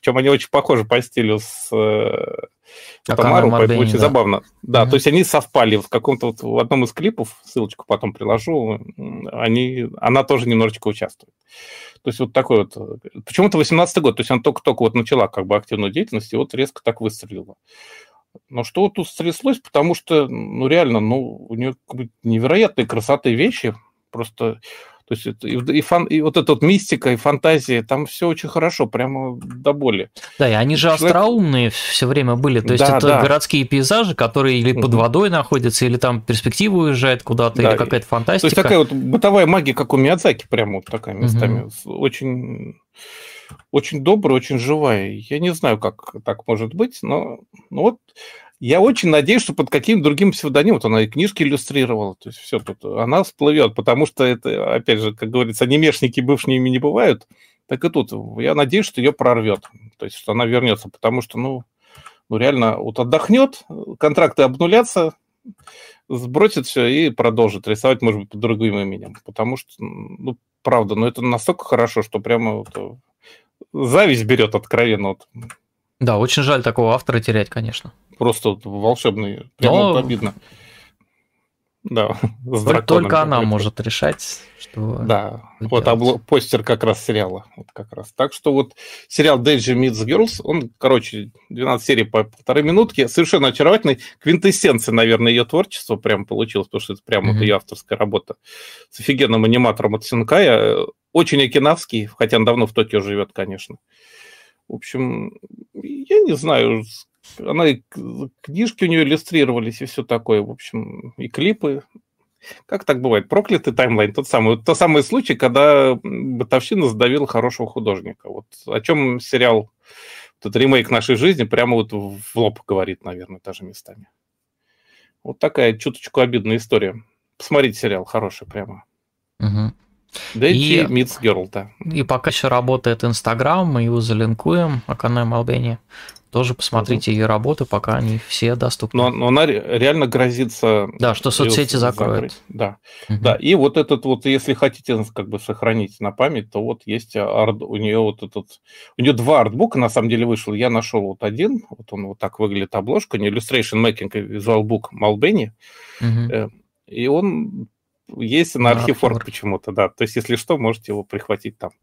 Причем они очень похожи по стилю с Акане Тамару, поэтому Марбени, очень да. забавно. Да, то есть они совпали в каком-то вот, в одном из клипов, ссылочку потом приложу, она тоже немножечко участвует. То есть вот такой вот... Почему-то 18-й год, то есть она только-только вот начала как бы активную деятельность, и вот резко так выстрелила. Но что вот тут стряслось, потому что, ну, реально, ну, у нее как бы невероятной красоты вещи, просто... То есть это, и вот эта вот мистика, и фантазия, там все очень хорошо, прямо до боли. Да, и они же остроумные все время были. То есть Да, это да. городские пейзажи, которые или под водой находятся, или там перспектива уезжает куда-то, или какая-то фантастика. То есть такая вот бытовая магия, как у Миядзаки, прямо вот такая местами. Очень, очень добрая, очень живая. Я не знаю, как так может быть, но вот я очень надеюсь, что под каким-то другим псевдонимом. Вот она и книжки иллюстрировала, то есть все тут, она всплывет, потому что это, опять же, как говорится, анимешники бывшими не бывают, так и тут. Я надеюсь, что ее прорвет, то есть что она вернется, потому что, ну реально, вот отдохнет, контракты обнулятся, сбросит все и продолжит рисовать, может быть, под другим именем, потому что, ну, правда, это настолько хорошо, что прямо вот зависть берет откровенно. Вот. Да, очень жаль такого автора терять, конечно. Просто вот волшебный, прямо вот обидно. Да, с драконом. Только она может решать, что... Да, вот постер как раз сериала. Вот как раз. Так что вот сериал Deji Meets Girls, он, короче, 12 серий по 1,5 минутки, совершенно очаровательный. Квинтэссенция, наверное, ее творчества прям получилось, потому что это прям вот ее авторская работа с офигенным аниматором от Синкая. Очень окинавский, хотя он давно в Токио живет, конечно. В общем, я не знаю, она и книжки у нее иллюстрировались, и все такое, в общем, и клипы. Как так бывает? Проклятый таймлайн, тот самый случай, когда бытовщина задавила хорошего художника. Вот о чем сериал, этот ремейк нашей жизни, прямо вот в лоб говорит, наверное, даже местами. Вот такая чуточку обидная история. Посмотрите сериал, хороший прямо. Deji Meets Girl, да. И пока еще работает Инстаграм, мы его залинкуем, Акане Марбени. Тоже посмотрите ее работы, пока они все доступны. Но она реально грозится... Да, что соцсети закроют. Да. Да, и вот этот вот, если хотите как бы сохранить на память, то вот есть у нее вот этот... У нее 2 артбука, на самом деле, вышел. Я нашел вот один, вот он вот так выглядит обложка, не Illustration Making Visual Book Malbeni. И он есть на Archive.org почему-то, да. То есть, если что, можете его прихватить там.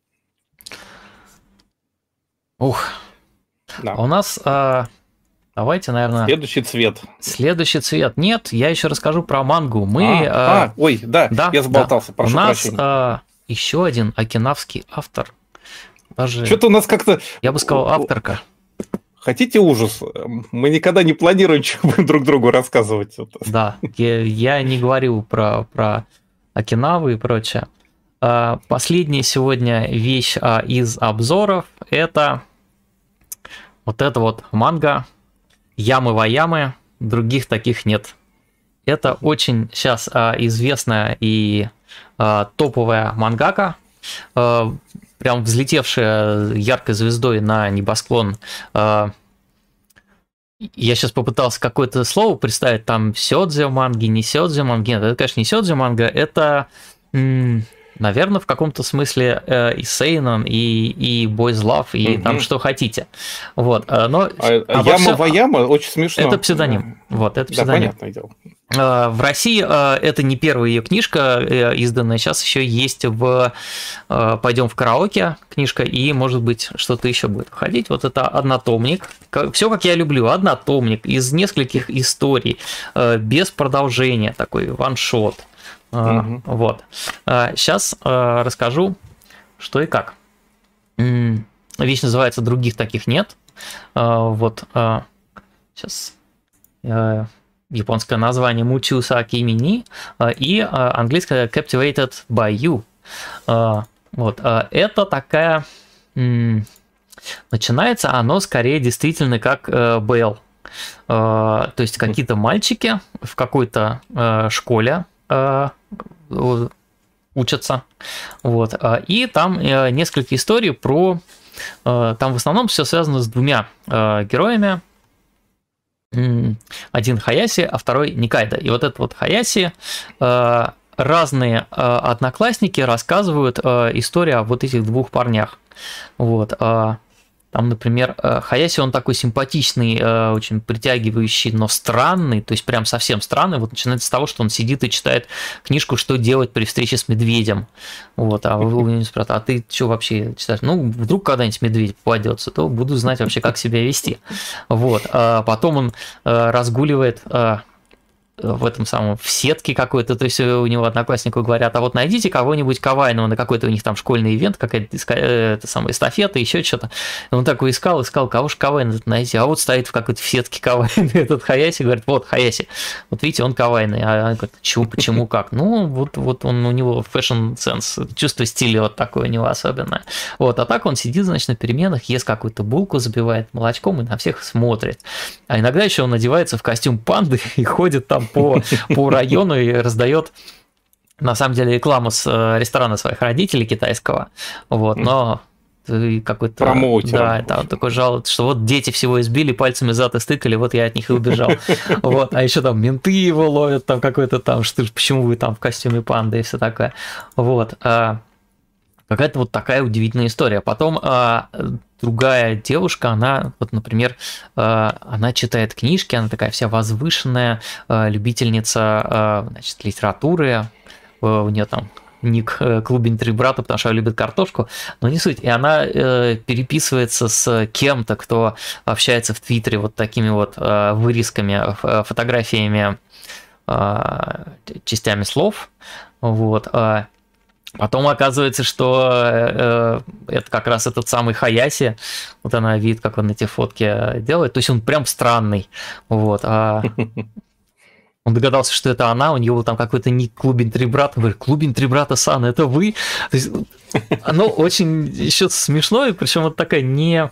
Ух. Да. А у нас, давайте, наверное... Следующий цвет. Следующий цвет. Нет, я еще расскажу про мангу. Мы... ой, да, я заболтался, прошу прощения. У нас еще один окинавский автор. Даже... Что-то у нас как-то... Я бы сказал, авторка. Хотите ужас? Мы никогда не планируем, что будем друг другу рассказывать. Да, я не говорил про Окинаву и прочее. Последняя сегодня вещь из обзоров – это вот эта вот манга Ямы-Ваямы, других таких нет. Это очень сейчас известная и топовая мангака, прям взлетевшая яркой звездой на небосклон. Я сейчас попытался какое-то слово представить, там сёдзе манги, не сёдзе манги. Нет, это, конечно, не сёдзе манга, это... Наверное, в каком-то смысле и Сейнон, и Boys Love, и там что хотите. Вот. Но Яма-Ваяма очень смешно. Это псевдоним. Вот, это псевдоним. Да, понятное дело. В России это не первая ее книжка изданная. Сейчас еще есть в «Пойдем в караоке» книжка, и, может быть, что-то еще будет выходить. Вот это однотомник. Все, как я люблю. Однотомник из нескольких историй, без продолжения, такой ваншот. Вот. Сейчас расскажу, что и как. Вещь называется «Других таких нет». Вот. Сейчас японское название «Мучуса Акимини» и английское «Captivated by You». Вот. Это такая... Начинается оно скорее действительно как БЛ. То есть какие-то мальчики в какой-то школе учатся. Вот. И там несколько историй про... Там в основном все связано с 2 героями. Один Хаяси, а второй Никайда. И вот этот вот Хаяси... Разные одноклассники рассказывают историю о вот этих 2 парнях. Вот. Там, например, Хаяси, он такой симпатичный, очень притягивающий, но странный, то есть прям совсем странный. Вот начинается с того, что он сидит и читает книжку «Что делать при встрече с медведем». Вот, а вы у него спрашиваете, а ты что вообще читаешь? Ну, вдруг когда-нибудь медведь попадется, то буду знать вообще, как себя вести. Вот, потом он разгуливает в этом самом, в сетке какой-то, то есть у него однокласснику говорят, а вот найдите кого-нибудь кавайного на какой-то у них там школьный ивент, какая-то это самая эстафета, еще что-то. И он такой искал, кого же кавайный найти, а вот стоит в какой-то в сетке кавайный этот Хаяси, говорит, вот Хаяси, вот видите, он кавайный, а он говорит, чего, почему, как? Ну, вот он, у него фэшн-сенс, чувство стиля вот такое у него особенное. Вот, а так он сидит, значит, на переменах, ест какую-то булку, забивает молочком и на всех смотрит. А иногда еще он одевается в костюм панды и ходит там по району и раздает, на самом деле, рекламу с ресторана своих родителей китайского, вот, но какой-то... Промоутер. Да, там такой жалует, что вот дети всего избили, пальцами зад и стыкали, вот я от них и убежал. Вот, а еще там менты его ловят, там какой-то там, что почему вы там в костюме панды и все такое. Вот, какая-то вот такая удивительная история. Потом другая девушка, она, вот, например, она читает книжки, она такая вся возвышенная, любительница, значит, литературы, у нее там ник «Клубень три брата», потому что она любит картошку, но не суть. И она переписывается с кем-то, кто общается в Твиттере вот такими вот вырезками, фотографиями, частями слов, вот. Потом оказывается, что это как раз этот самый Хаяси, вот она видит, как он эти фотки делает, то есть он прям странный, вот. Он догадался, что это она, у нее был там какой-то ник «Клубень три брата», он говорит, «Клубень три брата Сан, это вы?» То есть оно очень еще смешное, причем вот такая не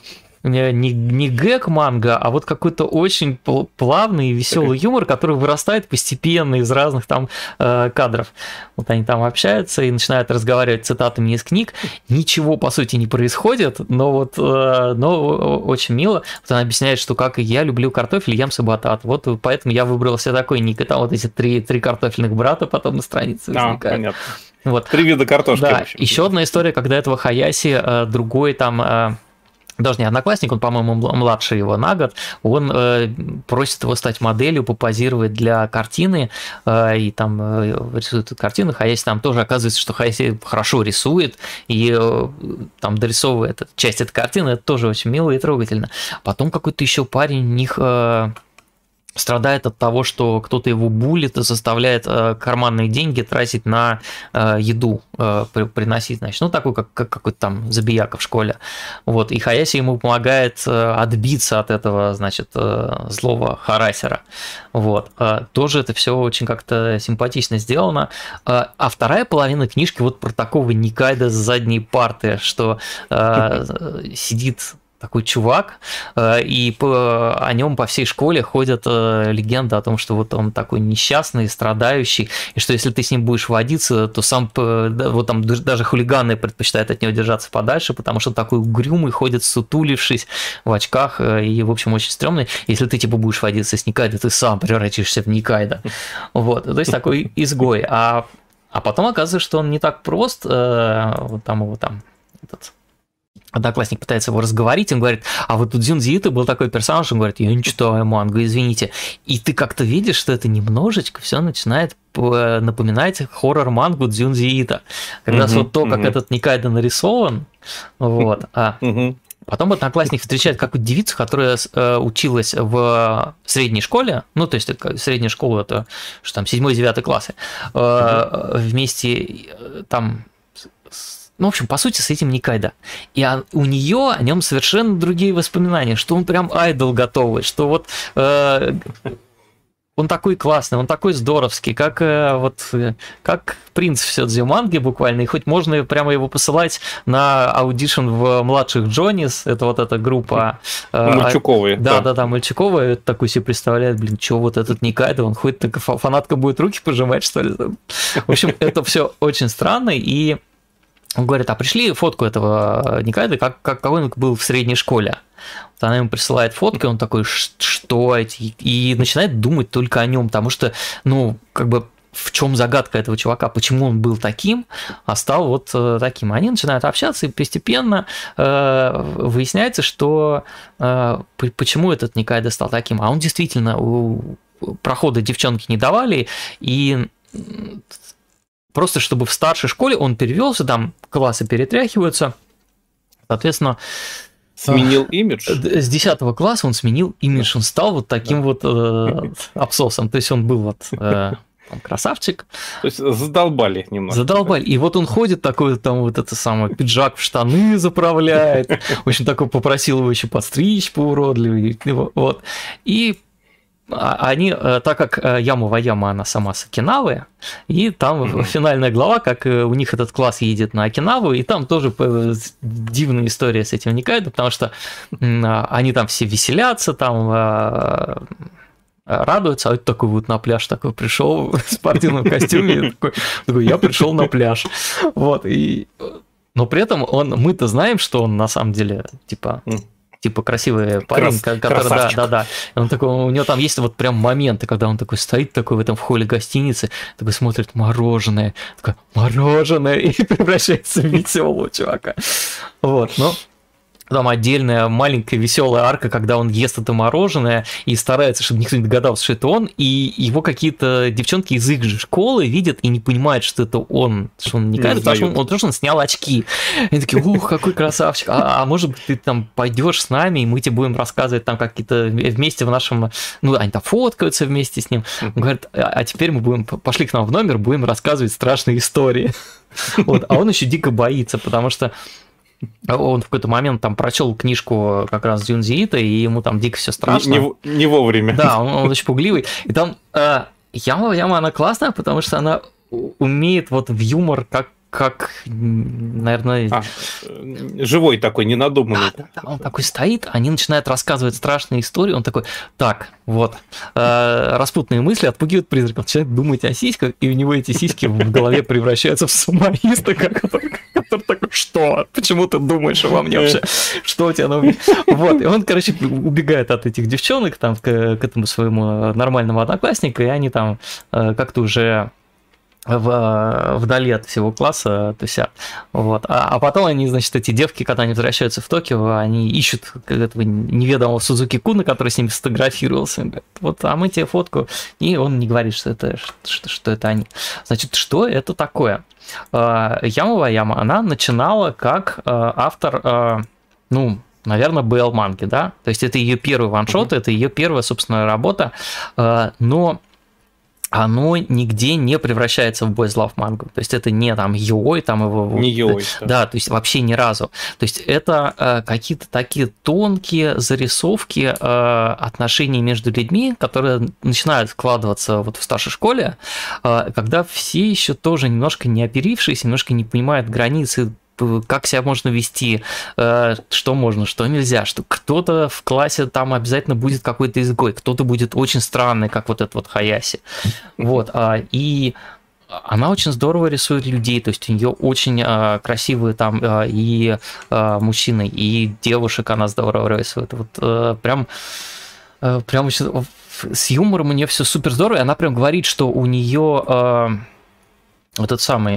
гэг манга, а вот какой-то очень плавный и веселый юмор, который вырастает постепенно из разных там кадров. Вот они там общаются и начинают разговаривать цитатами из книг. Ничего, по сути, не происходит, но очень мило. Вот она объясняет, что как и я люблю картофель, ем сабатат. Вот поэтому я выбрал себе такой ник. И там вот эти три картофельных брата потом на странице возникают. Понятно. Вот. 3 вида картошки. Да, еще одна история, когда этого Хаяси другой там... даже не одноклассник, он, по-моему, младше его на год, он просит его стать моделью, попозировать для картины, и там рисует эту картину. Хаяси там тоже оказывается, что Хаяси хорошо рисует, и там дорисовывает часть этой картины, это тоже очень мило и трогательно. Потом какой-то еще парень у них страдает от того, что кто-то его булит и заставляет карманные деньги тратить на еду, приносить, значит, ну, такой, как какой-то там забияка в школе. Вот, и Хаяси ему помогает отбиться от этого, значит, злого харасера. Вот, тоже это все очень как-то симпатично сделано. А вторая половина книжки вот про такого Никайда с задней парты, что сидит такой чувак, и о нем по всей школе ходят легенды о том, что вот он такой несчастный, страдающий, и что если ты с ним будешь водиться, то сам, вот там даже хулиганы предпочитают от него держаться подальше, потому что такой угрюмый, ходит сутулившись в очках, и, в общем, очень стрёмный. Если ты, типа, будешь водиться с Никайдо, ты сам превратишься в Никайдо. Вот, то есть такой изгой. А потом оказывается, что он не так прост, вот там его там этот... Одноклассник пытается его разговорить, он говорит, а вот у Дзюнзи Ито был такой персонаж, он говорит, я не читаю мангу, извините. И ты как-то видишь, что это немножечко все начинает напоминать хоррор-мангу Дзюнзи Ито. Как раз вот то, как этот Никайдо нарисован, вот. Потом одноклассник встречает какую-то девицу, которая училась в средней школе, ну, то есть средняя школа, это что там, 7-9 классы, вместе там... Ну, в общем, по сути, с этим Никайдо. И у нее о нем совершенно другие воспоминания, что он прям айдол готовый, что вот он такой классный, он такой здоровский, как принц в Сёдзю-манге буквально, и хоть можно прямо его посылать на аудишн в младших Джонис, это вот эта группа... Мальчуковые. Да, мальчуковые, такой себе представляет, блин, что вот этот Никайдо, он ходит, так фанатка будет руки пожимать, что ли? В общем, это все очень странно, и он говорит, а пришли фотку этого Никайдо, какой он был в средней школе. Вот она ему присылает фотку, и он такой, что это? И начинает думать только о нем, потому что, ну, как бы в чем загадка этого чувака, почему он был таким, а стал вот таким. Они начинают общаться, и постепенно выясняется, что почему этот Никайдо стал таким. А он действительно прохода девчонки не давали, и просто чтобы в старшей школе он перевелся, там классы перетряхиваются, соответственно... Сменил имидж? С 10 класса он сменил имидж, он стал вот таким вот абсосом, то есть он был вот красавчик. То есть задолбали немного. Задолбали, и вот он ходит такой, там вот это самое, пиджак в штаны заправляет, в общем, такой попросил его еще подстричь по-уродливый, вот, и они, так как Яму Ваяма, она сама с Окинавы, и там финальная глава, как у них этот класс едет на Окинаву, и там тоже дивная история с этим Никайдо, потому что они там все веселятся, там радуются, а это такой вот на пляж такой пришел в спортивном костюме, такой, я пришел на пляж, вот, но при этом мы-то знаем, что он на самом деле, типа красивый парень, который, да. Он такой, у него там есть вот прям моменты, когда он такой стоит такой в этом в холле гостиницы, такой смотрит мороженое, такой, мороженое, и превращается в веселого чувака. Вот, но там отдельная маленькая веселая арка, когда он ест это мороженое и старается, чтобы никто не догадался, что это он, и его какие-то девчонки из их же школы видят и не понимают, что это он, что он не кажется, потому что он снял очки. Они такие, ух, какой красавчик, а может быть ты там пойдешь с нами, и мы тебе будем рассказывать там какие-то вместе в нашем, ну, они там фоткаются вместе с ним, он говорит, а теперь мы пошли к нам в номер, будем рассказывать страшные истории. Вот, а он еще дико боится, потому что он в какой-то момент там прочел книжку как раз Дзюнзи Ито, и ему там дико все страшно. Не вовремя. Да, он очень пугливый. И там Яма, она классная, потому что она умеет вот в юмор как, наверное... живой такой, ненадуманный. Да, он такой стоит, они начинают рассказывать страшные истории, он такой, так, вот, распутные мысли отпугивают призраков, он начинает думать о сиськах, и у него эти сиськи в голове превращаются в сумоиста, который такой, что? Почему ты думаешь обо мне вообще? Что у тебя на уме? Вот, и он, короче, убегает от этих девчонок, там, к этому своему нормальному однокласснику, и они там как-то уже... вдали от всего класса тусят. Вот. А потом они, значит, эти девки, когда они возвращаются в Токио, они ищут этого неведомого Сузуки Куна, который с ними сфотографировался. Говорят, вот, а мы тебе фотку. И он не говорит, что это они. Значит, что это такое? Яма Ваяма, она начинала как автор, ну, наверное, БЛ-манги, да? То есть это ее первый ваншот, это ее первая, собственно, работа, но оно нигде не превращается в Boys Love мангу. То есть это не там Йой, там его... Не Йой. Да, то есть вообще ни разу. То есть это какие-то такие тонкие зарисовки отношений между людьми, которые начинают складываться вот в старшей школе, когда все еще тоже немножко не оперившиеся, немножко не понимают границы, как себя можно вести, что можно, что нельзя, что кто-то в классе там обязательно будет какой-то изгой, кто-то будет очень странный, как вот этот вот Хаяси. Вот, и она очень здорово рисует людей, то есть у нее очень красивые там и мужчины, и девушек она здорово рисует. Вот прям очень... С юмором у нее все супер здорово, и она прям говорит, что у нее вот этот самый...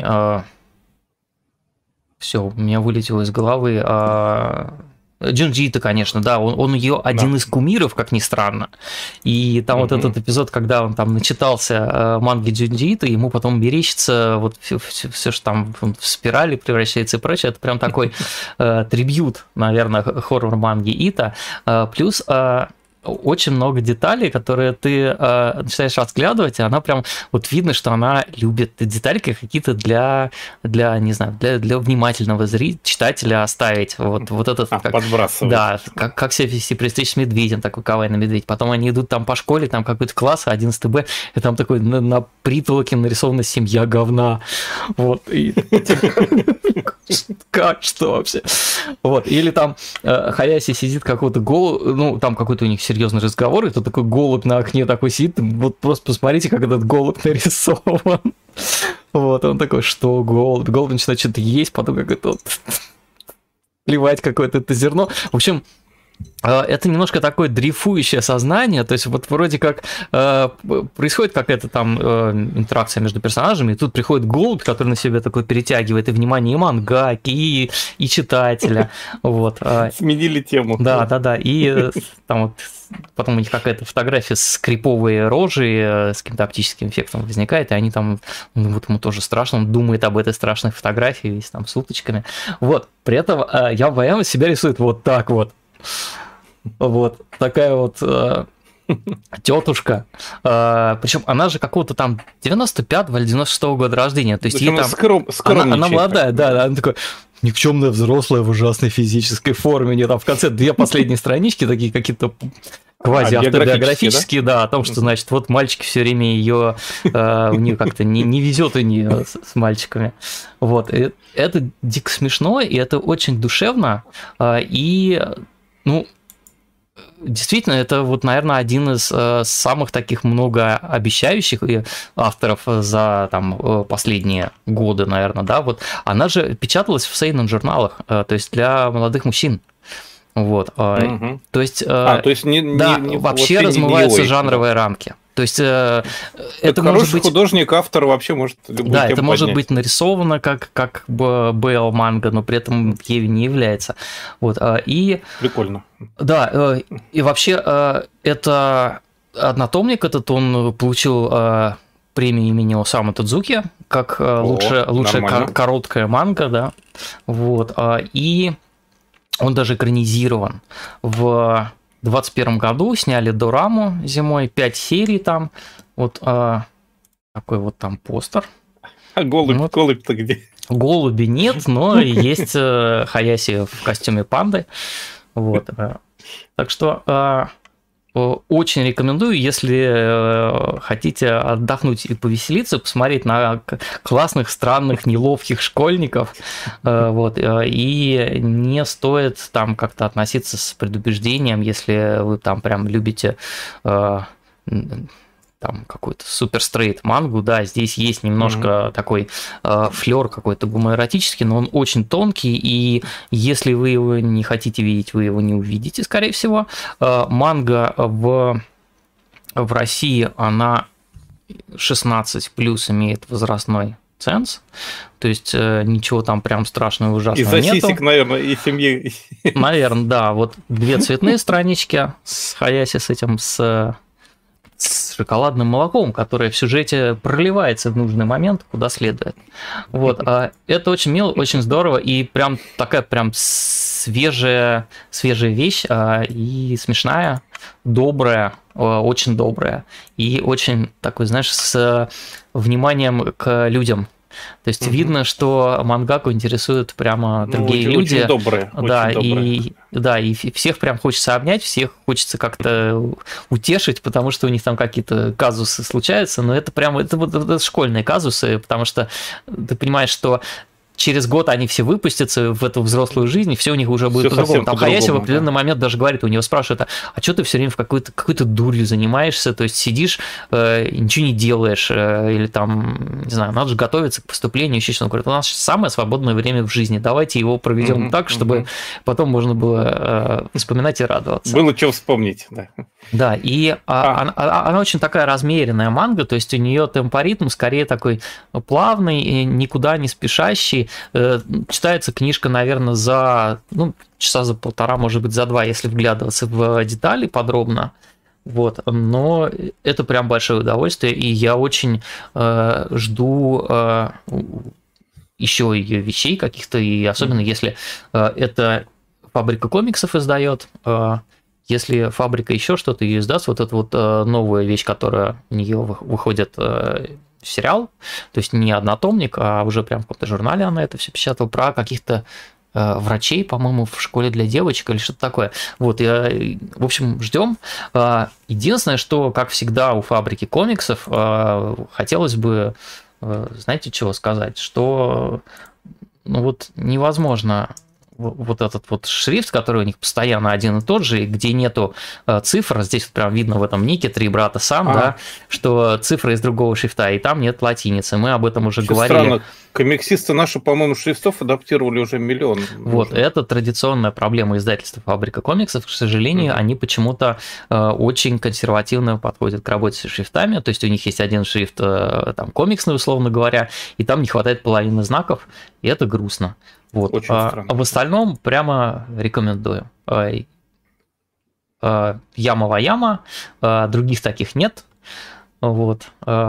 Все, у меня вылетело из головы. Джунджи Ито, конечно, да, он ее один из кумиров, как ни странно. И там вот этот эпизод, когда он там начитался манги Джунджи Ито, ему потом мерещится вот все, что там в спирали превращается и прочее. Это прям такой трибьют, наверное, хоррор-манги Ито. Плюс очень много деталей, которые ты начинаешь разглядывать, и она прям, вот видно, что она любит детальки какие-то для не знаю, для внимательного читателя оставить. Вот этот... подбрасывать. Да, как себя вести при встрече с медведем, такой кавайный медведь. Потом они идут там по школе, там какой-то класс, 11 Б, и там такой на притолоке нарисована семья говна. Вот. Как? Что вообще? Вот. Или там Хаяси сидит какой-то ну, там какой-то у них серьезный разговор, и тут такой голубь на окне такой сидит, вот просто посмотрите, как этот голубь нарисован. Вот, он такой, что голубь? Голубь начинает что-то есть, потом как это вот плевать какое-то это зерно. В общем, Это немножко такое дрейфующее сознание, то есть вот вроде как происходит какая-то там интеракция между персонажами, и тут приходит голубь, который на себя такой перетягивает и внимание и мангаки, и читателя. Вот. Сменили тему. Да, и там вот потом у них какая-то фотография с криповой рожей, с каким-то оптическим эффектом возникает, и они там, вот ему тоже страшно, он думает об этой страшной фотографии, весь там с уточками. Вот, при этом Ян Баяма себя рисует вот так вот. Вот, такая вот тетушка. Причем она же какого-то там 95-го или 96-го года рождения. То есть ей там... Она молодая, да, она такая никчемная взрослая в ужасной физической форме. У нее там в конце 2 последние странички такие какие-то квази-автобиографические, да, о том, что, значит, вот мальчики все время ее, у нее как-то не везет у нее с мальчиками. Вот, и это дико смешно, и это очень душевно, и, ну, действительно, это вот, наверное, один из самых таких многообещающих авторов за там последние годы, наверное, да, вот она же печаталась в сейнэн журналах, то есть для молодых мужчин. Вот, то есть, не вообще размываются размываются рамки. То есть это может быть художник, автор вообще может любую да, это может быть нарисовано как БЛ манга, но при этом ею не является. Вот, и прикольно. Да, и вообще это однотомник этот, он получил премию имени Осамы Тедзуки как лучшая короткая манга, да. Вот, и он даже экранизирован. В 2021 году сняли дораму зимой, 5 серий там. Вот такой вот там постер. А голубь-то где? Голуби нет, но есть Хаяси в костюме панды. Вот. Так что очень рекомендую, если хотите отдохнуть и повеселиться, посмотреть на классных, странных, неловких школьников. Вот, и не стоит там как-то относиться с предубеждением, если вы там прям любите там какую-то супер стрейт мангу, да, здесь есть немножко такой флер какой-то гомоэротический, но он очень тонкий, и если вы его не хотите видеть, вы его не увидите, скорее всего. Манга в России, она 16 плюс имеет возрастной ценз, то есть ничего там прям страшного и ужасного нету. Из-за сисек, наверное, и семьи. Наверное, да, вот 2 цветные странички с Хаяси, с этим, с шоколадным молоком, которое в сюжете проливается в нужный момент, куда следует. Вот. Это очень мило, очень здорово, и прям такая прям свежая вещь, и смешная, добрая, очень добрая, и очень такой, знаешь, с вниманием к людям. То есть видно, что мангаку интересуют прямо другие люди. Очень добрые. Да, очень добрые. И всех прям хочется обнять, всех хочется как-то утешить, потому что у них там какие-то казусы случаются, но это прям это школьные казусы, потому что ты понимаешь, что через год они все выпустятся в эту взрослую жизнь, и все у них уже будет по-другому. Там Хаяси в определенный момент даже говорит, у него спрашивают, а что ты все время в какой-то дурью занимаешься, то есть сидишь, ничего не делаешь, или там, не знаю, надо же готовиться к поступлению, еще что-то. Он говорит, у нас самое свободное время в жизни, давайте его проведем так, чтобы потом можно было вспоминать и радоваться. Было что вспомнить, да. Да, и она очень такая размеренная манга, то есть у нее темпоритм скорее такой плавный, никуда не спешащий. Читается книжка, наверное, за часа за 1,5, может быть, за 2, если вглядываться в детали подробно. Вот, но это прям большое удовольствие, и я очень жду еще ее вещей каких-то, и особенно если это фабрика комиксов издает. Если фабрика еще что-то ее издаст, вот эта вот новая вещь, которая у нее выходит сериал, то есть не однотомник, а уже прям в каком-то журнале она это все печатала, про каких-то врачей, по-моему, в школе для девочек или что-то такое. Вот, в общем, ждем. Единственное, что, как всегда, у фабрики комиксов хотелось бы, знаете, чего сказать, что вот невозможно вот этот вот шрифт, который у них постоянно один и тот же, и где нету цифр, здесь вот прям видно в этом нике «Три брата Сам», да, что цифры из другого шрифта, и там нет латиницы. Мы об этом уже говорили. Странно. Комиксисты наши, по-моему, шрифтов адаптировали уже миллион. Вот, это традиционная проблема издательства «Фабрика комиксов». К сожалению, они почему-то очень консервативно подходят к работе с шрифтами. То есть у них есть один шрифт, там, комиксный, условно говоря, и там не хватает половины знаков, и это грустно. Вот. Очень странно. А в остальном прямо рекомендую. Яма-ва-яма, других таких нет. Вот.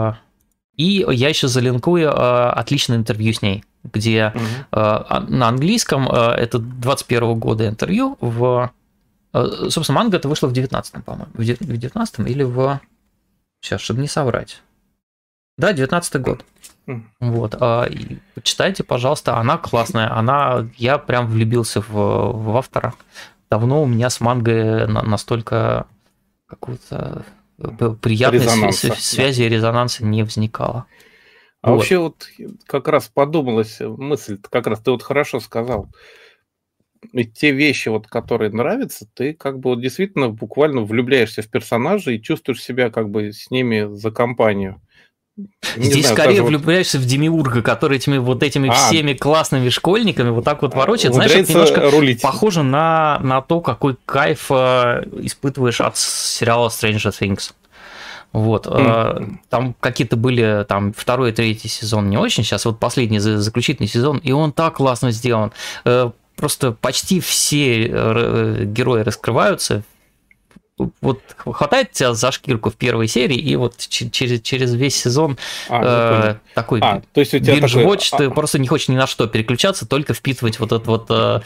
И я еще залинкую отличное интервью с ней, где на английском это 21 года интервью. Собственно, манга это вышло в 19-м, по-моему. В 19-м или в... Сейчас, чтобы не соврать. Да, 19-й год. Вот. Почитайте, пожалуйста, она классная. Я прям влюбился в автора. Давно у меня с мангой настолько какой-то приятной связи и резонанса не возникало. А вот. Вообще вот как раз подумалась мысль, как раз ты вот хорошо сказал. Ведь те вещи, вот, которые нравятся, ты как бы вот действительно буквально влюбляешься в персонажей и чувствуешь себя как бы с ними за компанию. Здесь скорее влюбляешься в Демиурга, который этими всеми классными школьниками вот так вот ворочает. Знаешь, это немножко похоже на то, какой кайф испытываешь от сериала Stranger Things. Вот. Там какие-то были там второй и третий сезон не очень, сейчас вот последний заключительный сезон, и он так классно сделан. Просто почти все герои раскрываются. Вот хватает тебя за шкирку в первой серии, и вот через весь сезон такой бинж-вотч, ты просто не хочешь ни на что переключаться, только впитывать вот этот вот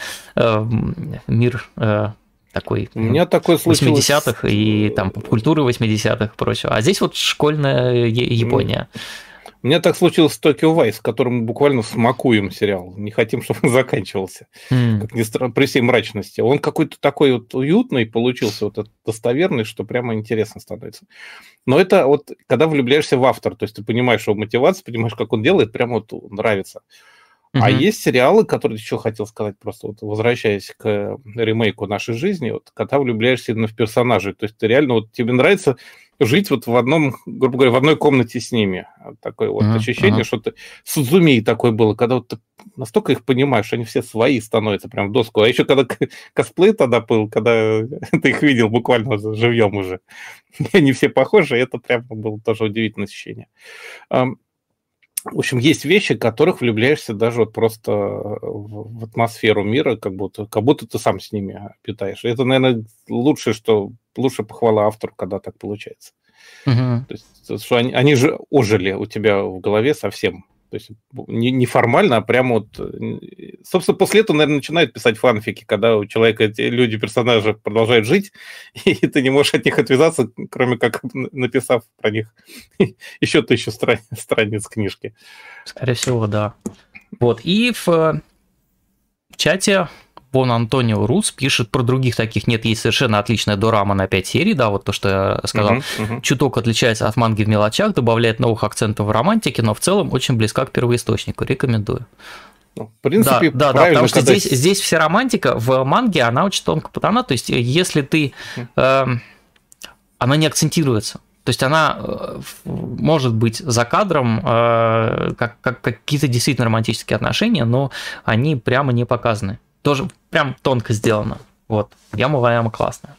мир такой 80-х и там поп-культуры 80-х и прочего. А здесь вот школьная Япония. У меня так случилось с Tokyo Vice, в котором мы буквально смакуем сериал. Не хотим, чтобы он заканчивался. Как ни странно, при всей мрачности. Он какой-то такой вот уютный получился, вот этот достоверный, что прямо интересно становится. Но это вот, когда влюбляешься в автора, то есть ты понимаешь его мотивацию, понимаешь, как он делает, прямо вот нравится. А есть сериалы, которые еще хотел сказать, просто вот возвращаясь к ремейку «Нашей жизни», вот, когда влюбляешься именно в персонажей, то есть ты реально, вот тебе нравится жить вот в одном, грубо говоря, в одной комнате с ними. Такое вот ощущение, что ты Судзумии такое было, когда вот ты настолько их понимаешь, что они все свои становятся прям в доску. А еще когда косплей тогда был, когда ты их видел буквально живьем уже, они все похожи, это прям было тоже удивительное ощущение. В общем, есть вещи, в которых влюбляешься даже вот просто в атмосферу мира, как будто ты сам с ними питаешь. Это, наверное, лучшая похвала автору, когда так получается. То есть, что они же ожили у тебя в голове совсем. То есть не формально, а прямо вот... Собственно, после этого, наверное, начинают писать фанфики, когда у человека эти люди-персонажи продолжают жить, и ты не можешь от них отвязаться, кроме как написав про них еще 1000 страниц книжки. Скорее всего, да. Вот, и в чате Бон Антонио Рус пишет про других таких. Нет, есть совершенно отличная дорама на 5 серий, да, вот то, что я сказал. Чуток отличается от манги в мелочах, добавляет новых акцентов в романтике, но в целом очень близка к первоисточнику. Рекомендую. В принципе, да, потому что здесь вся романтика в манге, она очень тонко подана. То есть, если ты... она не акцентируется. То есть она может быть за кадром как какие-то действительно романтические отношения, но они прямо не показаны. Тоже прям тонко сделано. Вот. Яма-ва-яма классная.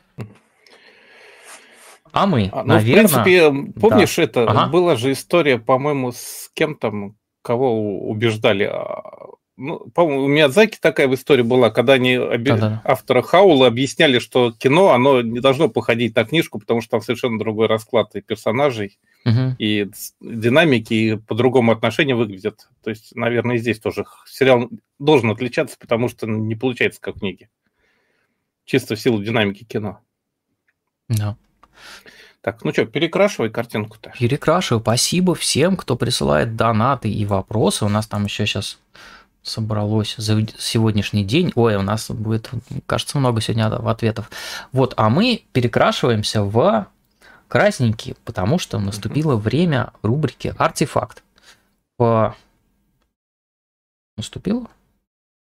А мы, наверное... В принципе, помнишь, была же история, по-моему, с кем-то, кого убеждали. Ну, по-моему, у Миядзаки такая история была, когда они автора Хаула объясняли, что кино, оно не должно походить на книжку, потому что там совершенно другой расклад и персонажей, и динамики, и по-другому отношения выглядят. То есть, наверное, и здесь тоже сериал должен отличаться, потому что не получается как в книге. Чисто в силу динамики кино. Да. Так, ну что, перекрашивай картинку-то. Перекрашиваю. Спасибо всем, кто присылает донаты и вопросы. У нас там еще сейчас... собралось за сегодняшний день. Ой, у нас будет, кажется, много сегодня ответов. Вот, а мы перекрашиваемся в красненький, потому что наступило время рубрики «Артефакт». Наступило?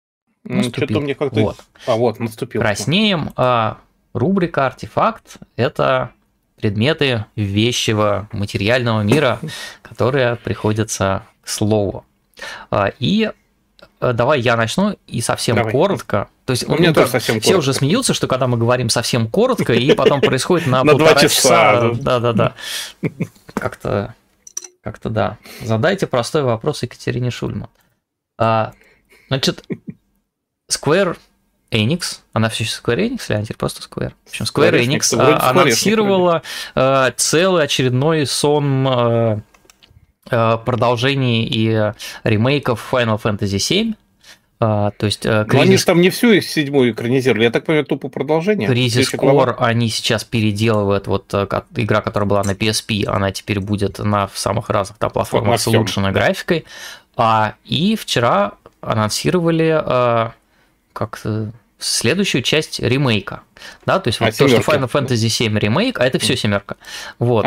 Что-то мне как-то... Вот. Вот, наступил. Краснеем. Рубрика «Артефакт» — это предметы вещего материального мира, которые приходятся к слову. И давай я начну и совсем коротко. То есть, у меня тоже совсем коротко. Все уже смеются, что когда мы говорим совсем коротко, и потом происходит на 2 полтора часа. Да. Как-то да. Задайте простой вопрос Екатерине Шульман. Значит, Square Enix, она все еще Square Enix или она теперь просто Square? В общем, Square Enix анонсировала целый очередной сон продолжений и ремейков Final Fantasy VII. То есть, они же там не всю их 7-ю экранизировали, я так понимаю, тупо продолжение. Crisis Core они сейчас переделывают, вот игра, которая была на PSP, она теперь будет в самых разных платформах с улучшенной графикой. И вчера анонсировали следующую часть ремейка. Да, то есть вот то, что Final Fantasy VII ремейк, а это все 7. Вот.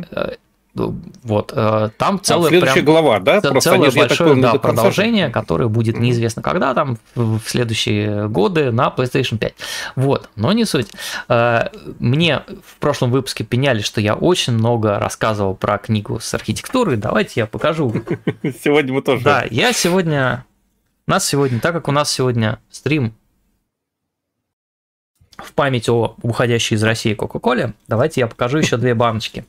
Там целая следующая глава, да? Целое большое продолжение, которое будет неизвестно когда, там в следующие годы на PlayStation 5. Вот, но не суть. Мне в прошлом выпуске пеняли, что я очень много рассказывал про книгу с архитектурой. Давайте я покажу. Сегодня мы тоже. Да, так как у нас сегодня стрим в память о уходящей из России Кока-Коле, давайте я покажу еще 2 баночки.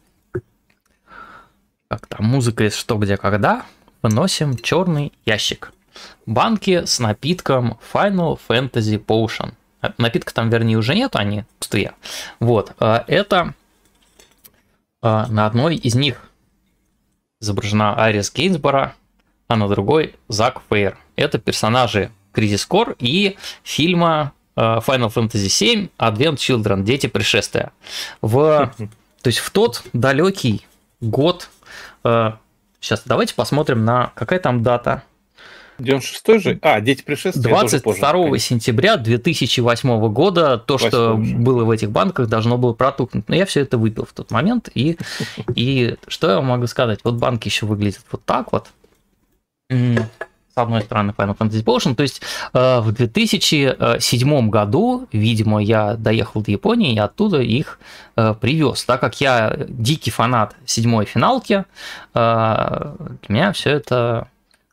Как там, музыка из «Что, где, когда». Выносим черный ящик. Банки с напитком Final Fantasy Potion. Напитка там, вернее, уже нет, они пустые. Вот, это на одной из них изображена Айрис Гейнсборо, а на другой Зак Фейр. Это персонажи Crisis Core и фильма Final Fantasy VII Advent Children, Дети пришествия. То есть в тот далекий год. Сейчас давайте посмотрим какая там дата. 96-й же? Дети пришествия. 22 сентября 2008 года то, что было в этих банках, должно было протухнуть. Но я все это выпил в тот момент. И что я вам могу сказать? Вот банки еще выглядят вот так вот. С одной стороны Final Fantasy Potion, то есть в 2007 году, видимо, я доехал до Японии и оттуда их привез. Так как я дикий фанат 7-й финалки, для меня все это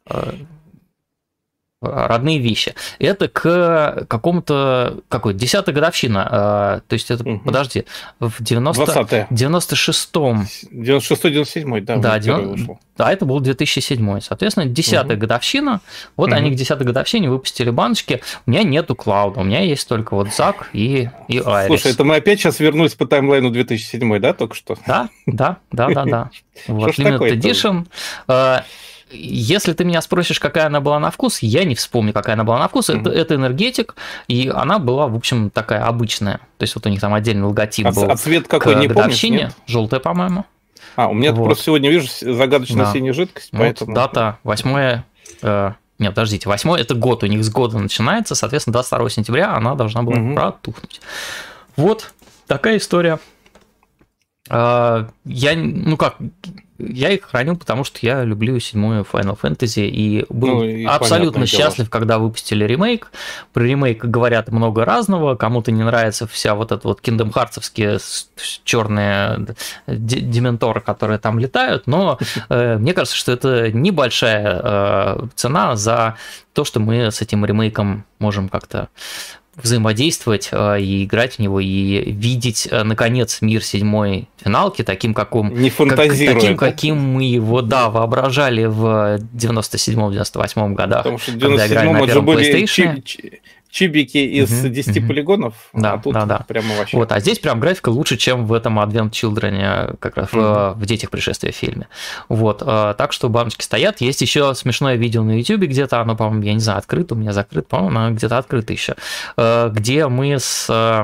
родные вещи. Это к какому-то... 10-я годовщина. То есть это, подожди, в 96-м... 96-97, да. Да, это был 2007. Соответственно, 10-я годовщина. Вот они к 10-й годовщине выпустили баночки. У меня нету Клауда, у меня есть только вот Зак и Айрис. Слушай, это мы опять сейчас вернулись по таймлайну 2007, да, только что? Да. Вот, Limited Edition. Если ты меня спросишь, какая она была на вкус, я не вспомню, какая она была на вкус. Это энергетик, и она была, в общем, такая обычная. То есть вот у них там отдельный логотип был. А цвет какой, не помнишь? Желтая, по-моему. У меня просто сегодня, вижу, загадочная синяя жидкость, поэтому... Дата 8... Нет, подождите, 8 это год, у них с года начинается, соответственно, 22 сентября она должна была протухнуть. Вот такая история. Я их хранил, потому что я люблю 7-ю Final Fantasy и был абсолютно счастлив, когда выпустили ремейк. Про ремейк говорят много разного, кому-то не нравится вся вот эта вот Kingdom Hearts'овские черные дементоры, которые там летают, но мне кажется, что это небольшая цена за то, что мы с этим ремейком можем как-то взаимодействовать и играть в него, и видеть, наконец, мир 7-й финалки таким, каким мы его, воображали в 97-98 годах, потому что в 97-м это же были чибики из 10 полигонов, да, тут прямо вообще. Вот, а здесь прям графика лучше, чем в этом Advent Children, как раз в «Детях пришествия» фильме. Вот, так что баночки стоят. Есть еще смешное видео на YouTube, где-то оно, по-моему, я не знаю, открыто, у меня закрыто, по-моему, оно где-то открыто еще, где мы с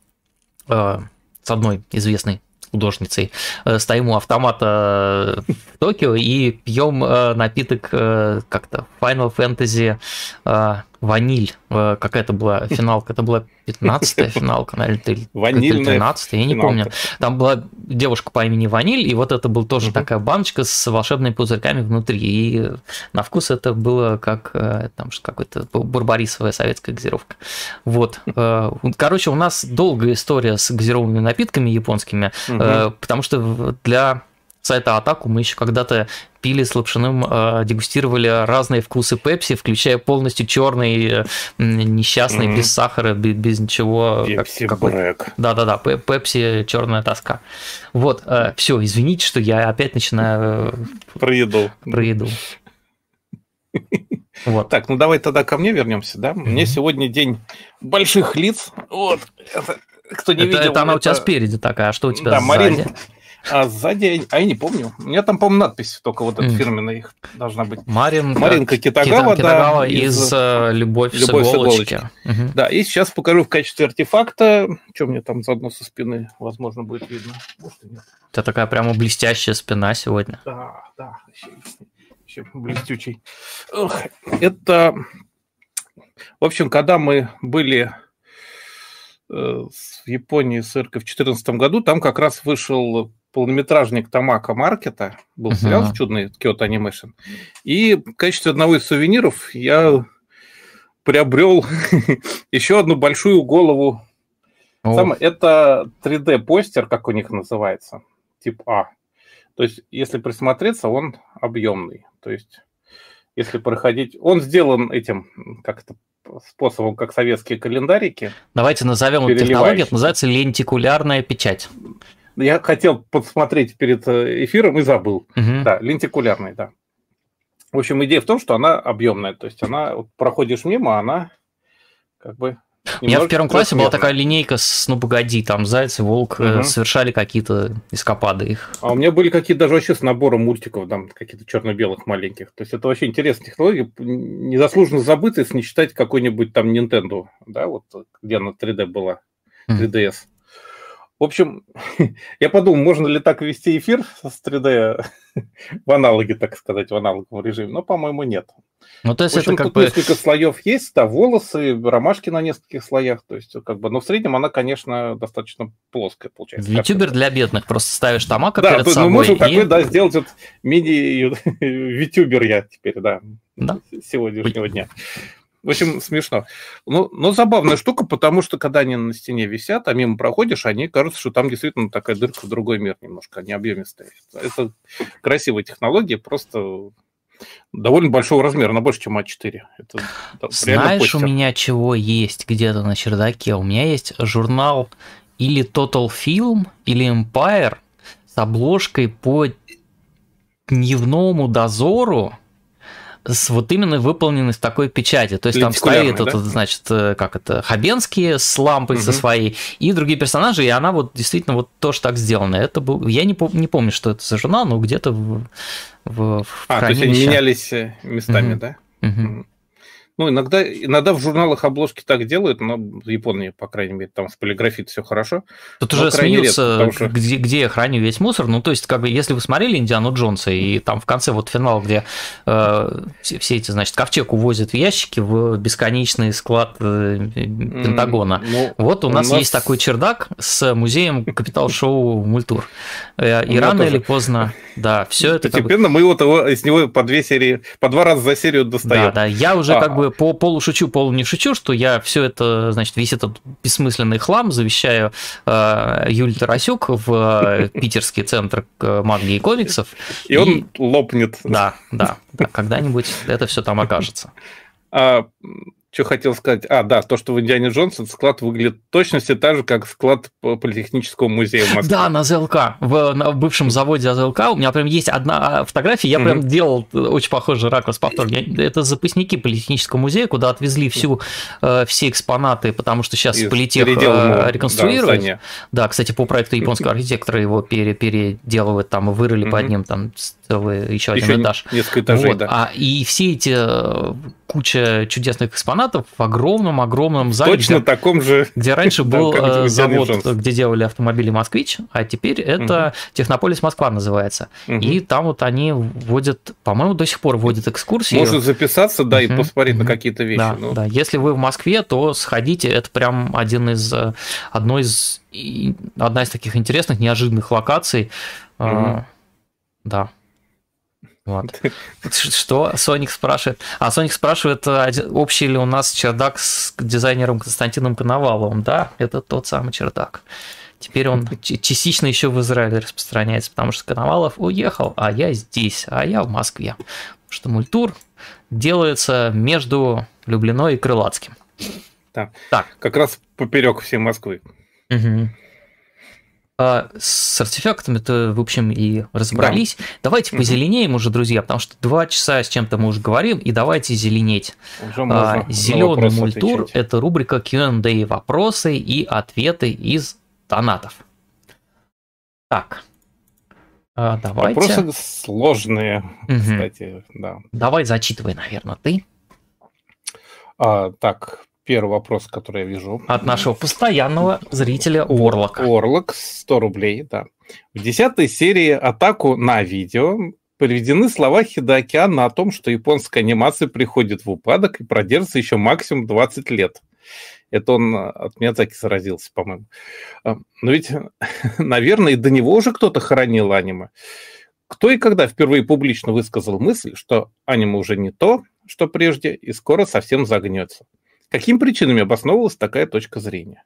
одной известной художницей стоим у автомата в Токио и пьем напиток как-то Final Fantasy Ваниль, какая-то была финалка, это была 15-я финалка, наверное, или 13-я, я не помню. Там была девушка по имени Ваниль, и вот это была тоже такая баночка с волшебными пузырьками внутри, и на вкус это было как там какой-то барбарисовая советская газировка. Вот. Короче, у нас долгая история с газированными напитками японскими, потому что для сайта Атаку мы еще когда-то пили с Лапшиным, дегустировали разные вкусы пепси, включая полностью черный, несчастный, без сахара, без ничего. Пепси Брэк. Да-да-да, пепси черная тоска. Вот, все, извините, что я опять начинаю про еду. Вот. Так, ну давай тогда ко мне вернемся, да? Мне сегодня день больших лиц. Вот, кто не видел. Это она у тебя спереди такая, а что у тебя сзади? Марин. А сзади, я не помню. У меня там, по-моему, надпись только вот эта фирменная их должна быть. Маринка Китагава, да, из «Любовь с иголочки». Да, и сейчас покажу в качестве артефакта. Что мне там заодно со спины, возможно, будет видно. Может, и нет. У тебя такая прямо блестящая спина сегодня. Да, еще блестючий. Это, в общем, когда мы были в Японии с Иркой в 2014 году, там как раз вышел полнометражник Тамако Маркета, был сериал чудный, Kyoto Animation, и в качестве одного из сувениров я приобрел еще одну большую голову. Это 3D-постер, как у них называется, тип А. То есть, если присмотреться, он объемный. То есть, если проходить... Он сделан этим, как это, способом, как советские календарики. Давайте назовем эту технологию, это называется лентикулярная печать. Я хотел посмотреть перед эфиром и забыл. Да, лентикулярный, да. В общем, идея в том, что она объемная. То есть, она проходишь мимо, она как бы... У меня в первом классе была такая линейка с «Ну, погоди», там «Заяц» и «Волк» совершали какие-то эскапады их. А у меня были какие-то даже вообще с набором мультиков, там какие-то черно-белых маленьких. То есть это вообще интересная технология, незаслуженно забытая, если не считать какой-нибудь там Nintendo, да, вот где она 3D была, 3DS. В общем, я подумал, можно ли так вести эфир с 3D в аналоге, так сказать, в аналоговом режиме, но, по-моему, нет. Ну, то есть в общем, это тут несколько слоев есть, да, волосы, ромашки на нескольких слоях, то есть, как бы, но в среднем она, конечно, достаточно плоская получается. Ютубер для бедных, просто ставишь Тамако перед собой. Да, можно такой, да, сделать вот мини-ютубер я теперь, да, сегодняшнего дня. В общем, смешно. Но забавная штука, потому что, когда они на стене висят, а мимо проходишь, они кажется, что там действительно такая дырка в другой мир немножко, они объемистые. Это красивая технология, просто довольно большого размера, она больше, чем А4. Это, знаешь, у меня чего есть где-то на чердаке? У меня есть журнал или Total Film, или Empire с обложкой по дневному дозору, с вот именно выполненной в такой печати. То есть там стоит, да? Значит, как это, Хабенский с лампой со своей, и другие персонажи, и она вот действительно вот тоже так сделана. Это был, я не помню, что это за журнал, но где-то в то есть они менялись местами, да? Ну, иногда в журналах обложки так делают, но в Японии, по крайней мере, там с полиграфией все хорошо. Тут уже смеются, где я храню весь мусор. Ну, то есть, как бы, если вы смотрели «Индиану Джонса», и там в конце вот финал, где все эти, значит, ковчег увозят в ящики в бесконечный склад Пентагона. Вот у нас есть такой чердак с музеем Капитал-шоу Мультур. И рано или поздно, да, все это... Постепенно мы вот из него по 2 раза за серию достаем. Да, я уже как бы полушучу, полу не шучу, что я все это, значит, весь этот бессмысленный хлам завещаю Юле Тарасюк в питерский центр манги и комиксов. И он лопнет. Да, когда-нибудь это все там окажется. Что хотел сказать? Да, то, что в «Индиане Джонс» этот склад выглядит в точности так же, как склад Политехнического музея в Москве. Да, на ЗЛК, на бывшем заводе АЗЛК. У меня прям есть одна фотография, я прям делал очень похожий ракурс повтор. Это запасники Политехнического музея, куда отвезли все экспонаты, потому что сейчас Политех реконструирует. Да, кстати, по проекту японского архитектора его переделывают, там и вырыли под ним там еще один этаж. Несколько этажей, да. И все эти куча чудесных экспонатов в огромном зале. Точно таком же. Где раньше был завод, где делали автомобили «Москвич», а теперь это «Технополис Москва» называется. И там вот они вводят, по-моему, до сих пор вводят экскурсии. Можно записаться, да, и посмотреть на какие-то вещи. Да, да. Если вы в Москве, то сходите, это прям одна из таких интересных, неожиданных локаций. Да. Вот. Что Соник спрашивает? Соник спрашивает, общий ли у нас чердак с дизайнером Константином Коноваловым. Да, это тот самый чердак. Теперь он частично еще в Израиле распространяется, потому что Коновалов уехал, а я здесь, а я в Москве. Потому что мультур делается между Люблиной и Крылатским. Да. Так. Как раз поперек всей Москвы. Угу. С артефактами-то, в общем, и разобрались. Да. Давайте позеленеем уже, друзья, потому что 2 часа с чем-то мы уже говорим, и давайте зеленеть. Зеленый мультур – это рубрика Q&A, вопросы и ответы из донатов. Так, давайте. Вопросы сложные, кстати, да. Давай зачитывай, наверное, ты. Так, первый вопрос, который я вижу. От нашего постоянного зрителя Орлока. Орлок, 100 рублей, да. В 10-й серии «Атаку на видео» приведены слова Хидеакиана о том, что японская анимация приходит в упадок и продержится еще максимум 20 лет. Это он от Миядзаки заразился, по-моему. Но ведь, наверное, и до него уже кто-то хоронил аниме. Кто и когда впервые публично высказал мысль, что аниме уже не то, что прежде, и скоро совсем загнется? Какими причинами обосновывалась такая точка зрения?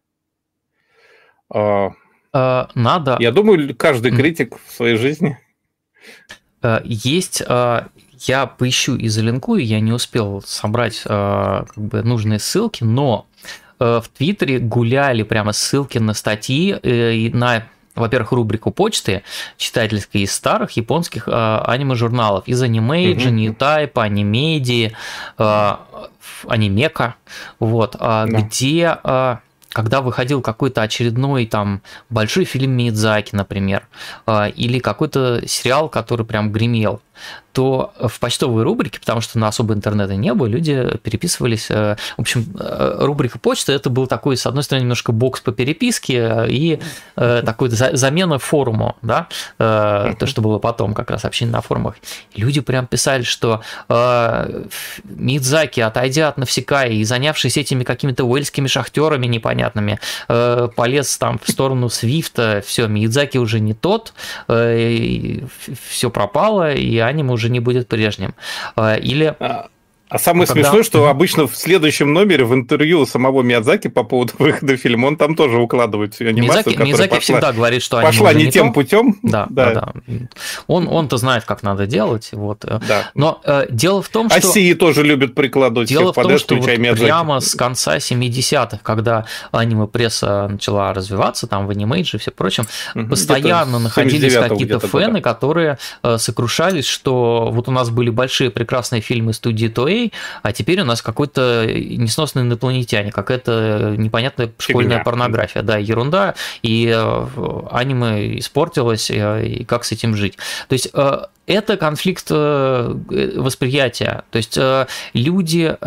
Надо... Я думаю, каждый критик в своей жизни... Есть... Я поищу и залинкую, я не успел собрать нужные ссылки, но в Твиттере гуляли прямо ссылки на статьи и на... Во-первых, рубрику почты читательской из старых японских аниме-журналов. Из Animage, Newtype, Animedi, Анимека. Вот, где... Когда выходил какой-то очередной там большой фильм Миядзаки, например, или какой-то сериал, который прям гремел, то в почтовой рубрике, потому что на особо интернета не было, люди переписывались. В общем, рубрика почты – это был такой, с одной стороны, немножко бокс по переписке и такой замена форуму, да, то, что было потом, как раз общение на форумах. И люди прям писали, что Миядзаки, отойдя от Навсекая и занявшись этими какими-то уэльскими шахтерами непонятными, полез там в сторону Свифта, все, Миядзаки уже не тот, все пропало, и аниме уже не будет прежним. Или... А самое смешное, что обычно в следующем номере в интервью самого Миядзаки по поводу выхода фильма, он там тоже укладывает всю анимацию, Миядзаки всегда говорит, что пошла не тем путем. Да. Он-то знает, как надо делать. Вот. Да. Но дело в том, что... Асии тоже любят прикладывать дело в том, что вот прямо с конца 70-х, когда аниме-пресса начала развиваться, там в Animage и все прочем, постоянно находились какие-то фэны, которые сокрушались, что вот у нас были большие прекрасные фильмы студии Toei, а теперь у нас какой-то несносный инопланетяне, какая-то непонятная школьная порнография, да, ерунда, и аниме испортилось, и как с этим жить. То есть это конфликт восприятия, то есть люди...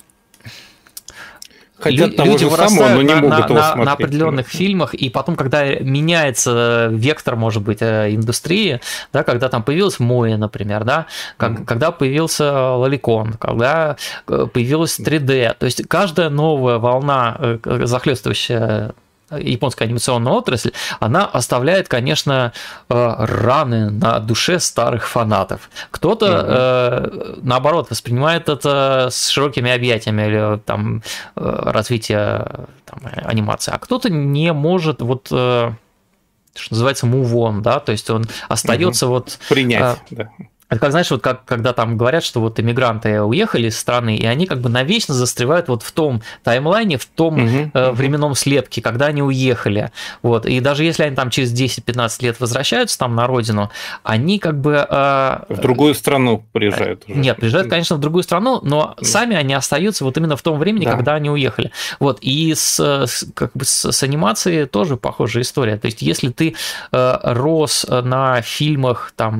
Хотят того же самого, но не могут его смотреть. На определенных фильмах, и потом, когда меняется вектор, может быть, индустрии, да, когда там появилась Моя, например, да, когда появился Лоликон, когда появилась 3D, то есть каждая новая волна, захлестывающая японская анимационная отрасль, она оставляет, конечно, раны на душе старых фанатов. Кто-то, наоборот, воспринимает это с широкими объятиями или там развития там, анимации, а кто-то не может вот, что называется, move on, да, то есть он остается вот... Принять, да. Это как, знаешь, вот как, когда там говорят, что вот иммигранты уехали из страны, и они как бы навечно застревают вот в том таймлайне, в том временном слепке, когда они уехали. Вот. И даже если они там через 10-15 лет возвращаются там на родину, они как бы... в другую страну приезжают уже. Нет, приезжают, конечно, в другую страну, но сами они остаются вот именно в том времени, когда они уехали. Вот. И как бы с анимацией тоже похожая история. То есть если ты рос на фильмах там,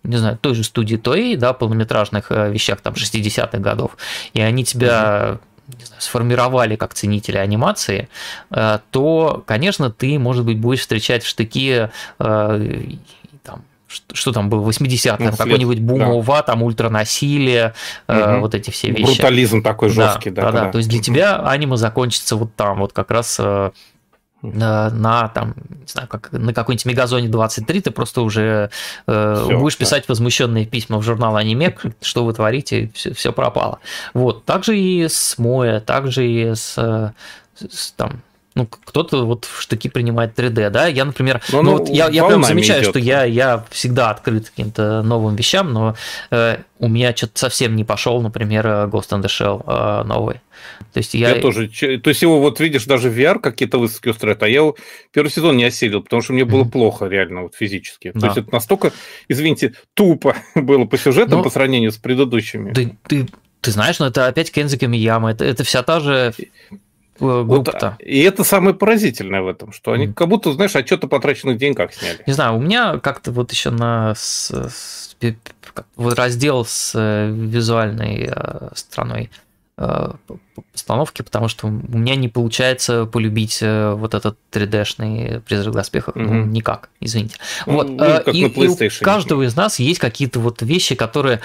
не знаю, той же студии Toei, да, полнометражных вещах там 60-х годов, и они тебя не знаю, сформировали как ценителя анимации, то, конечно, ты, может быть, будешь встречать в штыки там, что там было в 80-х, какой-нибудь бум-ова, там ультранасилие, вот эти все вещи. Брутализм такой жесткий, да. То есть для тебя аниме закончится вот там, вот как раз на там, не знаю, как на какой-нибудь Мегазоне 23 ты просто уже будешь писать возмущенные письма в журнал аниме, что вы творите, все пропало. Вот, также и с Моэ, также и с там. Ну, кто-то вот в штыки принимает 3D, да, я, например, я прям замечаю, что я всегда открыт к каким-то новым вещам, но у меня что-то совсем не пошел, например, Ghost in the Shell новый. То есть я тоже, то есть его вот видишь, даже VR какие-то выставки устраивают, а я его первый сезон не осилил, потому что мне было плохо реально вот физически. То есть это настолько, извините, тупо было по сюжетам по сравнению с предыдущими. Ты знаешь, это опять Кензи Камияма, это вся та же... Вот, и это самое поразительное в этом, что они как будто, знаешь, отчет о потраченных деньгах сняли. Не знаю, у меня как-то вот еще на вот раздел с визуальной стороной постановки, потому что у меня не получается полюбить вот этот 3D-шный «Призрак в доспехах», ну, никак, извините. Вот. И у каждого из нас есть какие-то вот вещи, которые,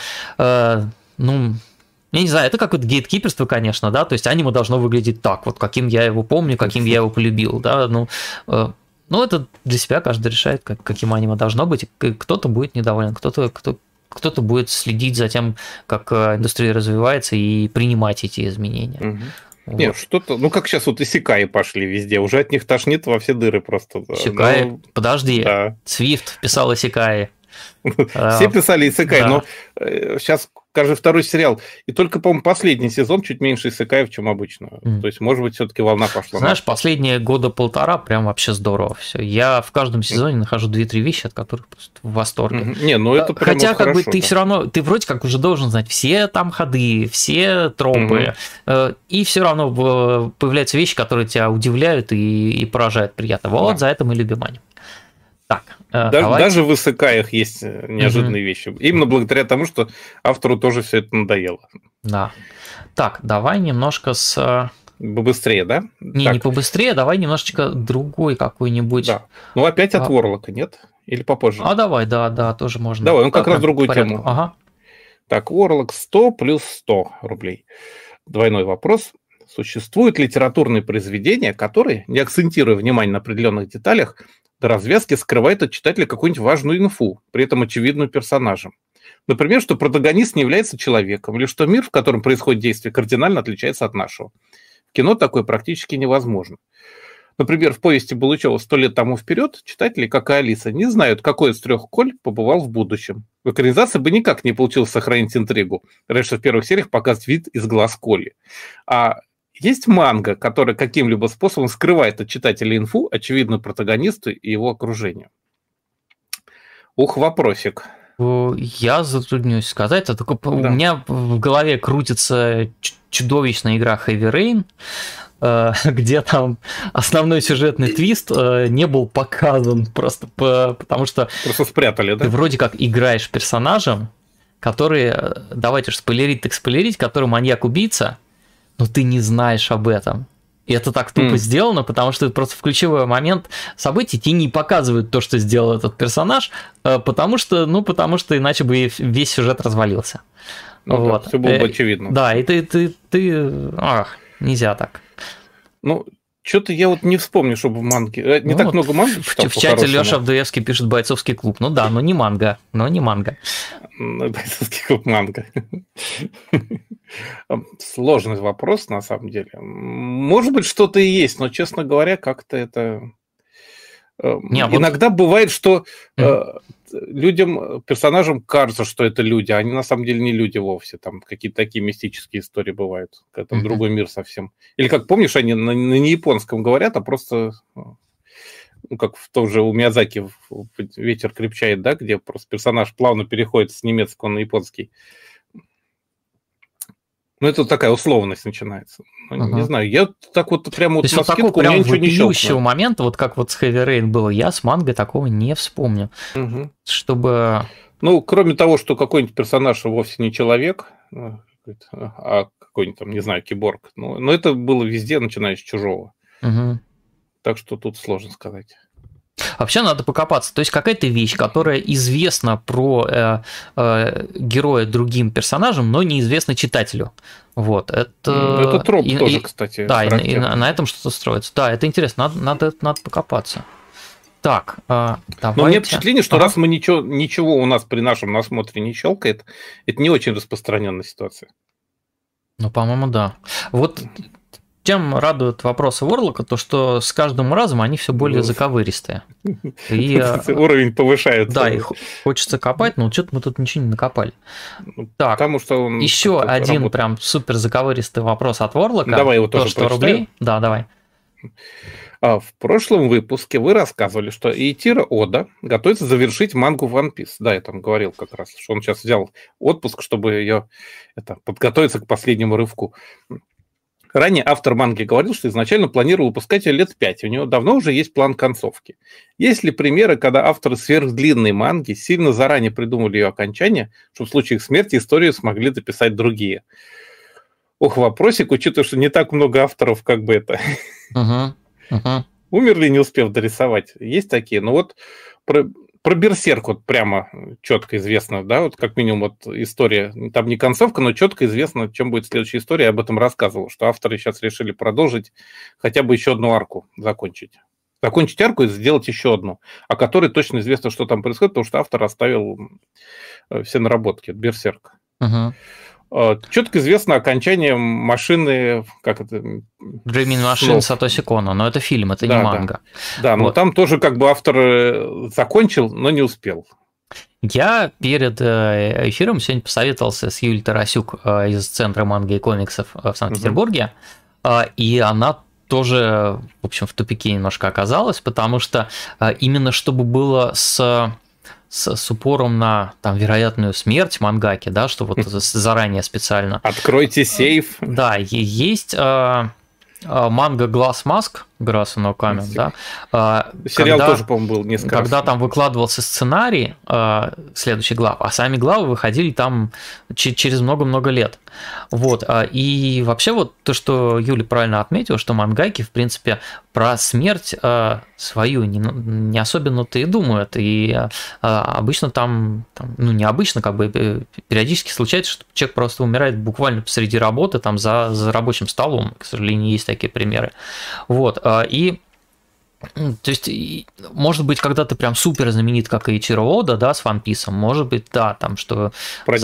я не знаю, это какое-то гейткиперство, конечно, да, то есть аниме должно выглядеть так, вот каким я его помню, каким я его полюбил, да, ну это для себя каждый решает, каким аниме должно быть, кто-то будет недоволен, кто-то будет следить за тем, как индустрия развивается и принимать эти изменения. Вот. Нет, что-то, как сейчас вот исекаи пошли везде, уже от них тошнит во все дыры просто. Исекаи, подожди, Свифт вписал исекаи. Все писали исекаи, но сейчас каждый второй сериал. И только, по-моему, последний сезон чуть меньше исекаев, чем обычно. То есть, может быть, все-таки волна пошла. Знаешь, последние года полтора прям вообще здорово все. Я в каждом сезоне нахожу 2-3 вещи, от которых просто в восторге. Не, это прям хотя, как бы, ты все равно, ты вроде как уже должен знать все там ходы, все тропы, и все равно появляются вещи, которые тебя удивляют и поражают приятно. Вот за это мы любим аниме. Так, даже в исекаях есть неожиданные вещи. Именно благодаря тому, что автору тоже все это надоело. Да. Так, давай немножко побыстрее, да? Не побыстрее, давай немножечко другой какой-нибудь. Да. Опять от Ворлока, нет? Или попозже? Давай, да, тоже можно. Давай, как раз другую тему. Ага. Так, Ворлок 100 плюс 100 рублей. Двойной вопрос. Существуют литературные произведения, которые, не акцентируя внимание на определенных деталях, до развязки скрывает от читателя какую-нибудь важную инфу, при этом очевидную персонажем. Например, что протагонист не является человеком, или что мир, в котором происходит действие, кардинально отличается от нашего. В кино такое практически невозможно. Например, в повести Булычева «100 лет тому вперед» читатели, как и Алиса, не знают, какой из 3 Коль побывал в будущем. В экранизации бы никак не получилось сохранить интригу. Раньше в первых сериях показывать вид из глаз Коли. А есть манга, которая каким-либо способом скрывает от читателя инфу, очевидную протагонисту и его окружению. Вопросик. Я затруднюсь сказать, у меня в голове крутится чудовищная игра Heavy Rain, где там основной сюжетный твист не был показан, просто потому что... Просто спрятали, да? Ты вроде как играешь персонажем, который, давайте же спойлерить, который маньяк-убийца, но ты не знаешь об этом. И это так тупо сделано, потому что это просто в ключевой момент событий тебе не показывают то, что сделал этот персонаж, потому что иначе бы весь сюжет развалился. Вот. Все было бы очевидно. Да, и ты нельзя так. Что-то я не вспомню, чтобы в манге... Не так много манги читал. В чате Леша Авдеевский пишет «Бойцовский клуб». Да, но не манга. Бойцовский клуб манга. Сложный вопрос, на самом деле. Может быть, что-то и есть, но, честно говоря, как-то это... Иногда бывает, что персонажам кажется, что это люди, а они на самом деле не люди вовсе. Там какие-то такие мистические истории бывают, когда другой мир совсем. Или как, помнишь, они на неяпонском говорят, а просто... как в том же у Миядзаки «Ветер крепчает», да, где просто персонаж плавно переходит с немецкого на японский. Это такая условность начинается. Не знаю, я так прямо на скидку, у меня ничего не щелкнуло. Момента, вот как с Heavy Rain было, я с мангой такого не вспомню. Чтобы... Ну, кроме того, что какой-нибудь персонаж вовсе не человек, а какой-нибудь там, не знаю, киборг. Но это было везде, начиная с «Чужого». Угу. Так что тут сложно сказать. Вообще надо покопаться. То есть какая-то вещь, которая известна про героя другим персонажам, но неизвестна читателю. Вот. Это троп тоже, кстати. Да, и на этом что-то строится. Да, это интересно, надо покопаться. Так, давайте... Но у меня впечатление, что раз мы ничего у нас при нашем насмотре не щелкает, это не очень распространенная ситуация. Ну, по-моему, да. Вот чем радует вопросы Ворлока, то что с каждым разом они все более заковыристые. Уровень повышается. Да, их хочется копать, но что-то мы тут ничего не накопали. Так, потому что он еще один прям супер заковыристый вопрос от Ворлока. Давай его тоже 100 рублей. Да, давай. В прошлом выпуске вы рассказывали, что Эйтиро Ода готовится завершить мангу One Piece. Да, я там говорил как раз, что он сейчас взял отпуск, чтобы ее подготовиться к последнему рывку. Ранее автор манги говорил, что изначально планировал выпускать ее лет 5. У него давно уже есть план концовки. Есть ли примеры, когда авторы сверхдлинной манги сильно заранее придумали ее окончание, чтобы в случае их смерти историю смогли дописать другие? Ох, вопросик, учитывая, что не так много авторов, как бы это... Умерли, не успев дорисовать. Есть такие. Но вот про Берсерк вот прямо четко известно, да, вот как минимум вот история, там не концовка, но четко известно, чем будет следующая история. Я об этом рассказывал, что авторы сейчас решили продолжить хотя бы еще одну арку закончить. Закончить арку и сделать еще одну, о которой точно известно, что там происходит, потому что автор оставил все наработки. Берсерк. Четко известно окончание машины, как это? Dreaming Machine Сатоси Коно, но это фильм, это не манга. Да, но там тоже как бы автор закончил, но не успел. Я перед эфиром сегодня посоветовался с Юлией Тарасюк из Центра манги и комиксов в Санкт-Петербурге, и она тоже, в общем, в тупике немножко оказалась, потому что именно чтобы было с упором на там вероятную смерть мангаки, да, что вот заранее специально. Откройте сейф. Да, есть манга Glass Mask, Грасу no Камен, да. Сериал тоже, по-моему, был несколько раз. Когда там выкладывался сценарий следующей главы, а сами главы выходили там через много-много лет. Вот. И вообще вот то, что Юля правильно отметила, что мангайки, в принципе, про смерть свою не особенно-то и думают. И обычно там, ну не обычно, как бы периодически случается, что человек просто умирает буквально посреди работы, там за рабочим столом. К сожалению, есть такие примеры. Вот. И то есть, может быть, когда ты прям супер знаменит, как и Эйчиро Ода, да, с One Piece, может быть, да, там, что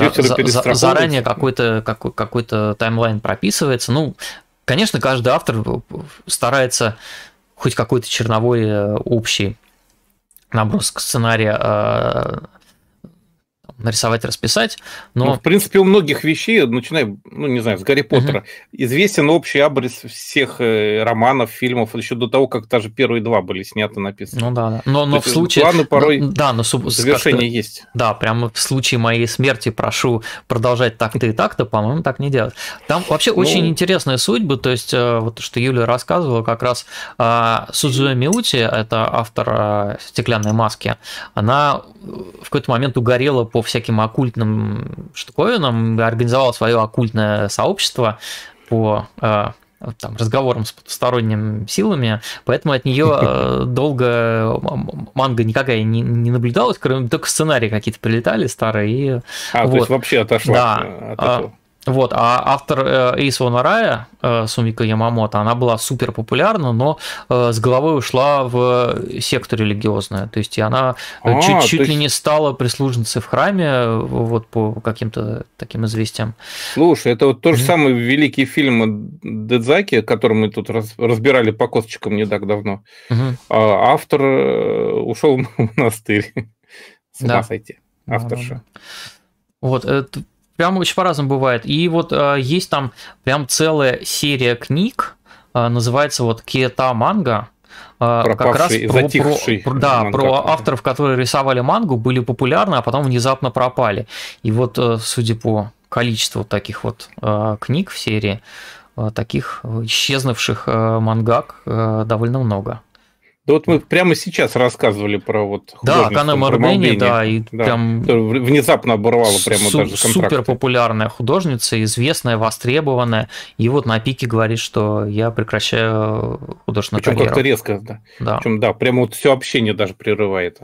заранее какой-то таймлайн прописывается. Ну, конечно, каждый автор старается хоть какой-то черновой общий набросок сценария нарисовать, расписать, но... в принципе, у многих вещей, начиная, ну, не знаю, с Гарри Поттера, известен общий абрис всех романов, фильмов, еще до того, как даже первые два были сняты, написаны. Ну, да. Но в случае... Планы порой завершение есть. Да, прямо в случае моей смерти прошу продолжать так-то и так-то, по-моему, так не делать. Там вообще очень интересные судьбы, то есть, вот то, что Юля рассказывала, как раз Судзуэ Миути, это автор «Стеклянной маски», она в какой-то момент угорела по всяким оккультным штуковинам, организовала свое оккультное сообщество по там, разговорам с потусторонними силами, поэтому от нее долго манга никакая не наблюдалась, кроме только сценарии какие-то прилетали старые. То есть вообще отошла от этого. Вот, а автор Эйс Онарая, Сумика Ямамото, она была супер популярна, но с головой ушла в секту религиозную. То есть, и она чуть ли не стала прислужницей в храме, вот по каким-то таким известиям. Слушай, это вот тот же самый великий фильм Дэдзаки, который мы тут разбирали по косточкам не так давно. Автор ушел в монастырь. С ума сойти. Авторша. Вот, это... Прям очень по-разному бывает. И вот есть там прям целая серия книг, называется вот Киета манга. Как раз про авторов, которые рисовали мангу, были популярны, а потом внезапно пропали. И вот, судя по количеству таких вот книг в серии, таких исчезнувших мангак довольно много. Да вот мы прямо сейчас рассказывали про вот Да, Канэ Мордени, да, и да, прям внезапно оборвало прямо даже контракты. Супер популярная художница, известная, востребованная, и вот на пике говорит, что я прекращаю художественную карьеру. Причем как-то резко, да. Да. Причем, да, прямо вот все общение даже прерывает.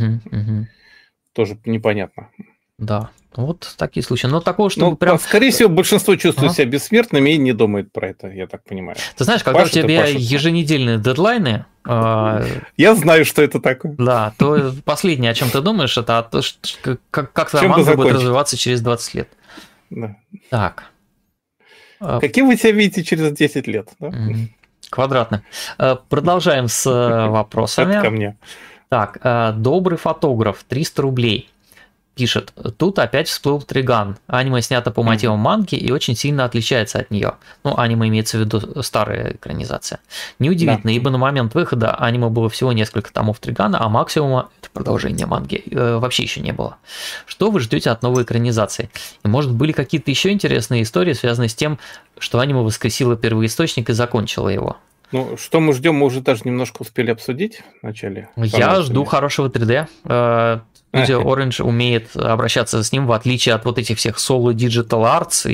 Тоже непонятно. Да, вот такие случаи. Но такого, чтобы прям... Скорее всего, большинство чувствует себя бессмертными и не думает про это, я так понимаю. Ты знаешь, когда у тебя еженедельные дедлайны... Я знаю, что это такое. Да, то последнее, о чем ты думаешь, это как твоя манга будет развиваться через 20 лет. Да. Так. Каким вы себя видите через 10 лет? Да? Квадратным. Продолжаем с вопросами. Это ко мне. Так, добрый фотограф, 300 рублей. Пишет, тут опять всплыл Триган. Аниме снято по мотивам манги и очень сильно отличается от нее. Ну, аниме имеется в виду старая экранизация. Неудивительно, ибо на момент выхода аниме было всего несколько томов Тригана, а максимума, это продолжение манги, вообще еще не было. Что вы ждете от новой экранизации? И может были какие-то еще интересные истории, связанные с тем, что аниме воскресило первоисточник и закончило его? Ну, что мы ждем, мы уже даже немножко успели обсудить в начале. Я жду хорошего 3D. Студия Orange умеет обращаться с ним, в отличие от вот этих всех Solo Digital Arts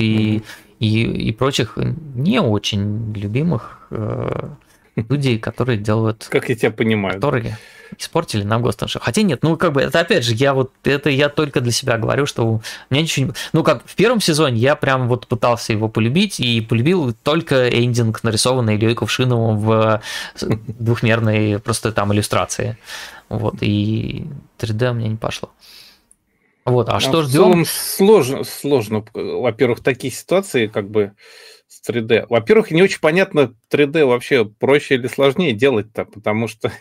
и прочих не очень любимых студий, которые делают... Как я тебя понимаю. Которые испортили нам Ghost in Shell. Хотя нет, ну как бы, это опять же, я только для себя говорю, что у меня ничего не... Ну как, в первом сезоне я прям вот пытался его полюбить, и полюбил только эндинг, нарисованный Ильей Кувшиновым в двухмерной просто там иллюстрации. Вот, и 3D у меня не пошло. Вот, а что ждем? В целом сложно. Во-первых, такие ситуации, как бы, с 3D. Во-первых, не очень понятно, 3D вообще проще или сложнее делать-то, потому что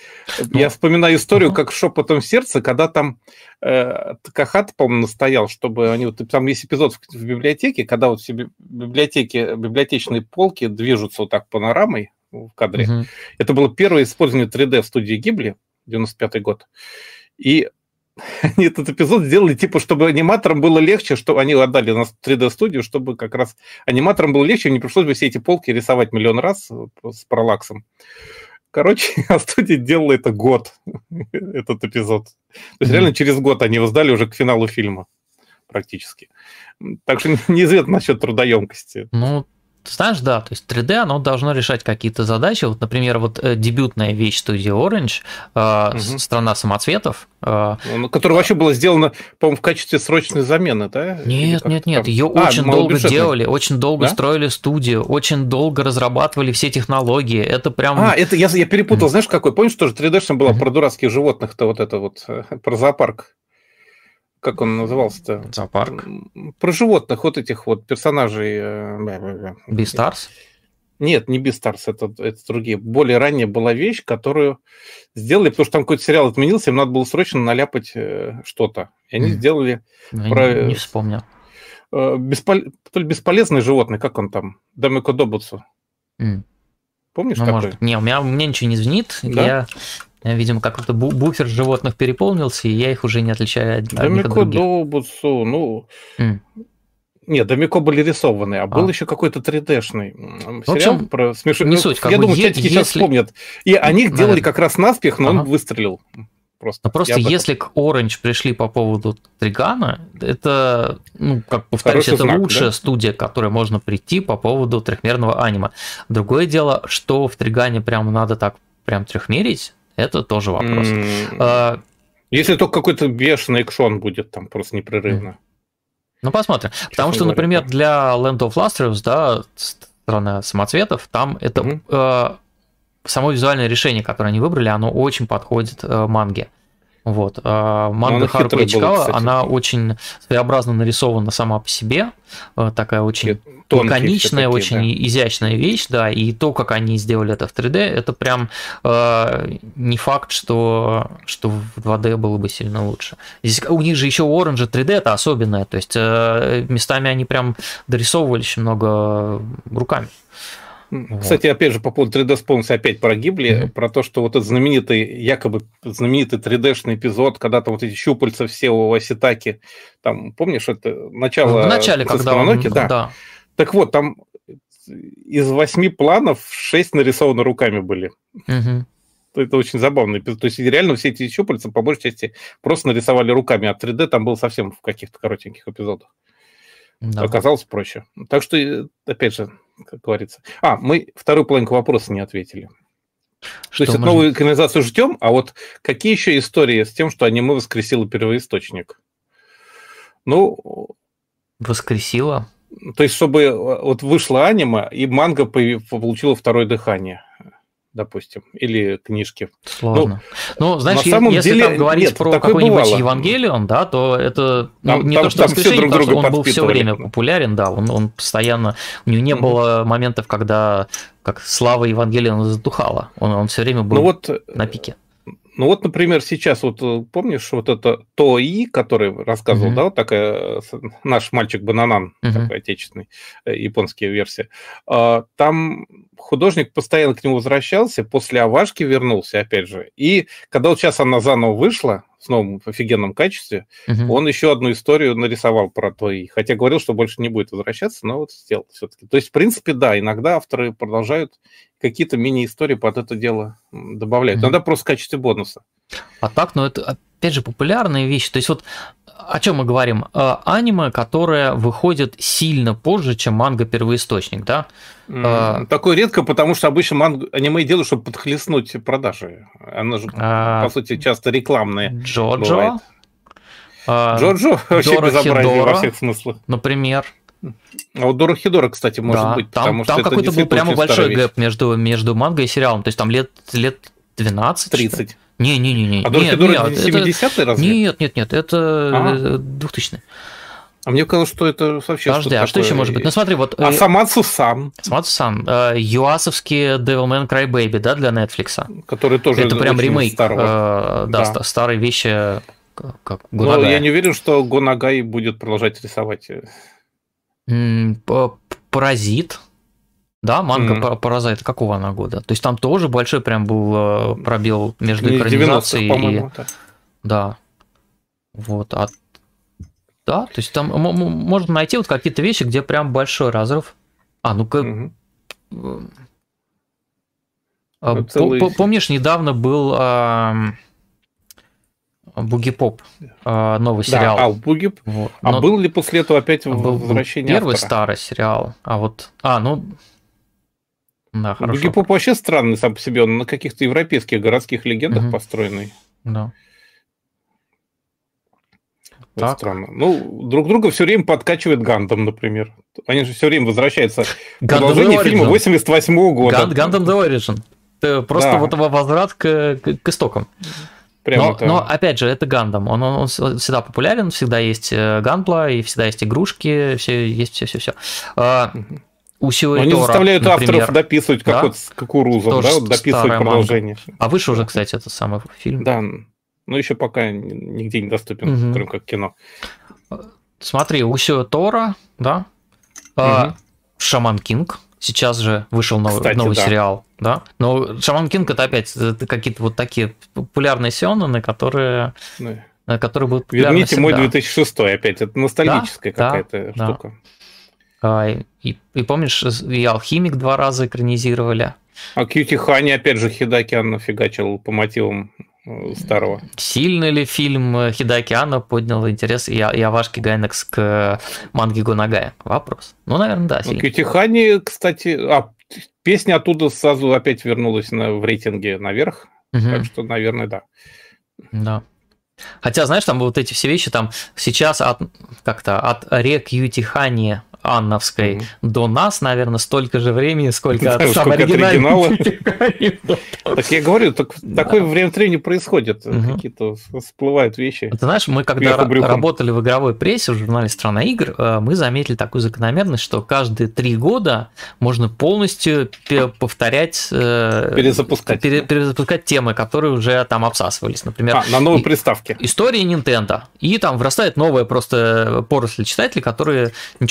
я вспоминаю историю, как «Шепотом сердца», когда там Такахата, по-моему, настоял, чтобы они... Вот, там есть эпизод в библиотеке, когда вот все библиотечные полки движутся вот так панорамой в кадре. Это было первое использование 3D в студии Гибли, 95-й год. И они этот эпизод сделали, типа, чтобы аниматорам было легче, что они отдали на 3D-студию, чтобы как раз аниматорам было легче, не пришлось бы все эти полки рисовать миллион раз с параллаксом. Короче, а студия делала это год, этот эпизод. То есть реально через год они его сдали уже к финалу фильма практически. Так что неизвестно насчет трудоемкости. Ну, ты знаешь, да, то есть 3D, оно должно решать какие-то задачи. Вот, например, вот дебютная вещь студии Orange, «Страна самоцветов». Которая вообще была сделана, по-моему, в качестве срочной замены, да? Нет, ее очень долго делали, очень долго строили студию, очень долго разрабатывали все технологии. Это прям... это я перепутал, знаешь, какой? Помнишь, тоже 3D-шная была про дурацких животных-то, вот это вот, про зоопарк. Как он назывался-то? Зоопарк. Про животных, вот этих вот персонажей. Beastars? Нет, не Beastars, это другие. Более ранняя была вещь, которую сделали, потому что там какой-то сериал отменился, им надо было срочно наляпать что-то. И они сделали... Не вспомнил. То ли бесполезные животные, как он там? Дамеко Добуцу. Помнишь такой? Может. Не, у меня ничего не звенит. Да? Я, видимо, как-то буфер животных переполнился, и я их уже не отличаю от них от других. Дамеко Добуцу, ну... Нет, Дамеко были рисованные, а был еще какой-то 3D-шный сериал про смешные... Не суть, я думаю, чатики сейчас вспомнят. И они их делали как раз наспех, но он выстрелил. Просто если к Orange пришли по поводу Тригана, это, ну, как повторюсь, это знак, лучшая студия, к которой можно прийти по поводу трехмерного аниме. Другое дело, что в Тригане прям надо так прям трехмерить, это тоже вопрос. Если только какой-то бешеный экшон будет там просто непрерывно. Ну, посмотрим. Потому что, например, для Land of Lustrous, да, «Страна самоцветов», там это само визуальное решение, которое они выбрали, оно очень подходит манге. Вот. Манга Харуки Ичикава, она очень своеобразно нарисована сама по себе, такая очень лаконичная, очень изящная вещь, да, и то, как они сделали это в 3D, это прям не факт, что в 2D было бы сильно лучше. Здесь у них же еще у Orange 3D это особенное, то есть местами они прям дорисовывали очень много руками. Кстати, опять же, по поводу 3D вспомнился опять про Гибли, про то, что вот этот якобы знаменитый 3D-шный эпизод, когда там вот эти щупальца все у Аситаки, там, помнишь, это начало... В начале, когда он... Да. Так вот, там из 8 планов 6 нарисованы руками были. Это очень забавно. То есть реально все эти щупальца по большей части просто нарисовали руками, а 3D там был совсем в каких-то коротеньких эпизодах. Да. Оказалось проще. Так что, опять же, как говорится... мы вторую половинку вопроса не ответили. То есть новую экранизацию ждем, а вот какие еще истории с тем, что аниме воскресило первоисточник? Воскресило? То есть, чтобы вот вышло аниме, и манга получила второе дыхание, допустим, или книжки. Сложно. Знаешь, если там говорить про какой-нибудь Евангелион, да, то это не то, что воскрешение, потому что он был все время популярен, да, он постоянно, у него не было моментов, когда как слава Евангелиона затухала, он все время был на пике. Например, сейчас помнишь это Тои, который рассказывал, да, вот такая наш мальчик Бананан, такой отечественный, японская версия. Там художник постоянно к нему возвращался, после Авашки вернулся, опять же. И когда сейчас она заново вышла, в новом офигенном качестве, он еще одну историю нарисовал про Тои. Хотя говорил, что больше не будет возвращаться, но сделал все-таки. То есть, в принципе, да, иногда авторы продолжают какие-то мини-истории под это дело добавляют. Иногда просто в качестве бонуса. А так, это, опять же, популярные вещи. То есть, о чем мы говорим? Аниме, которое выходит сильно позже, чем манга-первоисточник, да? Такое редко, потому что обычно аниме делают, чтобы подхлестнуть продажи. Она же, по сути, часто рекламная. Джоджо? Джоджо вообще безобразие во всех смыслах. Например. А вот Дорохидора, кстати, может быть, потому что там какой-то был прямо большой гэп между манго и сериалом. То есть там лет 12? 30. Не. А Дорохидора 70-й разве? Нет, это 2000-й. А мне казалось, что это вообще Подожди, а что еще может быть? Смотри, Самацу-сан. Юасовский Devilman Crybaby, да, для Netflix. Который тоже это прям ремейк старого. Старой вещи, как Гонагай. Но я не уверен, что Гонагай будет продолжать рисовать. Паразит. Да, манга Паразит какого она года? То есть там тоже большой прям был пробел между экранизацией и... Да. Да, то есть там можно найти какие-то вещи, где прям большой разрыв. Помнишь, недавно был Буги-Поп, новый сериал. Буги. Был ли после этого опять возвращение первый автора? Старый сериал, да, хорошо. Буги-Поп вообще странный сам по себе, он на каких-то европейских городских легендах построенный. Да. Так. Странно. Друг друга все время подкачивает Гандам, например. Они же все время возвращаются к продолжению фильма 88-го года. Гандам The Origin. Это просто возврат к истокам. Но опять же, это Гандам. Он всегда популярен, всегда есть ганпла, и всегда есть игрушки, есть все. Они заставляют авторов дописывать кукурузу, дописывать продолжение. А вышел уже, кстати, этот самый фильм. Да. Но еще пока нигде не доступен, кроме как кино. Смотри, Усио Тора, да? Шаман Кинг. Сейчас же вышел новый сериал, да? Но Шаман Кинг это опять какие-то такие популярные сёнэны, которые будут популярны Верните всегда. мой 2006 опять. Это ностальгическая какая-то штука. И помнишь, и Алхимик 2 раза экранизировали. А Кьюти Хани опять же Хидаки Анно фигачил по мотивам старого. Сильно ли фильм Хидаки Анно поднял интерес и Авашки Гайнекс к манге Гонагая? Вопрос. Наверное, да. Кьюти Хани, кстати, песня оттуда сразу опять вернулась в рейтинге наверх. Так что, наверное, да. Да. Хотя, знаешь, там эти все вещи, там сейчас от Кьюти Хани Анновской до нас, наверное, столько же времени, сколько от самого оригинала. Так я говорю, такое время от времени происходит, какие-то всплывают вещи. Ты знаешь, мы когда работали в игровой прессе, в журнале «Страна игр», мы заметили такую закономерность, что каждые 3 года можно полностью повторять, перезапускать темы, которые уже там обсасывались. Например, на новой приставке. История Nintendo. И там вырастает новая просто поросль читателей, которые ничего не знали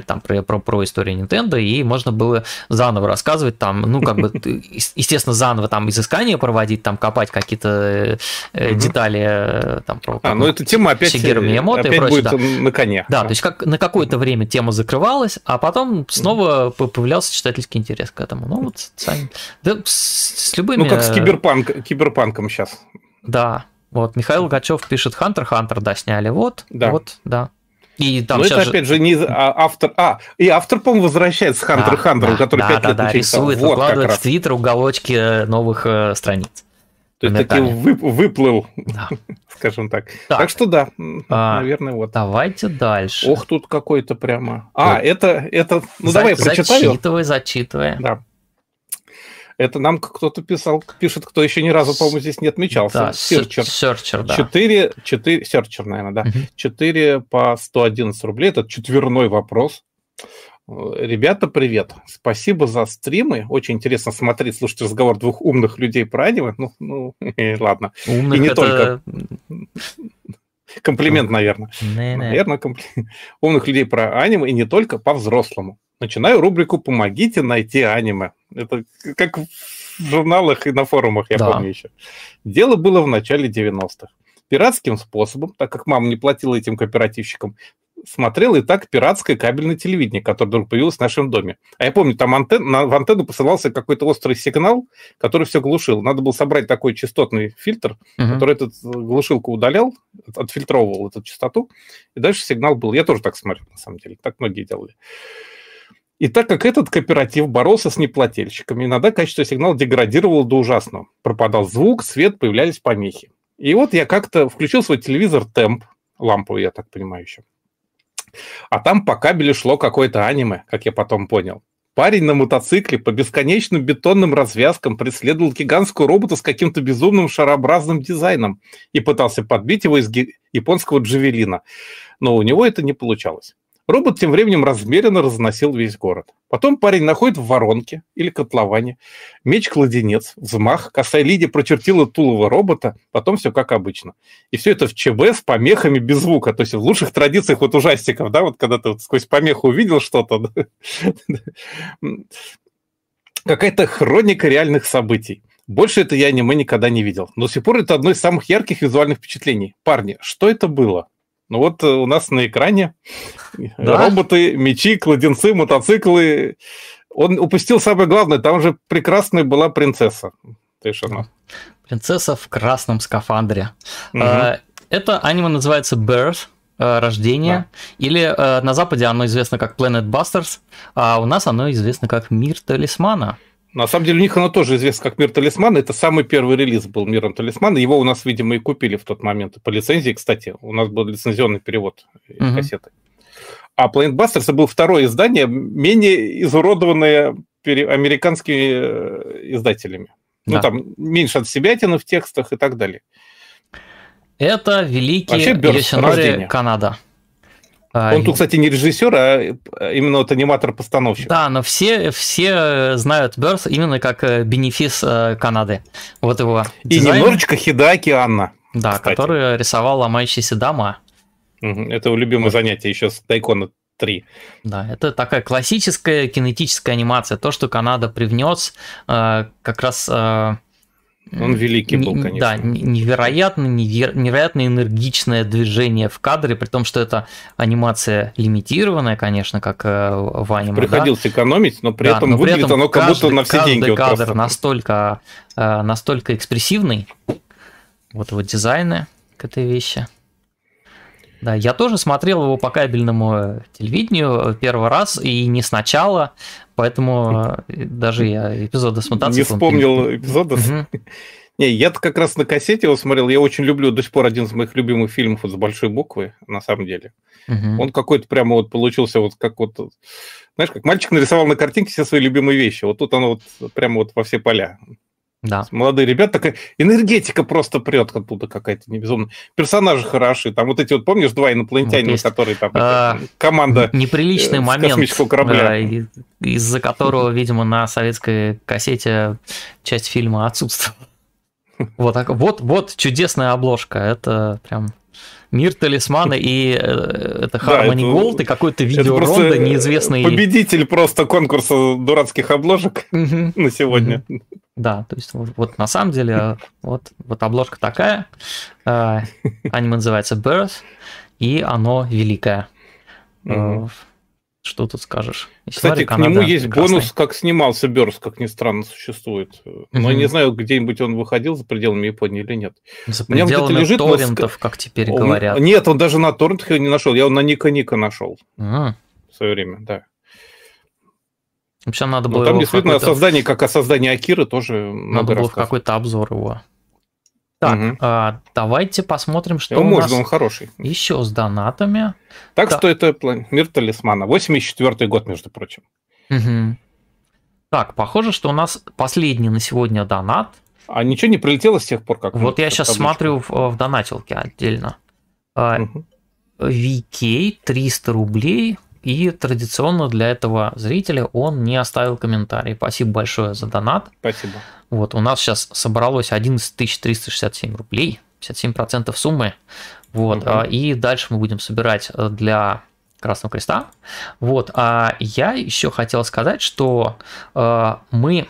там про историю Nintendo, и можно было заново рассказывать, там, ну, как бы, естественно, заново там изыскания проводить, там, копать какие-то детали, там, про... ну, эта тема опять будет на коне. Да, то есть как на какое-то время тема закрывалась, а потом снова появлялся читательский интерес к этому. Ну, вот сами... Да, с любыми... Ну, как с киберпанком сейчас. Да. Вот, Михаил Гачев пишет, Хантер, да, сняли, вот, да. И там но это, опять же, не автор... и автор, по-моему, возвращается с Хантер, который 5 лет не писал. Рисует, выкладывает в Твиттер уголочки новых страниц. То есть, таки выплыл, скажем так. Так что да, наверное, вот. Давайте дальше. Ох, тут какой-то прямо... это... Ну, давай, прочитаю. Зачитывай. Да. Это нам кто-то пишет, кто еще ни разу, по-моему, здесь не отмечался. Да, Searcher, да. 4, Searcher, наверное, да. 4 по 111 рублей. Это четверной вопрос. Ребята, привет. Спасибо за стримы. Очень интересно смотреть, слушать разговор двух умных людей про аниме. Ну, ладно. Умных и не это... только. Комплимент, наверное. Наверное, комплимент. Умных людей про аниме и не только по-взрослому. Начинаю рубрику «Помогите найти аниме». Это как в журналах и на форумах, я помню еще. Дело было в начале 90-х. Пиратским способом, так как мама не платила этим кооперативщикам, смотрел и так пиратское кабельное телевидение, которое вдруг появилось в нашем доме. А я помню, там в антенну посылался какой-то острый сигнал, который все глушил. Надо было собрать такой частотный фильтр, который эту глушилку удалял, отфильтровывал эту частоту, и дальше сигнал был. Я тоже так смотрел, на самом деле. Так многие делали. И так как этот кооператив боролся с неплательщиками, иногда качество сигнала деградировало до ужасного. Пропадал звук, свет, появлялись помехи. И вот я как-то включил свой телевизор темп, ламповый, я так понимаю еще. А там по кабелю шло какое-то аниме, как я потом понял. Парень на мотоцикле по бесконечным бетонным развязкам преследовал гигантского робота с каким-то безумным шарообразным дизайном и пытался подбить его из японского джавелина. Но у него это не получалось. Робот тем временем размеренно разносил весь город. Потом парень находит в воронке или котловане меч-кладенец, взмах, косая линия прочертила тулово робота, потом все как обычно. И все это в ЧБ с помехами без звука, то есть в лучших традициях вот ужастиков, да, вот когда ты вот сквозь помеху увидел что-то. Какая-то хроника реальных событий. Больше это я аниме никогда не видел. Но до сих пор это одно из самых ярких визуальных впечатлений. Парни, что это было? Ну вот у нас на экране роботы, мечи, кладенцы, мотоциклы. Он упустил самое главное, там же прекрасная была принцесса. Принцесса в красном скафандре. Это аниме называется Birth, рождение, или на Западе оно известно как Planet Busters, а у нас оно известно как Мир Талисмана. На самом деле у них оно тоже известно как Мир Талисмана. Это самый первый релиз был Миром Талисмана. Его у нас, видимо, и купили в тот момент. По лицензии, кстати. У нас был лицензионный перевод из кассеты. А Planet Busters был второе издание, менее изуродованное американскими издателями. Ну, там меньше отсебятины в текстах и так далее. Это великий Йосинори Канада. Он тут, кстати, не режиссер, а именно вот аниматор-постановщик. Да, но все знают Birth именно как бенефис Канады. Вот его дизайн. И немножечко Хидэаки Анна. Да, кстати. Который рисовал ломающиеся дома. Это его любимое занятие еще с Тайкона 3. Да, это такая классическая кинетическая анимация. То, что Канада привнес, как раз... Он великий был, конечно. Да, невероятно энергичное движение в кадре, при том, что это анимация лимитированная, конечно, как в аниме. Приходилось экономить, но при этом выглядит оно как будто на все деньги. Каждый кадр настолько экспрессивный. Вот его дизайны к этой вещи. Да, я тоже смотрел его по кабельному телевидению первый раз, и не сначала, поэтому даже я эпизоды с мотоциклом... Не вспомнил эпизоды? Не, я-то как раз на кассете его смотрел, я очень люблю, до сих пор один из моих любимых фильмов вот с большой буквы, на самом деле. Он какой-то прямо вот получился вот как вот... Знаешь, как мальчик нарисовал на картинке все свои любимые вещи, вот тут оно вот прямо вот во все поля. Да. Молодые ребята, такая энергетика просто прет оттуда какая-то безумная. Персонажи хороши. Там вот эти вот, помнишь, два инопланетянина, вот которые там команда неприличный момент, космического корабля. Из-за которого, видимо, на советской кассете часть фильма отсутствовала. Вот так, вот чудесная обложка. Это прям мир талисмана, и это Harmony Gold, и какой-то видео-ронда неизвестный. Победитель просто конкурса дурацких обложек на сегодня. Да, то есть вот на самом деле вот обложка такая. Аниме называется Birth, и оно великое. Что тут скажешь? Кстати, к нему есть бонус, как снимался Бёрст, как ни странно, существует. Но я не знаю, где-нибудь он выходил за пределами Японии или нет. За пределами торрентов, как теперь говорят. Нет, он даже на торрентах его не нашел. Я его на Ника нашел в свое время, да. Вообще надо было. Там действительно о создании Акиры тоже надо было какой-то обзор его. Так, давайте посмотрим, что у нас он хороший. Еще с донатами. Так что это мир талисмана. 84-й год, между прочим. Так, похоже, что у нас последний на сегодня донат. А ничего не прилетело с тех пор, как... Вот я сейчас смотрю в донатилке отдельно. VK 300 рублей. И традиционно для этого зрителя он не оставил комментарий. Спасибо большое за донат. Спасибо. Вот, у нас сейчас собралось 11 367 рублей, 57% суммы. Вот, и дальше мы будем собирать для Красного Креста. Вот, а я еще хотел сказать, что мы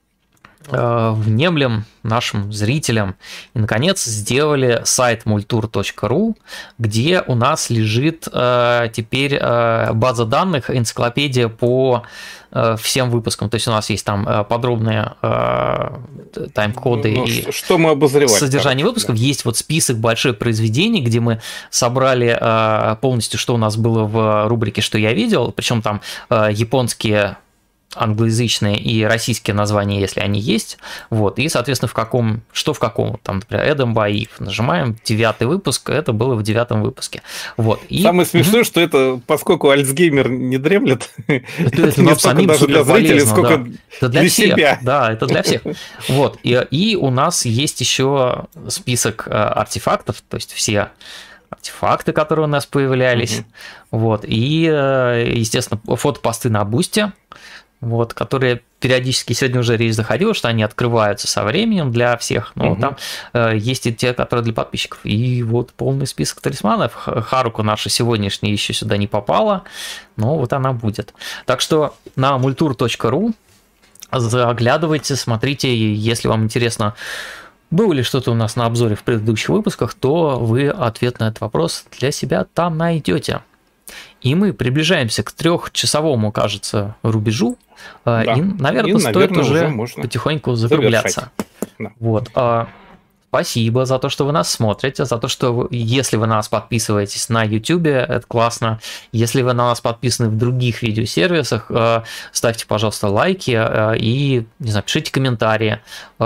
внемлем нашим зрителям и, наконец, сделали сайт multur.ru, где у нас лежит теперь база данных, энциклопедия по всем выпускам. То есть у нас есть там подробные тайм-коды и что мы обозревали, содержание выпусков. Да. Есть вот список больших произведений, где мы собрали полностью, что у нас было в рубрике «Что я видел». Причем там японские, англоязычные и российские названия, если они есть, вот, и, соответственно, в каком, там, например, Эдем Баиф, нажимаем 9-й выпуск, это было в 9-м выпуске, вот. И... Самое смешное, что это, поскольку Альцгеймер не дремлет, это не столько даже для зрителей, сколько да. для себя. Да, это для всех. Вот, и у нас есть еще список артефактов, то есть все артефакты, которые у нас появлялись, вот, и, естественно, фотопосты на Бусте, вот, которые периодически, сегодня уже речь заходила, что они открываются со временем для всех, но там есть и те, которые для подписчиков. И вот полный список талисманов. Харука наша сегодняшняя еще сюда не попала, но вот она будет. Так что на multur.ru заглядывайте, смотрите, если вам интересно, было ли что-то у нас на обзоре в предыдущих выпусках, то вы ответ на этот вопрос для себя там найдете. И мы приближаемся к 3-часовому, кажется, рубежу. Да. И, наверное, стоит уже потихоньку закругляться. Да. Вот. Спасибо за то, что вы нас смотрите, за то, что если вы на нас подписываетесь на YouTube, это классно. Если вы на нас подписаны в других видеосервисах, ставьте, пожалуйста, лайки и, не знаю, пишите комментарии.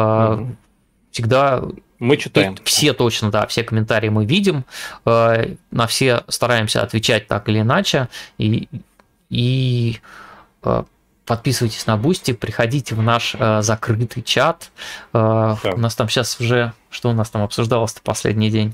Всегда... Мы читаем. Все точно, да, все комментарии мы видим, на все стараемся отвечать так или иначе, и подписывайтесь на Бусти, приходите в наш закрытый чат. Да. У нас там сейчас уже, что у нас там обсуждалось-то последний день?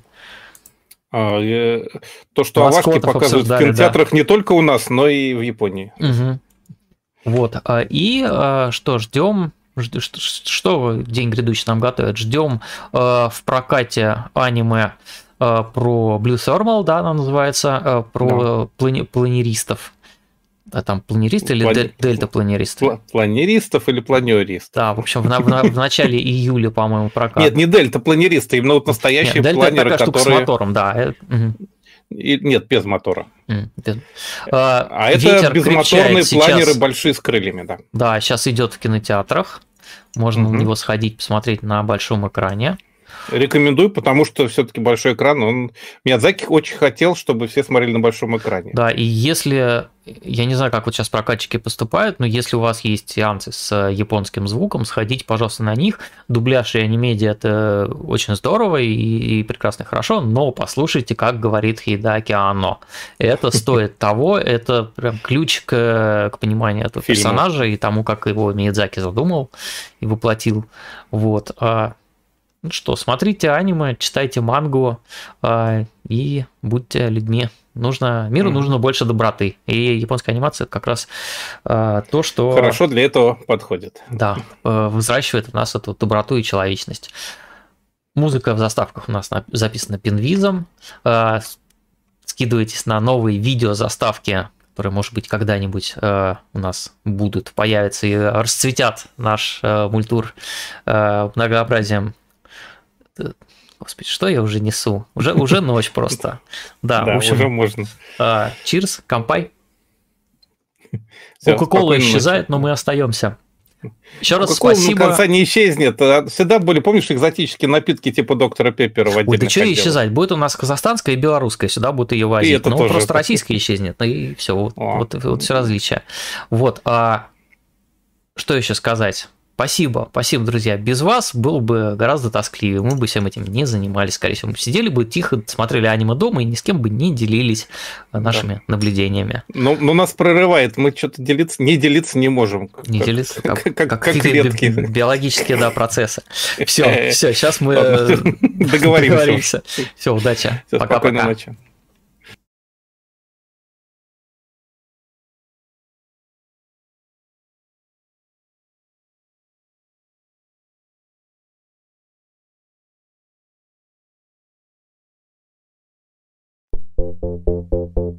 То, что Авашки показывают в кинотеатрах, да, не только у нас, но и в Японии. Вот, и что, ждем... Что день грядущий нам готовит? Ждем в прокате аниме про Blue Thermal, да, она называется, про планеристов. А там планеристы или дельта-планеристы? Планеристов или планеристов? Да, в общем, в начале июля, по-моему, прокат. Нет, не дельта-планеристы, именно вот настоящие планеры, которые... штука с мотором, да. Нет, без мотора. А это безмоторные планеры большие с крыльями, да. Да, сейчас идет в кинотеатрах. Можно на него сходить, посмотреть на большом экране. Рекомендую, потому что все-таки большой экран, Миядзаки очень хотел, чтобы все смотрели на большом экране. Да, и если, я не знаю, как вот сейчас прокатчики поступают, но если у вас есть сеансы с японским звуком, сходите, пожалуйста, на них. Дубляж и анимедиа – это очень здорово и прекрасно, хорошо, но послушайте, как говорит Хидэаки Анно. Это стоит того, это прям ключ к пониманию этого персонажа и тому, как его Миядзаки задумал и воплотил. Вот. Ну что, смотрите аниме, читайте мангу и будьте людьми. Миру нужно больше доброты. И японская анимация как раз то, что... Хорошо для этого подходит. Да, взращивает в нас эту доброту и человечность. Музыка в заставках у нас записана Пинвизом. Скидывайтесь на новые видео-заставки, которые, может быть, когда-нибудь у нас будут, появятся и расцветят наш мультур многообразием. Господи, что я уже несу? Уже ночь просто. Да, в общем, уже можно. Cheers, компай. Кока-кола исчезает, но мы остаемся. Еще раз спасибо. До конца не исчезнет. Всегда были, помнишь, экзотические напитки типа доктора Пеппера в отдельных Ой, да что отделах? исчезать? Будет у нас казахстанская и белорусская, сюда будут ее возить. Ну, просто российская исчезнет, и все, вот все различия. Вот, что еще сказать? Спасибо, друзья. Без вас было бы гораздо тоскливее, мы бы всем этим не занимались, скорее всего. Мы сидели бы тихо, смотрели аниме дома и ни с кем бы не делились нашими наблюдениями. Но нас прорывает, мы что-то не делиться не можем. Не делиться, как клетки. Биологические, да, процессы. Все, сейчас мы договоримся. Все, удачи. Спокойной ночи. Thank you.